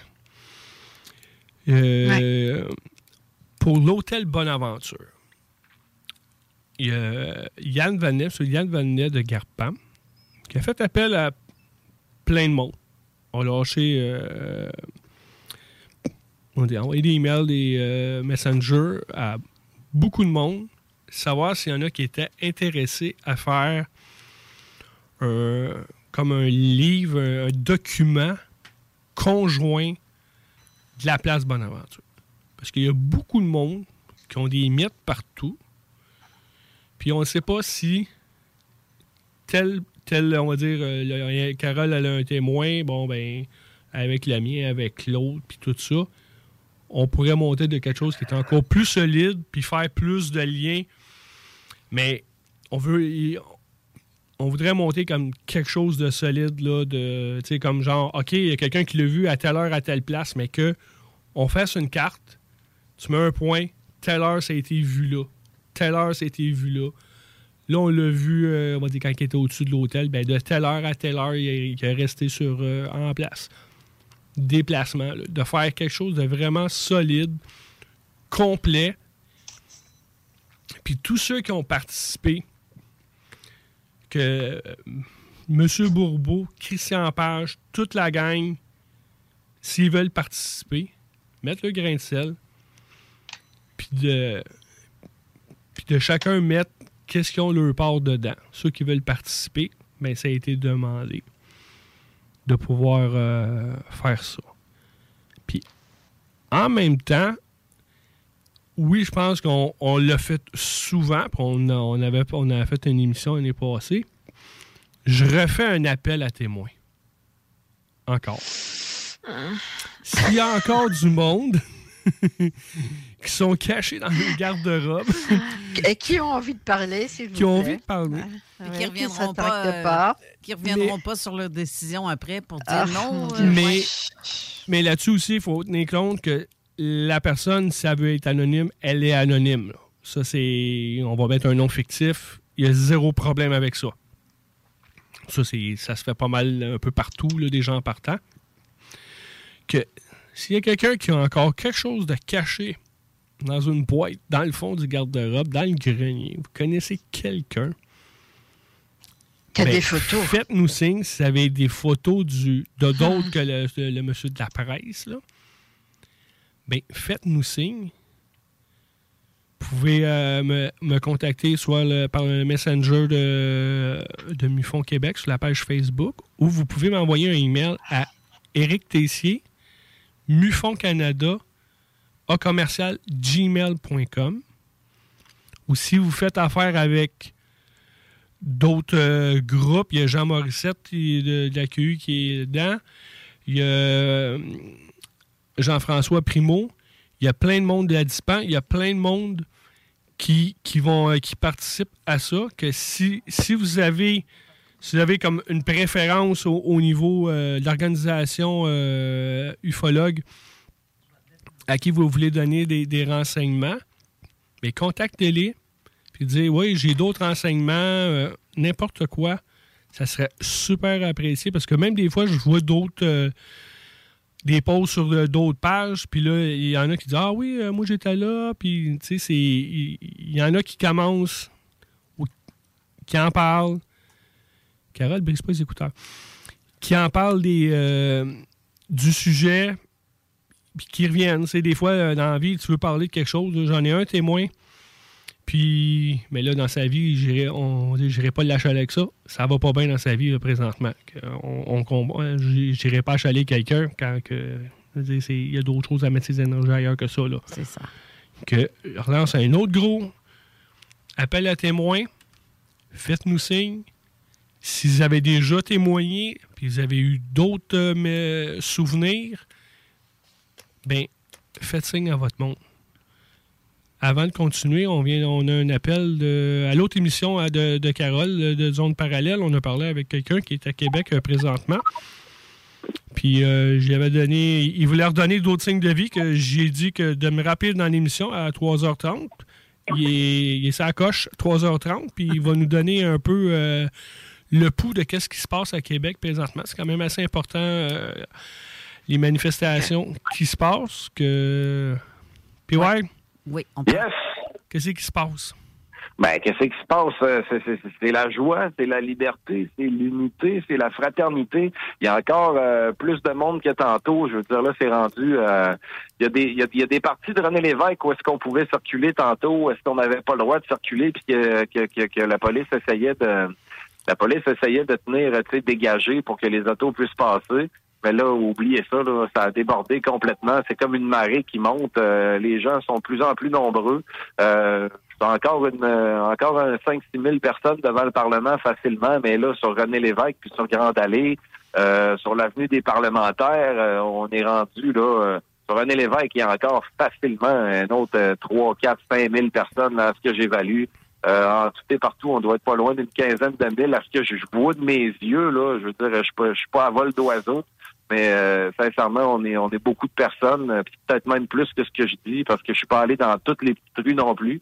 [SPEAKER 12] euh, ouais. pour l'hôtel Bonaventure. Il y a Yann Vanet, c'est Yann Vanet de Garpam, qui a fait appel à plein de monde. On a lâché, euh, on a envoyé des emails, des euh, messengers à beaucoup de monde, savoir s'il y en a qui étaient intéressés à faire un, comme un livre, un, un document conjoint de la place Bonaventure. Parce qu'il y a beaucoup de monde qui ont des mythes partout. Puis on ne sait pas si tel, tel on va dire, euh, Carole, elle a un témoin, bon, ben, avec la mienne, avec l'autre, puis tout ça, on pourrait monter de quelque chose qui est encore plus solide, puis faire plus de liens. Mais on veut, on voudrait monter comme quelque chose de solide, là, de, tu sais, comme genre, OK, il y a quelqu'un qui l'a vu à telle heure, à telle place, mais que on fasse une carte, tu mets un point, telle heure, ça a été vu là. telle heure, c'était vu là. Là, on l'a vu, euh, on va dire, quand il était au-dessus de l'hôtel, ben, de telle heure à telle heure, il est, il est resté sur, euh, en place. Déplacement, là, de faire quelque chose de vraiment solide, complet. Puis tous ceux qui ont participé, que euh, M. Bourbeau, Christian Page, toute la gang, s'ils veulent participer, mettre le grain de sel, puis de, puis de chacun mettre qu'est-ce qu'ils ont leur part dedans. Ceux qui veulent participer, bien, ça a été demandé de pouvoir euh, faire ça. Puis, en même temps, oui, je pense qu'on on l'a fait souvent, puis on, a, on, avait, on avait fait une émission l'année passée. Je refais un appel à témoins. Encore. S'il y a encore du monde qui sont cachés dans les garde-robes
[SPEAKER 14] et qui ont envie de parler, s'il vous plaît.
[SPEAKER 12] Qui ont envie de parler.
[SPEAKER 13] Ouais, qui ne reviendront, pas, euh,
[SPEAKER 14] pas.
[SPEAKER 13] Qui reviendront
[SPEAKER 12] mais,
[SPEAKER 13] pas sur leur décision après pour dire
[SPEAKER 14] ah,
[SPEAKER 13] non.
[SPEAKER 14] Euh,
[SPEAKER 12] mais,
[SPEAKER 14] ouais.
[SPEAKER 12] mais là-dessus aussi, il faut tenir compte que la personne, si elle veut être anonyme, elle est anonyme. Là. Ça, c'est... On va mettre un nom fictif. Il y a zéro problème avec ça. Ça, c'est, ça se fait pas mal un peu partout, là, des gens partant. Que s'il y a quelqu'un qui a encore quelque chose de caché dans une boîte, dans le fond du garde-robe, dans le grenier, vous connaissez quelqu'un,
[SPEAKER 14] qui a
[SPEAKER 12] ben,
[SPEAKER 14] des photos.
[SPEAKER 12] Faites-nous signe si vous avez des photos du, de d'autres ah. que le, le, le monsieur de la presse, là. Ben, faites-nous signe. Vous pouvez euh, me, me contacter soit le, par le Messenger de, de MUFON Québec sur la page Facebook, ou vous pouvez m'envoyer un email à Éric Tessier, MUFON Canada, a commercial gmail point com. Ou si vous faites affaire avec d'autres euh, groupes, il y a Jean Morissette de, de la Q U qui est dedans, il y a euh, Jean-François Primo, il y a plein de monde de la Dispan, il y a plein de monde qui, qui, vont, euh, qui participent à ça, que si, si vous avez si vous avez comme une préférence au, au niveau euh, de l'organisation euh, ufologue à qui vous voulez donner des, des renseignements, mais contactez-les, puis dites, oui, j'ai d'autres renseignements, euh, n'importe quoi, ça serait super apprécié, parce que même des fois, je vois d'autres... Euh, des posts sur euh, d'autres pages, puis là, il y en a qui disent « Ah oui, euh, moi j'étais là », puis tu sais, c'est... Il y, y en a qui commencent, ou qui en parlent. Carole, brise pas les écouteurs. Qui en parlent des, euh, du sujet, puis qui reviennent. C'est des fois, euh, dans la vie, tu veux parler de quelque chose. Là, j'en ai un témoin, puis... Mais là, dans sa vie, j'irai, on j'irai pas le lâcher avec ça. Ça va pas bien dans sa vie, là, présentement. On, on, j'irai pas chaler quelqu'un quand que, il y a d'autres choses à mettre ses énergies ailleurs que ça. Là.
[SPEAKER 13] C'est ça.
[SPEAKER 12] Que relance un autre gros appel à témoins. Faites-nous signe. Si vous avez déjà témoigné, puis vous avez eu d'autres euh, souvenirs, ben faites signe à votre monde. Avant de continuer, on vient, on a un appel de, à l'autre émission de, de Carole, de Zone Parallèle. On a parlé avec quelqu'un qui est à Québec euh, présentement. Puis, euh, j'y avais donné... Il voulait redonner d'autres signes de vie que j'ai dit que de me rappeler dans l'émission à trois heures trente. Il est, il est sa coche, trois heures trente, puis il va nous donner un peu euh, le pouls de qu'est-ce qui se passe à Québec présentement. C'est quand même assez important, euh, les manifestations qui se passent. Que... Puis ouais...
[SPEAKER 13] Oui, on peut.
[SPEAKER 21] Yes.
[SPEAKER 12] Qu'est-ce qui se passe?
[SPEAKER 21] Ben, qu'est-ce qui se passe? C'est, c'est, c'est la joie, c'est la liberté, c'est l'unité, c'est la fraternité. Il y a encore euh, plus de monde que tantôt. Je veux dire, là, c'est rendu... Euh, il y a des il y a, il y a des parties de René Lévesque où est-ce qu'on pouvait circuler tantôt, est-ce qu'on n'avait pas le droit de circuler, puis que, que, que, que la police essayait de... La police essayait de tenir, tu sais, dégagé pour que les autos puissent passer. Mais là, oubliez ça, là, ça a débordé complètement. C'est comme une marée qui monte. Euh, les gens sont de plus en plus nombreux. Euh, c'est encore une euh, encore un cinq six mille personnes devant le Parlement facilement, mais là, sur René Lévesque, puis sur Grande Allée, euh, sur l'avenue des parlementaires, euh, on est rendu là. Euh, sur René Lévesque, il y a encore facilement un autre euh, trois, quatre, cinq mille personnes là, à ce que j'évalue. Euh, en tout et partout, on doit être pas loin d'une quinzaine de mille à ce que je vois de mes yeux, là. Je veux dire, je suis pas, je suis pas à vol d'oiseau. Mais euh, sincèrement, on est on est beaucoup de personnes, euh, peut-être même plus que ce que je dis, parce que je suis pas allé dans toutes les petites rues non plus.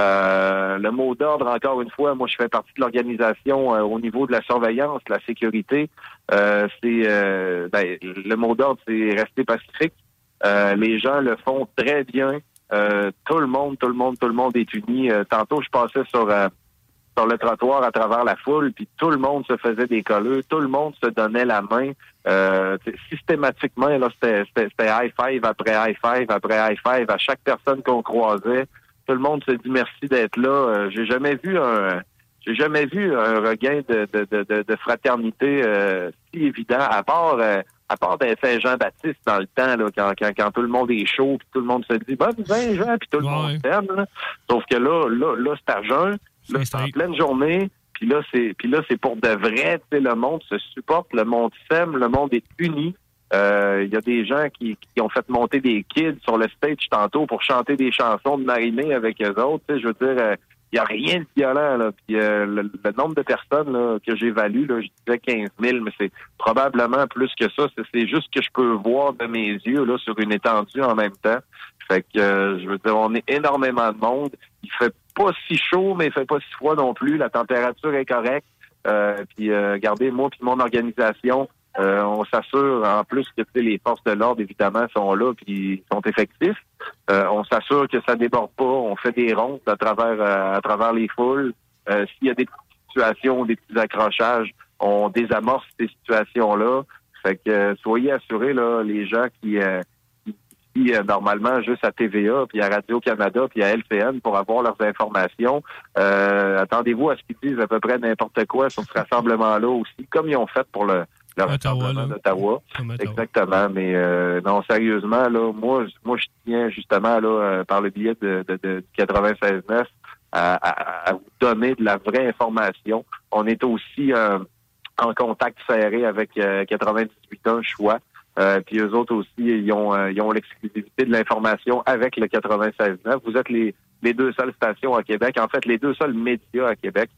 [SPEAKER 21] Euh, le mot d'ordre, encore une fois, moi je fais partie de l'organisation euh, au niveau de la surveillance, de la sécurité. Euh, c'est euh, ben, le mot d'ordre, c'est rester pacifique. Euh, les gens le font très bien. Euh, tout le monde, tout le monde, tout le monde est uni. Euh, tantôt, je passais sur euh, sur le trottoir à travers la foule, puis tout le monde se faisait des colleux, tout le monde se donnait la main. Euh, systématiquement, là, c'était, c'était, c'était high five après high five après high five à chaque personne qu'on croisait. Tout le monde se dit merci d'être là. Euh, j'ai jamais vu un j'ai jamais vu un regain de, de, de, de fraternité euh, si évident, à part euh, à part des Saint-Jean-Baptiste dans le temps, là, quand, quand, quand tout le monde est chaud, puis tout le monde se dit « Bonne Saint-Jean », puis tout le ouais. monde s'aime. Là. Sauf que là, là, là, c'est à jeun, là, c'est en pleine journée, puis là, c'est puis là, c'est pour de vrai, tu sais, le monde se supporte, le monde s'aime, le monde est uni. Il euh, y a des gens qui, qui ont fait monter des kids sur le stage tantôt pour chanter des chansons de Marinée avec eux autres. Tu sais, je veux dire, il euh, n'y a rien de violent. Là. Puis euh, le, le nombre de personnes là, que j'évalue, là, je disais quinze mille, mais c'est probablement plus que ça. C'est, c'est juste que je peux voir de mes yeux là sur une étendue en même temps. Fait que euh, je veux dire, on est énormément de monde. Il fait pas si chaud, mais il fait pas si froid non plus. La température est correcte. Euh, puis euh, regardez, moi puis mon organisation, Euh, on s'assure, en plus, que les forces de l'ordre, évidemment, sont là puis sont effectifs. Euh, on s'assure que ça déborde pas. On fait des rondes à travers euh, à travers les foules. Euh, s'il y a des petites situations, des petits accrochages, on désamorce ces situations-là. Fait que euh, soyez assurés, là, les gens qui, euh, qui, qui euh, normalement, juste à T V A, puis à Radio-Canada, puis à L C N pour avoir leurs informations, euh, attendez-vous à ce qu'ils disent à peu près n'importe quoi sur ce rassemblement-là aussi, comme ils ont fait pour le le rassemblement d'Ottawa. Exactement. Mais euh, non, sérieusement, là, moi, moi, je tiens justement là, euh, par le biais de, de, de quatre-vingt-seize neuf à, à, à vous donner de la vraie information. On est aussi euh, en contact serré avec euh, quatre-vingt-dix-huit ans choix. Euh, puis eux autres aussi, ils ont, euh, ils ont l'exclusivité de l'information avec le quatre-vingt-seize neuf. Vous êtes les les deux seules stations à Québec, en fait, les deux seuls médias à Québec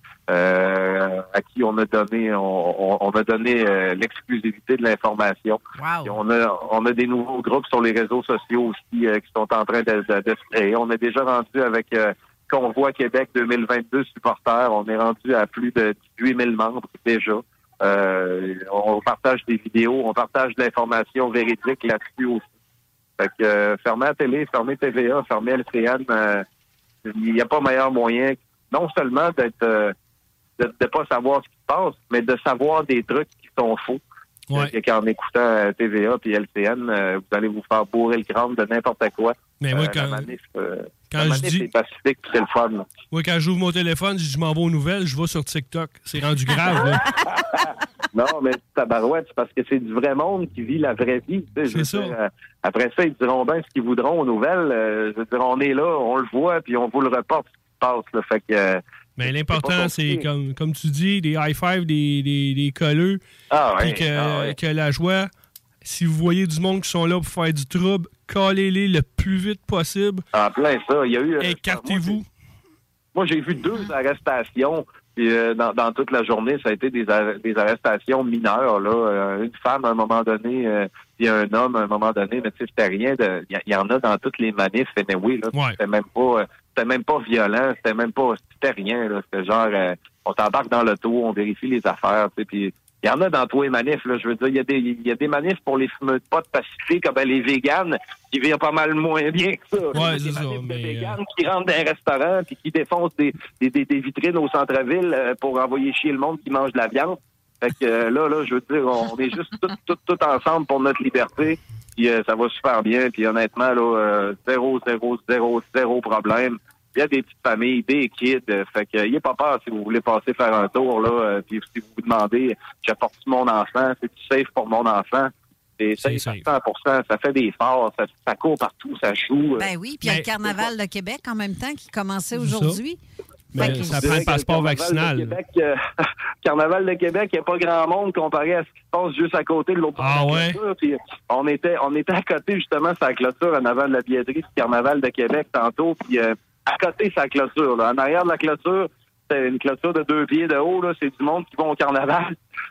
[SPEAKER 21] euh, à qui on a donné on, on, on a donné euh, l'exclusivité de l'information.
[SPEAKER 13] Wow.
[SPEAKER 21] Et on a on a des nouveaux groupes sur les réseaux sociaux aussi euh, qui sont en train de, de, de se créer. On est déjà rendu avec euh, Convoi Québec deux mille vingt-deux supporters. On est rendu à plus de dix-huit mille membres déjà. Euh, on partage des vidéos, on partage de l'information véridique là-dessus aussi. Fait que euh, fermer la télé, fermer T V A, fermer L C N, euh, il n'y a pas meilleur moyen, non seulement d'être euh, de ne pas savoir ce qui se passe, mais de savoir des trucs qui sont faux. Ouais. Et qu'en écoutant euh, T V A puis L C N, euh, vous allez vous faire bourrer le crâne de n'importe quoi.
[SPEAKER 12] Mais moi,
[SPEAKER 21] euh,
[SPEAKER 12] quand,
[SPEAKER 21] la manif, euh,
[SPEAKER 12] quand
[SPEAKER 21] la
[SPEAKER 12] je
[SPEAKER 21] manif,
[SPEAKER 12] dis...
[SPEAKER 21] c'est pacifique, c'est le fun. Là.
[SPEAKER 12] Oui, quand j'ouvre mon téléphone, je, dis, je m'en vais aux nouvelles, je vais sur TikTok. C'est rendu grave, là.
[SPEAKER 21] Non, mais tabarouette, c'est parce que c'est du vrai monde qui vit la vraie vie. Tu sais, je veux
[SPEAKER 12] c'est ça.
[SPEAKER 21] Dire, euh, après ça, ils diront bien ce qu'ils voudront aux nouvelles. Euh, je veux dire, on est là, on le voit, puis on vous le reporte ce qui se passe. Là, fait que, euh,
[SPEAKER 12] mais l'important, c'est, comme, comme tu dis, des high-five, des, des, des colleux,
[SPEAKER 21] ah ouais,
[SPEAKER 12] puis que,
[SPEAKER 21] ah ouais.
[SPEAKER 12] que la joie, si vous voyez du monde qui sont là pour faire du trouble, calez-les le plus vite possible.
[SPEAKER 21] En plein ça. Il y a eu...
[SPEAKER 12] Écartez-vous.
[SPEAKER 21] Moi, j'ai, moi, j'ai vu deux arrestations. Puis, euh, dans, dans toute la journée, ça a été des, ar- des arrestations mineures. Là. Euh, une femme à un moment donné, euh, puis un homme à un moment donné, mais tu sais, c'était rien de. Il y, y en a dans toutes les manifs, anyway, là.
[SPEAKER 12] Ouais.
[SPEAKER 21] C'était même pas. Euh, c'était même pas violent, c'était même pas. C'était rien. Là. C'était genre euh, on t'embarque dans l'auto, on vérifie les affaires, tu sais, puis. Il y en a dans tous les manifs, là. Je veux dire, il y a des, il y a des manifs pour les fumeux de potes pacifiques, comme ben, les véganes, qui vivent pas mal moins bien que ça.
[SPEAKER 12] Ouais,
[SPEAKER 21] il y a des
[SPEAKER 12] c'est
[SPEAKER 21] manifs
[SPEAKER 12] ça,
[SPEAKER 21] de
[SPEAKER 12] mais...
[SPEAKER 21] véganes qui rentrent dans un restaurant puis qui défoncent des, des, des, des vitrines au centre-ville euh, pour envoyer chier le monde qui mange de la viande. Fait que euh, là, là, je veux dire, on est juste tout, tout, tout ensemble pour notre liberté. Puis euh, ça va super bien. Puis honnêtement, là, euh, zéro, zéro, zéro, zéro problème. Il y a des petites familles, des kids, euh, fait que n'ayez pas peur si vous voulez passer faire un tour, là, euh, puis si vous vous demandez, j'apporte mon enfant, c'est-tu safe pour mon enfant? C'est safe à cent pour cent, ça fait des forts, ça, ça court partout, ça joue.
[SPEAKER 13] Ben oui, puis il y a le Carnaval de Québec en même temps qui commençait aujourd'hui.
[SPEAKER 12] Mais ça, ça prend le passeport vaccinal.
[SPEAKER 21] Le Québec, euh, Carnaval de Québec, il n'y a pas grand monde comparé à ce qui se passe juste à côté de l'autre
[SPEAKER 12] ah,
[SPEAKER 21] de la
[SPEAKER 12] ouais?
[SPEAKER 21] clôture. Puis on était, on était à côté justement sur la clôture en avant de la billetterie du Carnaval de Québec tantôt, puis euh, à côté, c'est la clôture. Là. En arrière de la clôture, c'est une clôture de deux pieds de haut. Là. C'est du monde qui va au carnaval.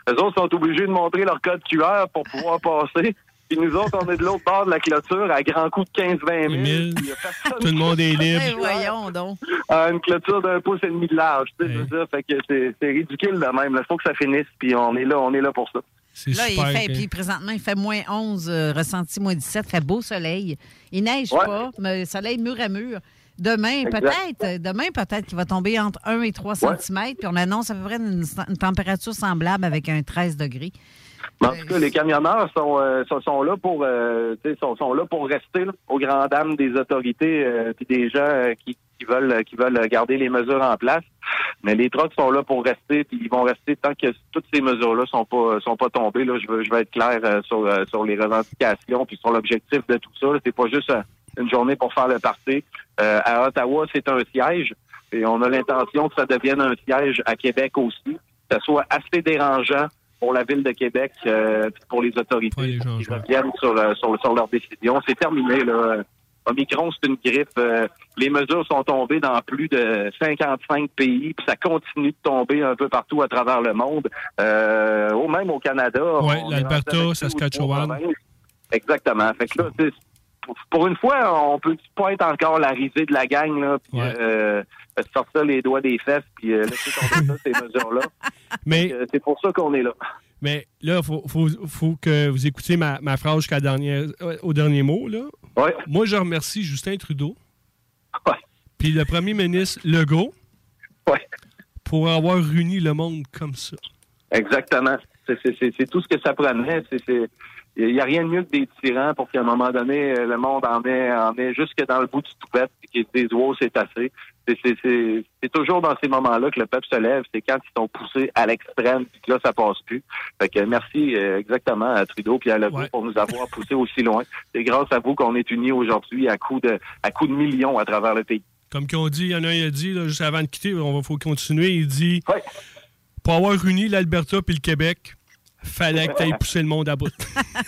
[SPEAKER 21] Eux autres sont obligés de montrer leur code Q R pour pouvoir passer. Puis nous autres, on est de l'autre bord de la clôture à grand coup de quinze à vingt mille.
[SPEAKER 12] Tout le monde est libre.
[SPEAKER 13] Hey, voyons donc.
[SPEAKER 21] À une clôture d'un pouce et demi de large. Tu sais, hey. C'est ça. Fait que c'est, c'est ridicule de même. Il faut que ça finisse. Puis on est là, on est là pour ça.
[SPEAKER 12] C'est
[SPEAKER 13] là,
[SPEAKER 12] super.
[SPEAKER 13] Il fait,
[SPEAKER 12] que...
[SPEAKER 13] puis présentement, il fait moins onze, euh, ressenti moins dix-sept. Il fait beau soleil. Il neige
[SPEAKER 21] ouais.
[SPEAKER 13] pas, mais le soleil mur à mur. Demain,
[SPEAKER 21] exact.
[SPEAKER 13] peut-être. Demain, peut-être qu'il va tomber entre un et trois
[SPEAKER 21] ouais.
[SPEAKER 13] centimètres. Puis on annonce à peu près une, une température semblable avec un treize degrés.
[SPEAKER 21] En tout cas, les camionneurs sont, euh, sont, sont là pour euh, sont, sont là pour rester là, aux grandes dames des autorités euh, puis des gens euh, qui, qui veulent qui veulent garder les mesures en place. Mais les trucks sont là pour rester, puis ils vont rester tant que toutes ces mesures-là sont pas sont pas tombées. Là, je veux je veux être clair euh, sur euh, sur les revendications puis sur l'objectif de tout ça. Là. C'est pas juste euh, une journée pour faire le party. Euh, à Ottawa, c'est un siège et on a l'intention que ça devienne un siège à Québec aussi, que ça soit assez dérangeant pour la Ville de Québec, euh, pour les autorités ouais, les gens, qui reviennent sur, euh, sur, sur leurs décisions. C'est terminé, là. Omicron, c'est une grippe. Euh, les mesures sont tombées dans plus de cinquante-cinq pays, puis ça continue de tomber un peu partout à travers le monde. Euh, au même au Canada.
[SPEAKER 12] Oui, l'Alberta, Saskatchewan.
[SPEAKER 21] Exactement. Fait que là, pour, pour une fois, on peut pas être encore la risée de la gang, là, puis ouais. euh, sortir les doigts des fesses, puis euh, laisser tomber ça, ces mesures-là.
[SPEAKER 12] Mais
[SPEAKER 21] Donc, euh, c'est pour ça qu'on est là.
[SPEAKER 12] Mais là, il faut, faut, faut que vous écoutiez ma, ma phrase jusqu'à dernière, au dernier mot. Là.
[SPEAKER 21] Ouais.
[SPEAKER 12] Moi, je remercie Justin Trudeau.
[SPEAKER 21] Ouais.
[SPEAKER 12] Puis le premier ministre Legault.
[SPEAKER 21] Ouais.
[SPEAKER 12] Pour avoir réuni le monde comme ça.
[SPEAKER 21] Exactement. C'est, c'est, c'est, c'est tout ce que ça prenait. C'est, c'est... Il n'y a rien de mieux que des tyrans pour qu'à un moment donné, le monde en ait, en ait jusque dans le bout du toupette et qu'ils se disent « wow, c'est assez ». C'est, c'est, c'est, c'est toujours dans ces moments-là que le peuple se lève. C'est quand ils sont poussés à l'extrême puis que là, ça passe plus. Fait que merci euh, exactement à Trudeau et à Legault ouais. pour nous avoir poussés aussi loin. C'est grâce à vous qu'on est unis aujourd'hui à coups de, à coups de millions à travers le pays.
[SPEAKER 12] Comme qu'on dit, il y en a un qui a dit, là, juste avant de quitter, il faut continuer, il dit
[SPEAKER 21] ouais.
[SPEAKER 12] « Pour avoir uni l'Alberta puis le Québec, fallait que tu ailles pousser le monde à bout. »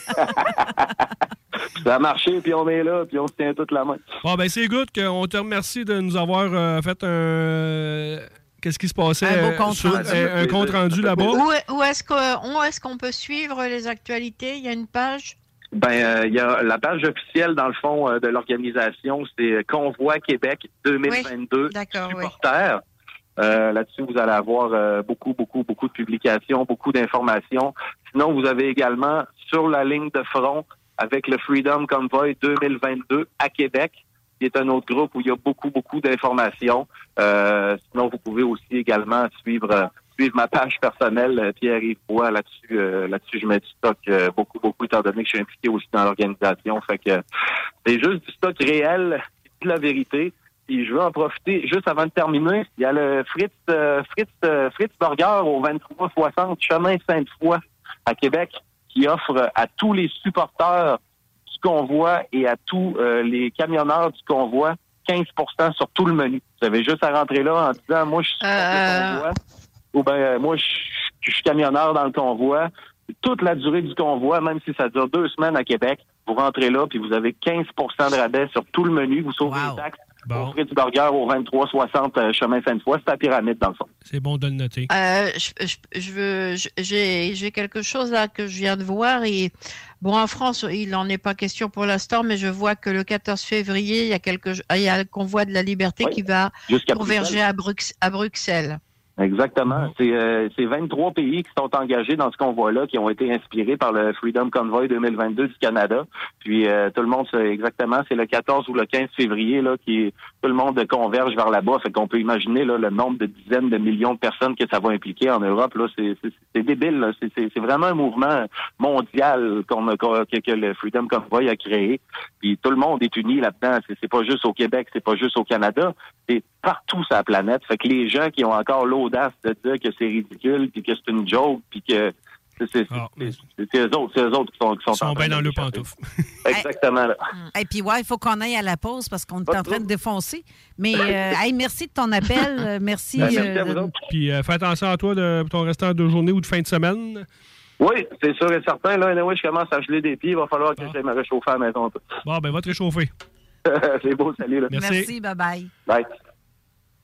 [SPEAKER 21] Ça a marché, puis on est là, puis on se tient toute la main.
[SPEAKER 12] Bon, ben c'est good qu'on te remercie de nous avoir euh, fait un... Qu'est-ce qui se passait?
[SPEAKER 13] Un beau compte
[SPEAKER 12] sur,
[SPEAKER 13] rendu.
[SPEAKER 12] Un, un compte rendu là-bas.
[SPEAKER 14] Où, où, est-ce qu'on, où est-ce qu'on peut suivre les actualités? Il y a une page?
[SPEAKER 21] Ben, il euh, y a la page officielle, dans le fond, euh, de l'organisation, c'est Convoi Québec deux mille vingt-deux
[SPEAKER 14] oui,
[SPEAKER 21] supporters.
[SPEAKER 14] Oui.
[SPEAKER 21] Euh, là-dessus, vous allez avoir euh, beaucoup, beaucoup, beaucoup de publications, beaucoup d'informations. Sinon, vous avez également sur la ligne de front avec le Freedom Convoy deux mille vingt-deux à Québec, qui est un autre groupe où il y a beaucoup, beaucoup d'informations. Euh, sinon, vous pouvez aussi également suivre euh, suivre ma page personnelle, Pierre-Yves Bois, là-dessus. Euh, là-dessus, je mets du stock euh, beaucoup, beaucoup, étant donné que je suis impliqué aussi dans l'organisation. Fait que c'est juste du stock réel, c'est de la vérité. Puis je veux en profiter, juste avant de terminer, il y a le Fritz euh, Fritz euh, Fritz Burger au vingt-trois soixante Chemin Sainte-Foy à Québec, qui offre à tous les supporters du convoi et à tous euh, les camionneurs du convoi quinze pour cent sur tout le menu. Vous avez juste à rentrer là en disant « Moi, je suis supporter du convoi » ou bien euh, « Moi, je, je suis camionneur dans le convoi ». Toute la durée du convoi, même si ça dure deux semaines à Québec, vous rentrez là puis vous avez quinze pour cent de rabais sur tout le menu. Vous sauvez wow. les taxes. Bon. Au Fritz Burger au vingt-trois soixante euh, Chemin Sainte-Foy, c'est la pyramide dans le fond.
[SPEAKER 12] C'est bon de le noter.
[SPEAKER 14] Euh, je, je, je veux, je, j'ai, j'ai quelque chose là que je viens de voir et bon, en France, il n'en est pas question pour l'instant, mais je vois que le quatorze février, il y a quelque, il y a le convoi de la liberté oui. qui va converger à, Brux, à Bruxelles.
[SPEAKER 21] Exactement. C'est, euh, c'est vingt-trois pays qui sont engagés dans ce convoi-là, qui ont été inspirés par le Freedom Convoy deux mille vingt-deux du Canada. Puis euh, tout le monde sait exactement, c'est le quatorze ou le quinze février là, qui tout le monde converge vers là-bas. Fait qu'on peut imaginer là, le nombre de dizaines de millions de personnes que ça va impliquer en Europe. Là, c'est, c'est, c'est débile. Là. C'est, c'est, c'est vraiment un mouvement mondial qu'on a, que, que le Freedom Convoy a créé. Puis tout le monde est uni là-dedans. C'est, c'est pas juste au Québec, c'est pas juste au Canada. C'est partout sur la planète. Fait que les gens qui ont encore l'audace de dire que c'est ridicule, puis que c'est une joke, puis que c'est, c'est,
[SPEAKER 12] ah,
[SPEAKER 21] c'est, c'est, c'est eux autres, c'est eux autres qui sont, qui sont,
[SPEAKER 12] sont bien dans le pantoufle.
[SPEAKER 21] Exactement. Là.
[SPEAKER 13] Et puis ouais, il faut qu'on aille à la pause parce qu'on est en train de défoncer. Mais euh, hey, merci de ton appel. Merci.
[SPEAKER 21] Ben,
[SPEAKER 13] euh,
[SPEAKER 21] merci à vous autres.
[SPEAKER 12] Puis euh, fais attention à toi de ton restant de journée ou de fin de semaine.
[SPEAKER 21] Oui, c'est sûr et certain. Là, anyway, je commence à geler des pieds. Il va falloir que ah. j'aille me réchauffer à la maison.
[SPEAKER 12] Bon, ben va te réchauffer.
[SPEAKER 21] C'est beau, salut. Là.
[SPEAKER 12] Merci.
[SPEAKER 13] Merci, bye-bye.
[SPEAKER 21] Bye.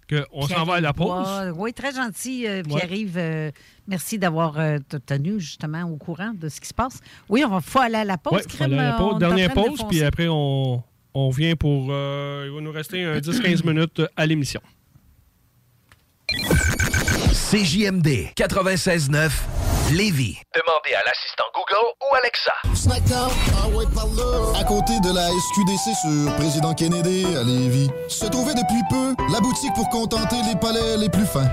[SPEAKER 12] qu'on s'en va à la pause.
[SPEAKER 13] Oui, très gentil, euh, Pierre-Yves. Euh, merci d'avoir euh, tenu justement au courant de ce qui se passe. Oui, on va faut aller à la pause.
[SPEAKER 12] Oui, il faut aller à la pause. Dernière pause, puis après, on, on vient pour... Euh, il va nous rester un dix à quinze minutes à l'émission.
[SPEAKER 5] C J M D quatre-vingt-seize neuf Lévis.
[SPEAKER 7] Demandez à l'assistant Google ou Alexa.
[SPEAKER 20] Snackdown, ah ouais, par là. À côté de la S Q D C sur Président Kennedy à Lévis, se trouvait depuis peu la boutique pour contenter les palais les plus fins.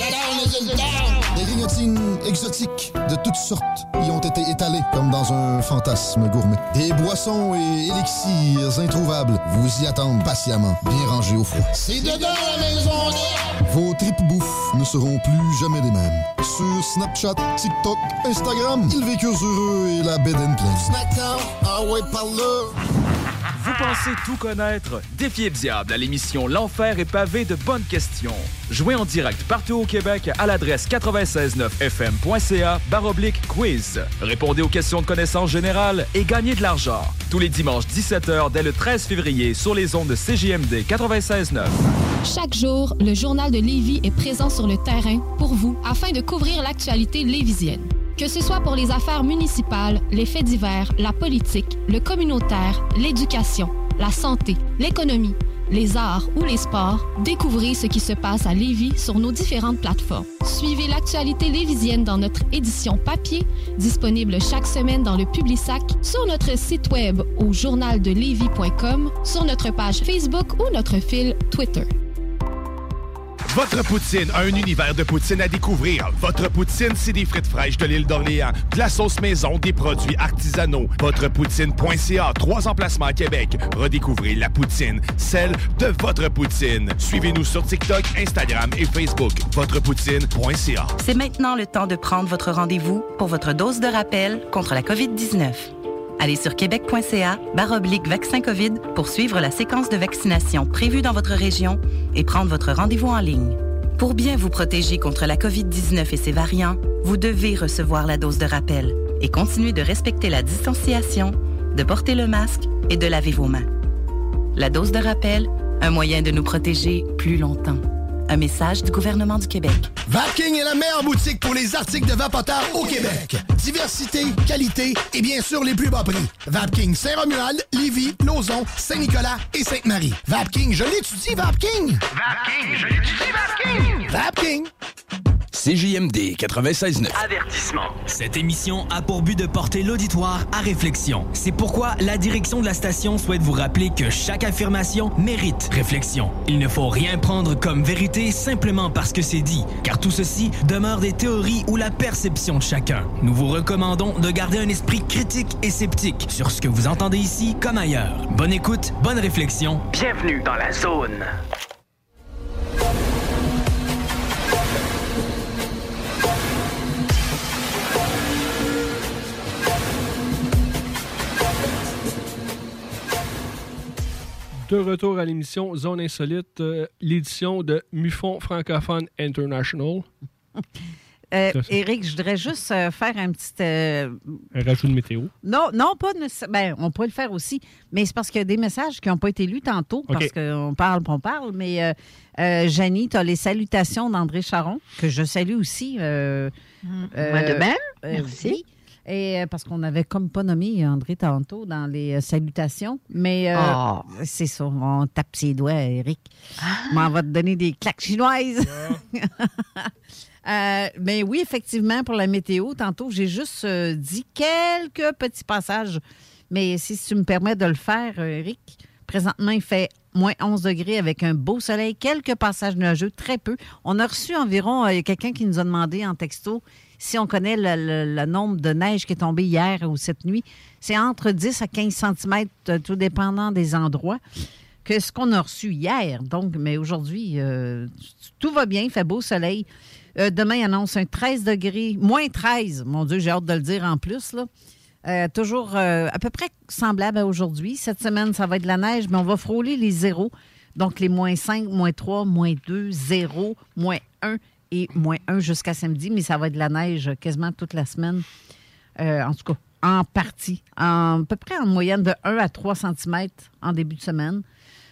[SPEAKER 20] Des grignotines exotiques de toutes sortes y ont été étalées comme dans un fantasme gourmet. Des boissons et élixirs introuvables vous y attendent patiemment, bien rangés au froid. C'est dedans la maison! Vos tripes bouffe ne seront plus jamais les mêmes. Sur Snapchat, TikTok, Instagram, ils vécurent heureux et la bed and pleine. Snackdown, ah ouais, par là.
[SPEAKER 6] Vous pensez tout connaître? Défiez le diable à l'émission L'Enfer est pavé de bonnes questions. Jouez en direct partout au Québec à l'adresse quatre-vingt-seize neuf f m point c a barre oblique quiz. Répondez aux questions de connaissances générales et gagnez de l'argent. Tous les dimanches dix-sept heures dès le treize février sur les ondes de C J M D quatre-vingt-seize neuf.
[SPEAKER 1] Chaque jour, le Journal de Lévis est présent sur le terrain pour vous afin de couvrir l'actualité lévisienne. Que ce soit pour les affaires municipales, les faits divers, la politique, le communautaire, l'éducation, la santé, l'économie, les arts ou les sports, découvrez ce qui se passe à Lévis sur nos différentes plateformes. Suivez l'actualité lévisienne dans notre édition papier, disponible chaque semaine dans le Publisac, sur notre site web au journal de lévis point com, sur notre page Facebook ou notre fil Twitter.
[SPEAKER 9] Votre poutine, un univers de poutine à découvrir. Votre poutine, c'est des frites fraîches de l'île d'Orléans, de la sauce maison, des produits artisanaux. Votrepoutine point c a, trois emplacements à Québec. Redécouvrez la poutine, celle de votre poutine. Suivez-nous sur TikTok, Instagram et Facebook. Votrepoutine point c a.
[SPEAKER 22] C'est maintenant le temps de prendre votre rendez-vous pour votre dose de rappel contre la covid dix-neuf. Allez sur québec point c a barre oblique vaccin COVID pour suivre la séquence de vaccination prévue dans votre région et prendre votre rendez-vous en ligne. Pour bien vous protéger contre la covid dix-neuf et ses variants, vous devez recevoir la dose de rappel et continuer de respecter la distanciation, de porter le masque et de laver vos mains. La dose de rappel, un moyen de nous protéger plus longtemps. Un message du gouvernement du Québec.
[SPEAKER 18] Vapking est la meilleure boutique pour les articles de vapoteurs au Québec. Diversité, qualité et bien sûr les plus bas prix. Vapking Saint-Romuald, Lévis, Lauson, Saint-Nicolas et Sainte-Marie. Vapking, je l'étudie, Vapking!
[SPEAKER 7] Vapking, je l'étudie, Vapking!
[SPEAKER 18] Vapking!
[SPEAKER 5] C J M D quatre-vingt-seize neuf.
[SPEAKER 10] Avertissement. Cette émission a pour but de porter l'auditoire à réflexion. C'est pourquoi la direction de la station souhaite vous rappeler que chaque affirmation mérite réflexion. Il ne faut rien prendre comme vérité simplement parce que c'est dit, car tout ceci demeure des théories ou la perception de chacun. Nous vous recommandons de garder un esprit critique et sceptique sur ce que vous entendez ici comme ailleurs. Bonne écoute, bonne réflexion.
[SPEAKER 7] Bienvenue dans la zone.
[SPEAKER 12] De retour à l'émission Zone Insolite, euh, l'édition de MUFON Francophone International.
[SPEAKER 13] Euh, Éric, je voudrais juste euh, faire un petit... Euh...
[SPEAKER 12] Un rajout de météo.
[SPEAKER 13] Non, non, pas nécessairement. Ben, on pourrait le faire aussi, mais c'est parce qu'il y a des messages qui n'ont pas été lus tantôt, okay. Parce qu'on parle, on parle, mais euh, euh, Janie, tu as les salutations d'André Charon, que je salue aussi. Euh,
[SPEAKER 14] mmh. euh, Moi de même,
[SPEAKER 13] euh,
[SPEAKER 14] merci.
[SPEAKER 13] Oui. Et parce qu'on n'avait comme pas nommé André tantôt dans les euh, salutations. Mais euh, oh. C'est ça, on tape ses doigts, Eric. Ah. On va te donner des claques chinoises. euh, mais oui, effectivement, pour la météo, tantôt, j'ai juste euh, dit quelques petits passages. Mais si tu me permets de le faire, Eric, présentement, il fait moins onze degrés avec un beau soleil, quelques passages nuageux, très peu. On a reçu environ, il euh, y a quelqu'un qui nous a demandé en texto si on connaît le, le, le nombre de neige qui est tombé hier ou cette nuit. C'est entre dix à quinze centimètres, tout dépendant des endroits, que ce qu'on a reçu hier. Donc, mais aujourd'hui, euh, tout va bien, il fait beau soleil. Euh, demain, il annonce un treize degrés, moins treize, mon Dieu, j'ai hâte de le dire en plus, là. Euh, toujours euh, à peu près semblable à aujourd'hui. Cette semaine, ça va être de la neige, mais on va frôler les zéros. Donc, les moins cinq, moins trois, moins deux, zéro, moins un et moins un jusqu'à samedi. Mais ça va être de la neige quasiment toute la semaine. Euh, en tout cas, en partie. En, à peu près en moyenne de un à trois centimètres en début de semaine.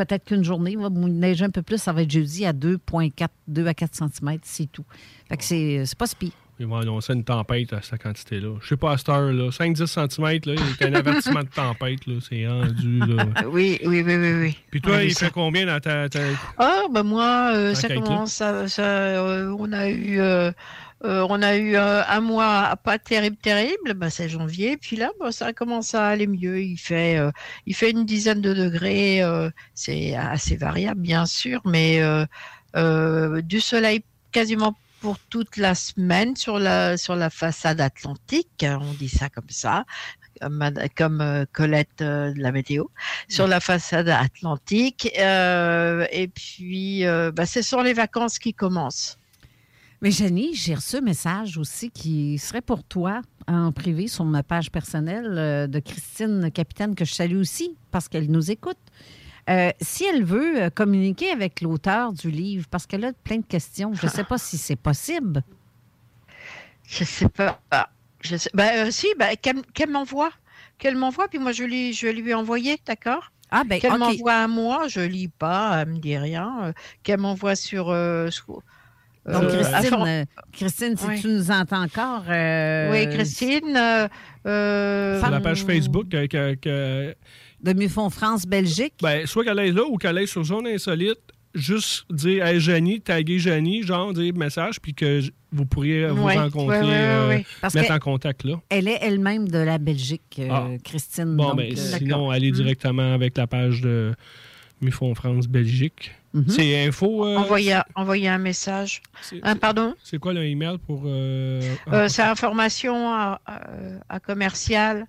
[SPEAKER 13] peut-être qu'une journée va neiger un peu plus. Ça va être jeudi à deux virgule quatre, deux à quatre centimètres, c'est tout. Fait que c'est, c'est pas si pire.
[SPEAKER 12] Ils vont annoncer une tempête à cette quantité-là. Je sais pas à cette heure, là. cinq à dix centimètres, là, il y a un avertissement de tempête, là. C'est rendu, là.
[SPEAKER 14] Oui, oui, oui, oui, oui.
[SPEAKER 12] Puis toi,
[SPEAKER 14] oui,
[SPEAKER 12] il
[SPEAKER 14] ça.
[SPEAKER 12] fait combien dans ta... ta...
[SPEAKER 14] Ah, ben moi, euh, ça
[SPEAKER 12] Enquête,
[SPEAKER 14] commence, ça, ça, euh, on a eu... Euh, Euh, on a eu euh, un mois pas terrible, terrible, ben, c'est janvier. Puis là, ben, ça commence à aller mieux. Il fait, euh, il fait une dizaine de degrés. Euh, c'est assez variable, bien sûr, mais euh, euh, du soleil quasiment pour toute la semaine sur la, sur la façade atlantique. On dit ça comme ça. Comme, comme euh, Colette euh, de la météo, sur la façade atlantique. Euh, et puis, euh, ben, ce sont les vacances qui commencent.
[SPEAKER 13] Mais Jenny, j'ai reçu un message aussi qui serait pour toi en privé sur ma page personnelle euh, de Christine Capitaine, que je salue aussi parce qu'elle nous écoute. Euh, si elle veut communiquer avec l'auteur du livre, parce qu'elle a plein de questions, je ne sais pas si c'est possible.
[SPEAKER 14] Je ne sais pas. Je sais, ben, euh, si, ben, qu'elle, qu'elle m'envoie. Qu'elle m'envoie, puis moi, je, lui, je vais lui envoyer, d'accord?
[SPEAKER 13] Ah, ben,
[SPEAKER 14] qu'elle
[SPEAKER 13] okay.
[SPEAKER 14] m'envoie à moi, je ne lis pas, elle ne me dit rien. Euh, qu'elle m'envoie sur... Euh, sur
[SPEAKER 13] Donc, Christine,
[SPEAKER 14] euh,
[SPEAKER 13] euh, Christine, si
[SPEAKER 14] oui.
[SPEAKER 13] tu nous entends encore... Euh,
[SPEAKER 14] oui, Christine... Euh, euh,
[SPEAKER 12] sur la page Facebook que, que, que...
[SPEAKER 13] de Mufon France Belgique.
[SPEAKER 12] Ben, soit qu'elle est là ou qu'elle est sur Zone Insolite, juste dire « Hey, Janie », taguer Janie, genre, dire message, puis que vous pourriez vous
[SPEAKER 14] oui,
[SPEAKER 12] rencontrer,
[SPEAKER 14] oui, oui,
[SPEAKER 12] euh,
[SPEAKER 14] oui.
[SPEAKER 12] mettre en contact là.
[SPEAKER 13] Elle est elle-même de la Belgique, euh,
[SPEAKER 12] ah.
[SPEAKER 13] Christine.
[SPEAKER 12] Bon,
[SPEAKER 13] donc,
[SPEAKER 12] ben,
[SPEAKER 13] euh,
[SPEAKER 12] sinon,
[SPEAKER 13] d'accord.
[SPEAKER 12] allez
[SPEAKER 13] mmh.
[SPEAKER 12] directement avec la page de Mufon France Belgique.
[SPEAKER 13] Mmh.
[SPEAKER 12] C'est info... Euh,
[SPEAKER 14] envoyer, envoyer un message. Un, pardon?
[SPEAKER 12] C'est quoi le email pour... Euh,
[SPEAKER 14] euh, c'est information à, à, à commercial.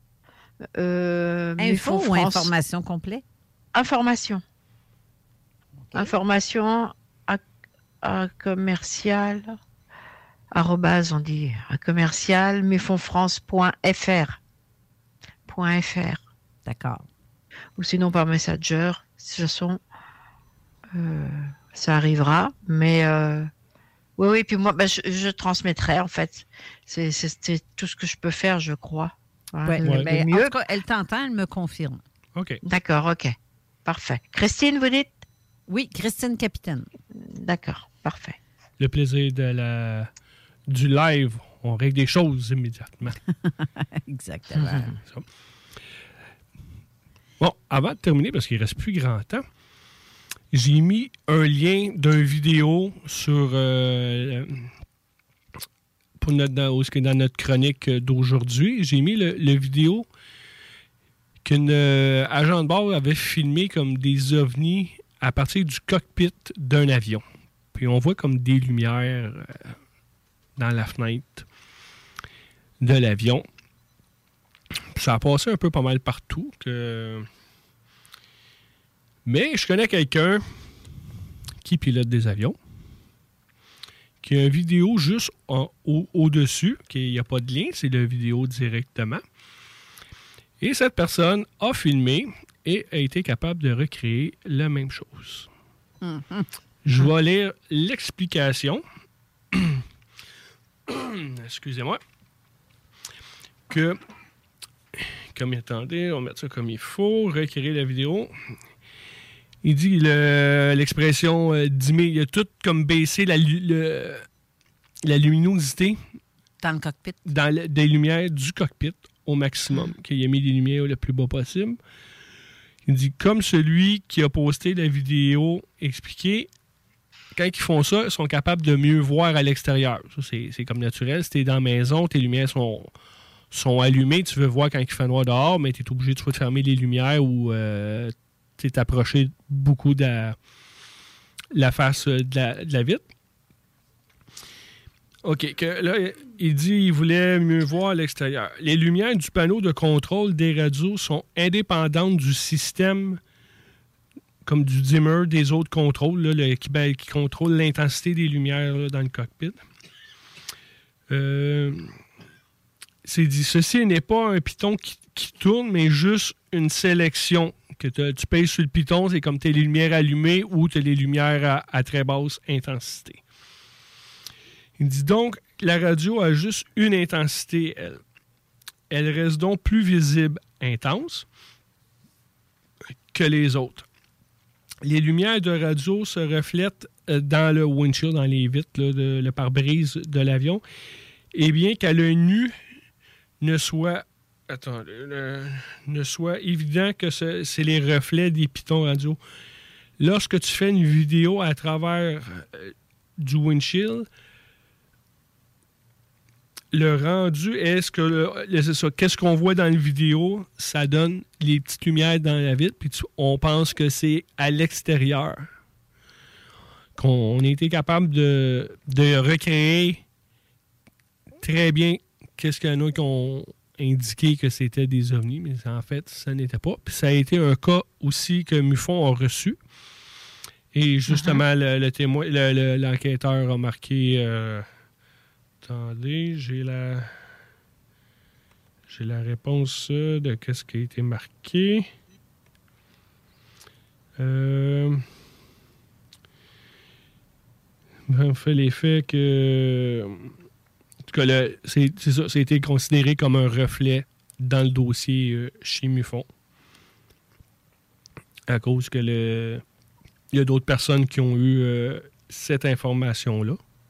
[SPEAKER 14] Euh,
[SPEAKER 13] info ou information complète?
[SPEAKER 14] Information. Okay. Information à, à commercial, arrobase, on dit, à commercial, mufonfrance point f r. .fr.
[SPEAKER 13] D'accord.
[SPEAKER 14] Ou sinon par Messenger. De toute façon, euh, ça arrivera. Mais euh, oui, oui, puis moi, ben, je, je transmettrai, en fait. C'est, c'est, c'est tout ce que je peux faire, je crois.
[SPEAKER 13] Hein, ouais, ouais. Mais mieux. En tout cas, elle t'entend, elle me confirme.
[SPEAKER 12] OK.
[SPEAKER 14] D'accord, OK. Parfait. Christine, vous dites?
[SPEAKER 13] Oui, Christine Capitaine.
[SPEAKER 14] D'accord, parfait.
[SPEAKER 12] Le plaisir de la, du live, on règle des choses immédiatement.
[SPEAKER 13] Exactement.
[SPEAKER 12] Mm-hmm. Bon, avant de terminer, parce qu'il ne reste plus grand temps, j'ai mis un lien d'une vidéo sur euh, pour notre, dans, dans notre chronique d'aujourd'hui. J'ai mis le, le vidéo qu'une euh, agent de bord avait filmé comme des ovnis à partir du cockpit d'un avion. Puis on voit comme des lumières euh, dans la fenêtre de l'avion. Puis ça a passé un peu pas mal partout. Que... Mais je connais quelqu'un qui pilote des avions, qui a une vidéo juste en, au, au-dessus, qu'il n'y a pas de lien, c'est la vidéo directement. Et cette personne a filmé et a été capable de recréer la même chose. Mm-hmm. Je vais lire l'explication. Excusez-moi. Que, comme attendez, on va mettre ça comme il faut, recréer la vidéo. Il dit le, l'expression euh, dimmer, il a tout comme baissé la, le, la luminosité
[SPEAKER 13] dans le cockpit.
[SPEAKER 12] Dans le, des lumières du cockpit au maximum, mmh. qu'il a mis les lumières le plus bas possible. Il dit comme celui qui a posté la vidéo expliqué, quand ils font ça, ils sont capables de mieux voir à l'extérieur. Ça, c'est, c'est comme naturel. Si tu es dans la maison, tes lumières sont, sont allumées, tu veux voir quand il fait noir dehors, mais tu es obligé de, soit de fermer les lumières ou euh, tu t'approcher beaucoup de la, la face de la, de la vitre. OK. Que là, il dit qu'il voulait mieux voir à l'extérieur. Les lumières du panneau de contrôle des radios sont indépendantes du système, comme du dimmer des autres contrôles, là, le, qui, ben, qui contrôle l'intensité des lumières là, dans le cockpit. Euh, c'est dit, ceci n'est pas un piton qui, qui tourne, mais juste une sélection. Que tu payes sur le piton, c'est comme tu as les lumières allumées ou tu as les lumières à, à très basse intensité. Il dit donc, la radio a juste une intensité, elle. Elle reste donc plus visible intense que les autres. les lumières de radio se reflètent dans le windshield, dans les vitres, là, de, le pare-brise de l'avion, et bien qu'à l'œil nu ne soit, attends, le, ne soit évident que ce, c'est les reflets des pitons radio. Lorsque tu fais une vidéo à travers euh, du windshield, le rendu est ce que le, c'est ça, qu'est-ce qu'on voit dans la vidéo, ça donne les petites lumières dans la vitre, puis tu, on pense que c'est à l'extérieur qu'on a été capable de, de recréer très bien qu'est-ce qu'il y en a qui ont indiqué que c'était des ovnis, mais en fait, ça n'était pas. Puis ça a été un cas aussi que MUFON a reçu. Et justement, uh-huh. le, le témoin, le, le, l'enquêteur a marqué... Euh, attendez, j'ai la... J'ai la réponse de qu'est-ce qui a été marqué. Euh... En fait, l'effet que... En tout cas, le, c'est, c'est ça, ça a été considéré comme un reflet dans le dossier euh, chez MUFON. À cause que le... Il y a d'autres personnes qui ont eu euh, cette information-là.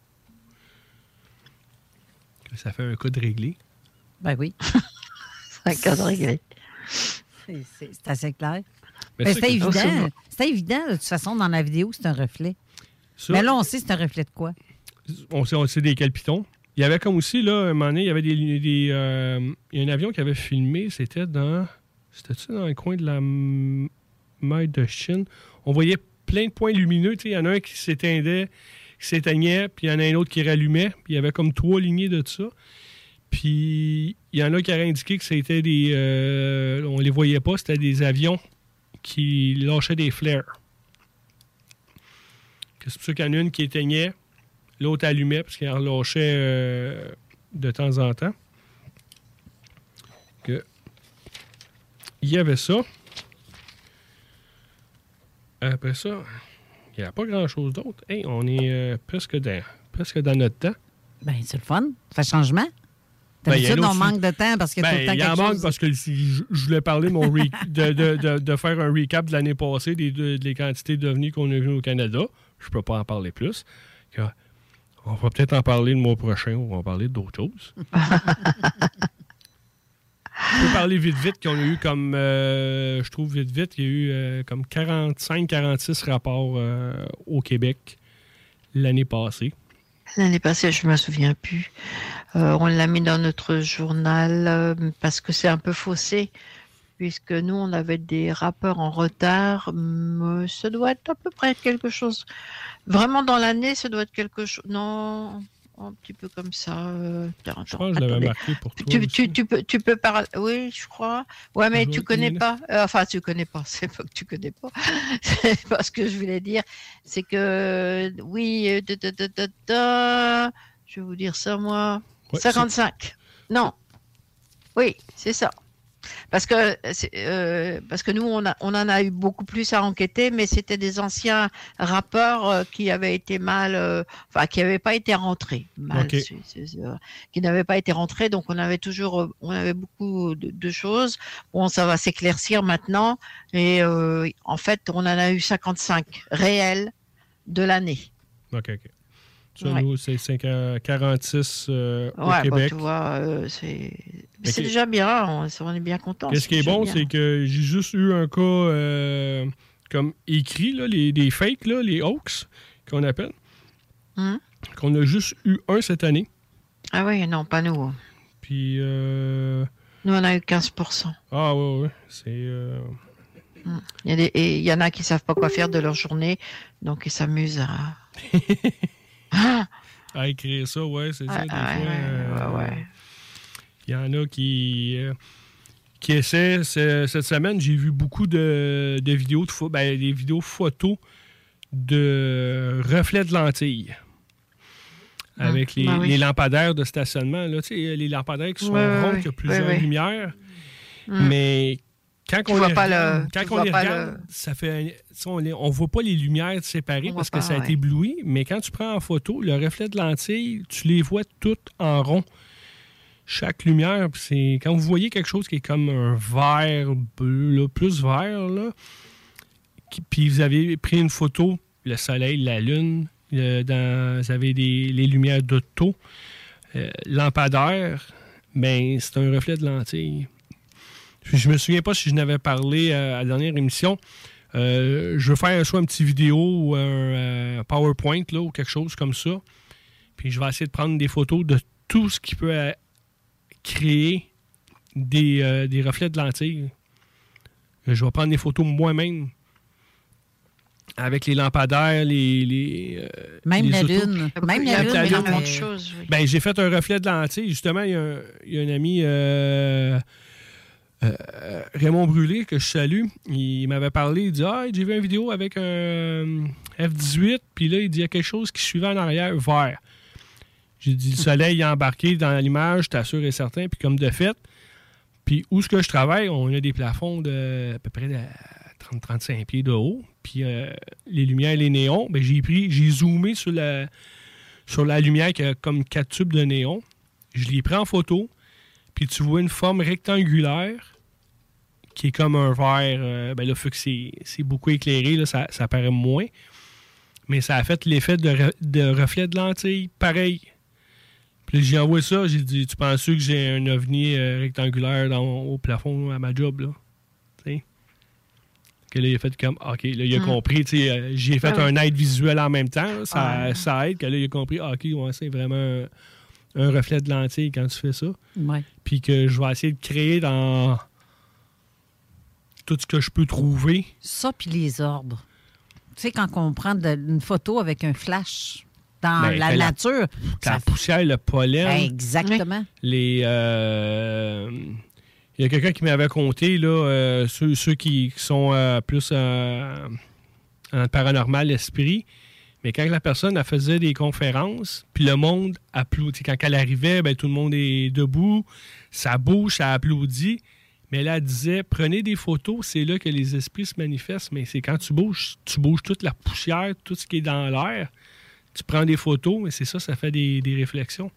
[SPEAKER 12] Que ça fait un cas de réglé.
[SPEAKER 13] Ben oui.
[SPEAKER 14] C'est un cas de réglé.
[SPEAKER 13] C'est, c'est, c'est assez clair.
[SPEAKER 12] Mais
[SPEAKER 13] ben,
[SPEAKER 12] c'est
[SPEAKER 13] c'était,
[SPEAKER 12] que...
[SPEAKER 13] évident, c'était évident, de toute façon, dans la vidéo, c'est un reflet. Ça, mais là, on sait c'est un reflet de quoi?
[SPEAKER 12] On sait, on sait des quels pitons. Il y avait comme aussi, là, un moment donné, il y avait des... des euh, il y a un avion qui avait filmé, c'était dans... C'était-tu dans le coin de la mer de Chine? On voyait plein de points lumineux. Il y en a un qui s'éteindait, qui s'éteignait, puis il y en a un autre qui rallumait. Puis il y avait comme trois lignées de ça. Puis il y en a qui auraient indiqué que c'était des... Euh, on les voyait pas, c'était des avions qui lâchaient des flares. C'est pour ça qu'il y en a une qui éteignait, l'autre allumait, parce qu'elle relâchait euh, de temps en temps. Que... Il y avait ça. Après ça, il n'y a pas grand-chose d'autre. Hey, on est euh, presque, dans, presque dans notre temps.
[SPEAKER 13] Ben c'est le fun. Ça fait changement. D'habitude, ben, on manque de temps parce qu'il y a
[SPEAKER 12] ben,
[SPEAKER 13] tout le temps
[SPEAKER 12] quelque chose. Il en manque parce que je, je voulais parler mon re- de, de, de, de faire un recap de l'année passée des, de, des quantités d'ovnis qu'on a vues au Canada. Je ne peux pas en parler plus. On va peut-être en parler le mois prochain. On va en parler d'autres choses. Je peux parler vite, vite, qu'on a eu comme, euh, je trouve vite, vite, il y a eu euh, comme quarante-cinq quarante-six rapports euh, au Québec l'année passée.
[SPEAKER 14] L'année passée, je ne me souviens plus. Euh, on l'a mis dans notre journal euh, parce que c'est un peu faussé, puisque nous, on avait des rappeurs en retard. Mais ça doit être à peu près quelque chose. Vraiment dans l'année, ça doit être quelque chose. Non... Un petit peu comme ça. Euh, attends,
[SPEAKER 12] je pense que je l'avais marqué pour toi.
[SPEAKER 14] Tu, tu, tu, peux, tu peux parler. Oui, je crois. Ouais, mais tu connais pas. Euh, enfin, tu connais pas. C'est pas que tu connais pas. C'est pas ce que je voulais dire. C'est que, oui, da, da, da, da, da, je vais vous dire ça, moi. Ouais, cinquante-cinq. C'est... Non. Oui, c'est ça. Parce que, c'est, euh, parce que nous, on, a, on en a eu beaucoup plus à enquêter, mais c'était des anciens rappeurs euh, qui avaient été mal, euh, enfin, qui n'avaient pas été rentrés, mal,
[SPEAKER 12] okay.
[SPEAKER 14] c'est, c'est, c'est, euh, qui n'avaient pas été rentrés, donc on avait toujours, euh, on avait beaucoup de, de choses. Bon, ça va s'éclaircir maintenant, et euh, en fait, on en a eu cinquante-cinq réels de l'année.
[SPEAKER 12] OK, OK. Ça, ouais. Nous, c'est quarante-six euh, au
[SPEAKER 14] ouais,
[SPEAKER 12] Québec.
[SPEAKER 14] Bah, tu vois, euh, c'est, c'est okay. déjà bien. On, on est bien content.
[SPEAKER 12] Qu'est-ce qui est bon, bien. C'est que j'ai juste eu un cas euh, comme écrit, là, les, les fakes, là, les hoax, qu'on appelle. Hum. Qu'on a juste eu un cette année.
[SPEAKER 14] Ah oui, non, pas nous.
[SPEAKER 12] Puis... Euh...
[SPEAKER 14] Nous, on a eu quinze pour cent.
[SPEAKER 12] Ah oui, oui. C'est... Euh...
[SPEAKER 14] Hum. Il y a des, et il y en a qui ne savent pas quoi faire de leur journée, donc ils s'amusent à...
[SPEAKER 12] à écrire ça, ouais, c'est ça.
[SPEAKER 14] Ouais,
[SPEAKER 12] des
[SPEAKER 14] ouais,
[SPEAKER 12] fois,
[SPEAKER 14] ouais,
[SPEAKER 12] euh,
[SPEAKER 14] ouais, ouais.
[SPEAKER 12] Il y en a qui, euh, qui essaient. Cette semaine, j'ai vu beaucoup de, de vidéos, de fo- ben, des vidéos photos de reflets de lentilles. Avec mmh, les, ben oui. les lampadaires de stationnement. Là, les lampadaires qui sont ouais, ronds, ouais, qui ont plusieurs ouais, lumières. Mmh. Mais quand tu on les regarde, le, quand on les regarde le... ça fait, on ne voit pas les lumières séparées on parce que pas, ça a ouais. été ébloui. Mais quand tu prends en photo, le reflet de lentilles, tu les vois toutes en rond. Chaque lumière, c'est quand vous voyez quelque chose qui est comme un vert bleu, là, plus vert, là, puis vous avez pris une photo, le soleil, la lune, euh, dans, vous avez des, les lumières d'auto, euh, lampadaire, ben, c'est un reflet de lentille. Puis je me souviens pas si je n'avais parlé euh, à la dernière émission. Euh, je veux faire soit une petite vidéo ou un euh, PowerPoint là, ou quelque chose comme ça. Puis je vais essayer de prendre des photos de tout ce qui peut euh, créer des, euh, des reflets de lentilles. Je vais prendre des photos moi-même avec les lampadaires, les... les euh,
[SPEAKER 13] même,
[SPEAKER 12] les
[SPEAKER 13] la
[SPEAKER 12] autos.
[SPEAKER 13] lune. Même la lune.
[SPEAKER 14] Même la lune.
[SPEAKER 13] Mais...
[SPEAKER 14] de choses, oui.
[SPEAKER 12] Ben, j'ai fait un reflet de lentilles. Justement, il y a un, il y a un ami... Euh, Euh, Raymond Brûlé, que je salue, il m'avait parlé, il dit « Ah, j'ai vu une vidéo avec un F dix-huit, puis là, il dit « Il y a quelque chose qui suivait en arrière, vert. » J'ai dit « Le soleil est embarqué dans l'image, t'assures et certain, puis comme de fait, puis où est-ce que je travaille, on a des plafonds de à peu près de trente à trente-cinq pieds de haut, puis euh, les lumières, les néons, ben, j'ai pris, j'ai zoomé sur la, sur la lumière qui a comme quatre tubes de néon, je l'ai pris en photo, puis tu vois une forme rectangulaire qui est comme un verre. Euh, ben là, vu que c'est, c'est beaucoup éclairé, là, ça, ça paraît moins. Mais ça a fait l'effet de, re, de reflet de lentille, pareil. Puis j'ai envoyé ça, j'ai dit, tu penses que j'ai un ovni euh, rectangulaire dans, au plafond à ma job, là? T'sais? Que là, il a fait comme, OK, là, il a mmh. compris, tu sais, euh, j'ai fait ah, un oui. aide visuel en même temps, là, ça, ah, ça aide, que là, il a compris, OK, ouais, c'est vraiment... un reflet de lentille quand tu fais ça.
[SPEAKER 13] Ouais.
[SPEAKER 12] Puis que je vais essayer de créer dans tout ce que je peux trouver.
[SPEAKER 13] Ça, puis les ordres. Tu sais, quand on prend de, une photo avec un flash dans ben, la nature...
[SPEAKER 12] La, la poussière, le pollen.
[SPEAKER 13] Ben, exactement.
[SPEAKER 12] Les... Euh, il y a quelqu'un qui m'avait conté, là, euh, ceux, ceux qui, qui sont euh, plus euh, en paranormal, l'esprit... Mais quand la personne elle faisait des conférences, puis le monde applaudit. Quand elle arrivait, ben, tout le monde est debout, ça bouge, ça applaudit. Mais là, elle disait, prenez des photos, c'est là que les esprits se manifestent. Mais c'est quand tu bouges, tu bouges toute la poussière, tout ce qui est dans l'air. Tu prends des photos, mais c'est ça, ça fait des, des réflexions.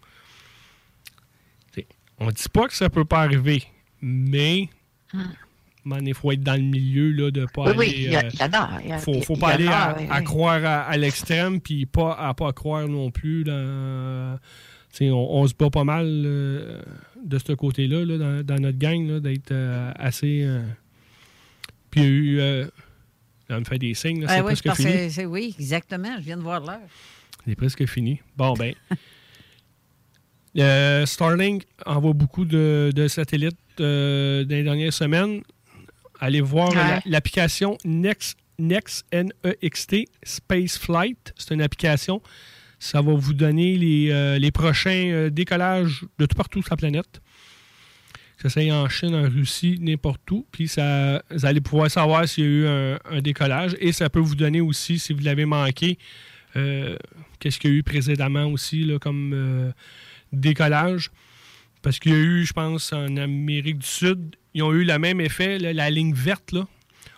[SPEAKER 12] T'sais, on ne dit pas que ça peut pas arriver, mais... Hum. Il faut être dans le milieu, là, de pas
[SPEAKER 14] oui,
[SPEAKER 12] aller...
[SPEAKER 14] Oui, il y a, il y a, il y a,
[SPEAKER 12] faut, faut
[SPEAKER 14] il y
[SPEAKER 12] pas
[SPEAKER 14] a
[SPEAKER 12] aller
[SPEAKER 14] là,
[SPEAKER 12] à,
[SPEAKER 14] oui,
[SPEAKER 12] à
[SPEAKER 14] oui.
[SPEAKER 12] croire à, à l'extrême, puis pas à pas croire non plus. Dans, on, on se bat pas mal euh, de ce côté-là, là, dans, dans notre gang, là, d'être euh, assez... Euh... Puis il y a eu... Euh... On me fait des signes, là, c'est
[SPEAKER 13] ah, oui,
[SPEAKER 12] presque fini.
[SPEAKER 13] C'est, c'est, oui, exactement. Je viens de voir l'heure.
[SPEAKER 12] C'est presque fini. Bon, ben... euh, Starlink envoie beaucoup de, de satellites euh, dans les dernières semaines. Allez voir ouais. la, l'application Next, Next, N E X T, Space Flight. C'est une application. Ça va vous donner les, euh, les prochains euh, décollages de tout partout sur la planète. Que ça soit en Chine, en Russie, n'importe où. Puis ça, vous allez pouvoir savoir s'il y a eu un, un décollage. Et ça peut vous donner aussi, si vous l'avez manqué, euh, qu'est-ce qu'il y a eu précédemment aussi là, comme euh, décollage. Parce qu'il y a eu, je pense, en Amérique du Sud, ils ont eu le même effet, là, la ligne verte, là.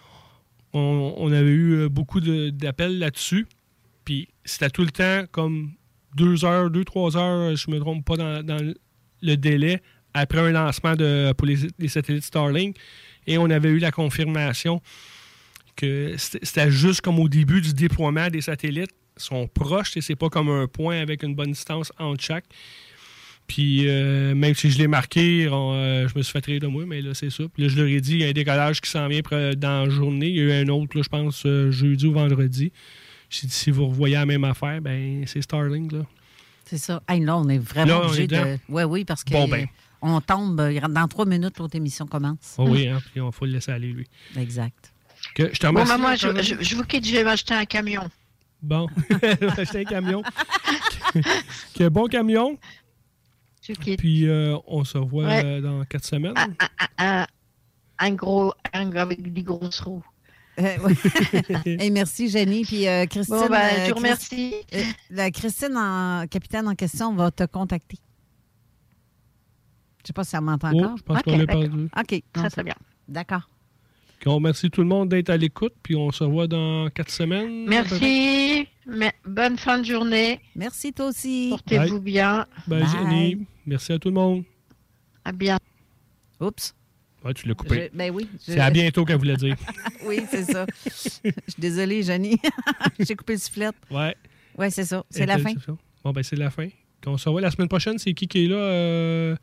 [SPEAKER 12] On, on avait eu beaucoup de, d'appels là-dessus. Puis c'était tout le temps comme deux heures, deux, trois heures, je ne me trompe pas dans, dans le délai, après un lancement de, pour les, les satellites Starlink. Et on avait eu la confirmation que c'était, c'était juste comme au début du déploiement des satellites. Ils sont proches, et c'est pas comme un point avec une bonne distance entre chaque. Puis, euh, même si je l'ai marqué, on, euh, je me suis fait rire de moi, mais là, c'est ça. Puis là, je leur ai dit, il y a un décollage qui s'en vient dans la journée. Il y a eu un autre, là, je pense, euh, jeudi ou vendredi. J'ai dit, si vous revoyez la même affaire, ben c'est Starlink, là.
[SPEAKER 13] C'est ça. Hey, là, on est vraiment
[SPEAKER 12] là,
[SPEAKER 13] obligé
[SPEAKER 12] est
[SPEAKER 13] de... Oui, oui, parce que
[SPEAKER 12] bon, ben.
[SPEAKER 13] on tombe... Dans trois minutes, l'autre émission commence.
[SPEAKER 12] Oh, oui, hein, puis on faut le laisser aller, lui.
[SPEAKER 13] Exact.
[SPEAKER 12] Que, je te remercie.
[SPEAKER 14] Bon, maman, je, je, je vous quitte, je vais m'acheter un camion.
[SPEAKER 12] Bon, je vais acheter un camion. Que bon camion. Puis euh, on se revoit ouais. euh, dans quatre semaines.
[SPEAKER 14] Un, un, un, un gros, un avec des grosses roues.
[SPEAKER 13] Euh, ouais. Et merci, Jenny. Puis euh, Christine.
[SPEAKER 14] Bon, ben,
[SPEAKER 13] euh,
[SPEAKER 14] je vous remercie.
[SPEAKER 13] Euh, la Christine, en, capitaine en question, va te contacter. Je ne sais pas si elle m'entend
[SPEAKER 12] oh,
[SPEAKER 13] encore.
[SPEAKER 12] Je pense
[SPEAKER 13] okay,
[SPEAKER 12] qu'on l'a perdu.
[SPEAKER 13] OK.
[SPEAKER 14] Très, très bien.
[SPEAKER 13] D'accord.
[SPEAKER 12] On remercie tout le monde d'être à l'écoute, puis on se revoit dans quatre semaines.
[SPEAKER 14] Merci. Mais bonne fin de journée.
[SPEAKER 13] Merci, toi aussi.
[SPEAKER 14] Portez-vous
[SPEAKER 12] Bye.
[SPEAKER 14] bien.
[SPEAKER 12] Bye, Bye. Jenny. Merci à tout le monde.
[SPEAKER 14] À bientôt.
[SPEAKER 13] Oups.
[SPEAKER 12] Ouais, tu l'as coupé.
[SPEAKER 13] Je, ben oui.
[SPEAKER 12] Je... C'est à bientôt qu'elle voulait dire.
[SPEAKER 13] Oui, c'est ça. Je suis désolée, Jenny. J'ai coupé le sifflet.
[SPEAKER 12] Ouais.
[SPEAKER 13] Ouais, c'est ça. C'est Et la fin.
[SPEAKER 12] Ça. Bon, ben c'est la fin. On se revoit la semaine prochaine. C'est qui qui est là? Euh...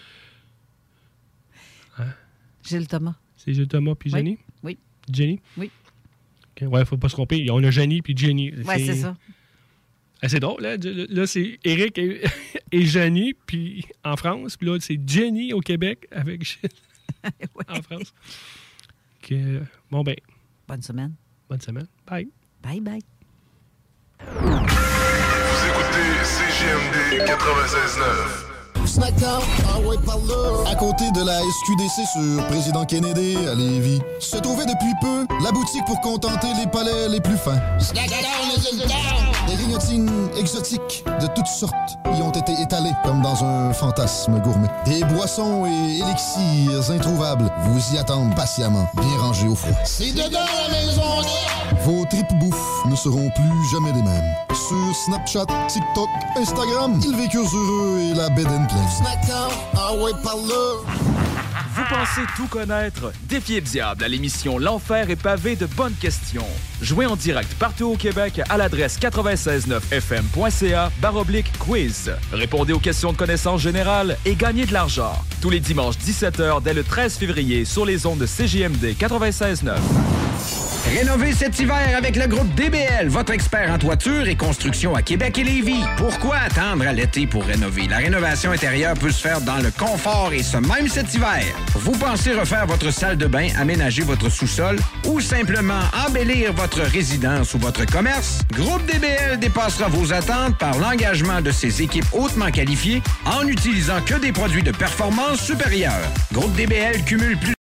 [SPEAKER 12] Hein?
[SPEAKER 13] Gilles Thomas.
[SPEAKER 12] C'est Gilles Thomas puis Jenny?
[SPEAKER 13] Oui.
[SPEAKER 12] Jenny?
[SPEAKER 13] Oui.
[SPEAKER 12] Okay. Ouais, faut pas se tromper. On a Jenny puis Jenny.
[SPEAKER 13] Ouais, c'est, c'est ça.
[SPEAKER 12] Ah, c'est drôle, là. Là, c'est Éric et, et Jenny, puis en France. Puis là, c'est Jenny au Québec avec Gilles ouais. en France. Okay. Bon, ben.
[SPEAKER 13] Bonne semaine.
[SPEAKER 12] Bonne semaine. Bye.
[SPEAKER 13] Bye, bye.
[SPEAKER 2] Vous écoutez C G M D quatre-vingt-seize neuf.
[SPEAKER 20] Snackdown, ah ouais, par là. À côté de la S Q D C sur Président Kennedy à Lévis, se trouvait depuis peu la boutique pour contenter les palais les plus fins. Snackdown is in town. Des grignotines exotiques de toutes sortes y ont été étalées comme dans un fantasme gourmet. Des boissons et élixirs introuvables vous y attendent patiemment, bien rangés au froid. C'est dedans la maison. Vos tripes bouffes ne seront plus jamais les mêmes. Sur Snapchat, TikTok, Instagram, ils vécurent heureux et la bed and play. Ah ouais, par là.
[SPEAKER 6] Vous pensez tout connaître? Défiez le diable à l'émission L'Enfer est pavé de bonnes questions. Jouez en direct partout au Québec à l'adresse quatre-vingt-seize neuf f m point c a barre oblique quiz. Répondez aux questions de connaissances générales et gagnez de l'argent. Tous les dimanches dix-sept heures dès le treize février sur les ondes de C J M D quatre-vingt-seize neuf.
[SPEAKER 4] Rénovez cet hiver avec le groupe D B L, votre expert en toiture et construction à Québec et Lévis. Pourquoi attendre à l'été pour rénover? La rénovation intérieure peut se faire dans le confort et ce même cet hiver. Vous pensez refaire votre salle de bain, aménager votre sous-sol ou simplement embellir votre résidence ou votre commerce? Groupe D B L dépassera vos attentes par l'engagement de ses équipes hautement qualifiées en n'utilisant que des produits de performance supérieure. Groupe D B L cumule plus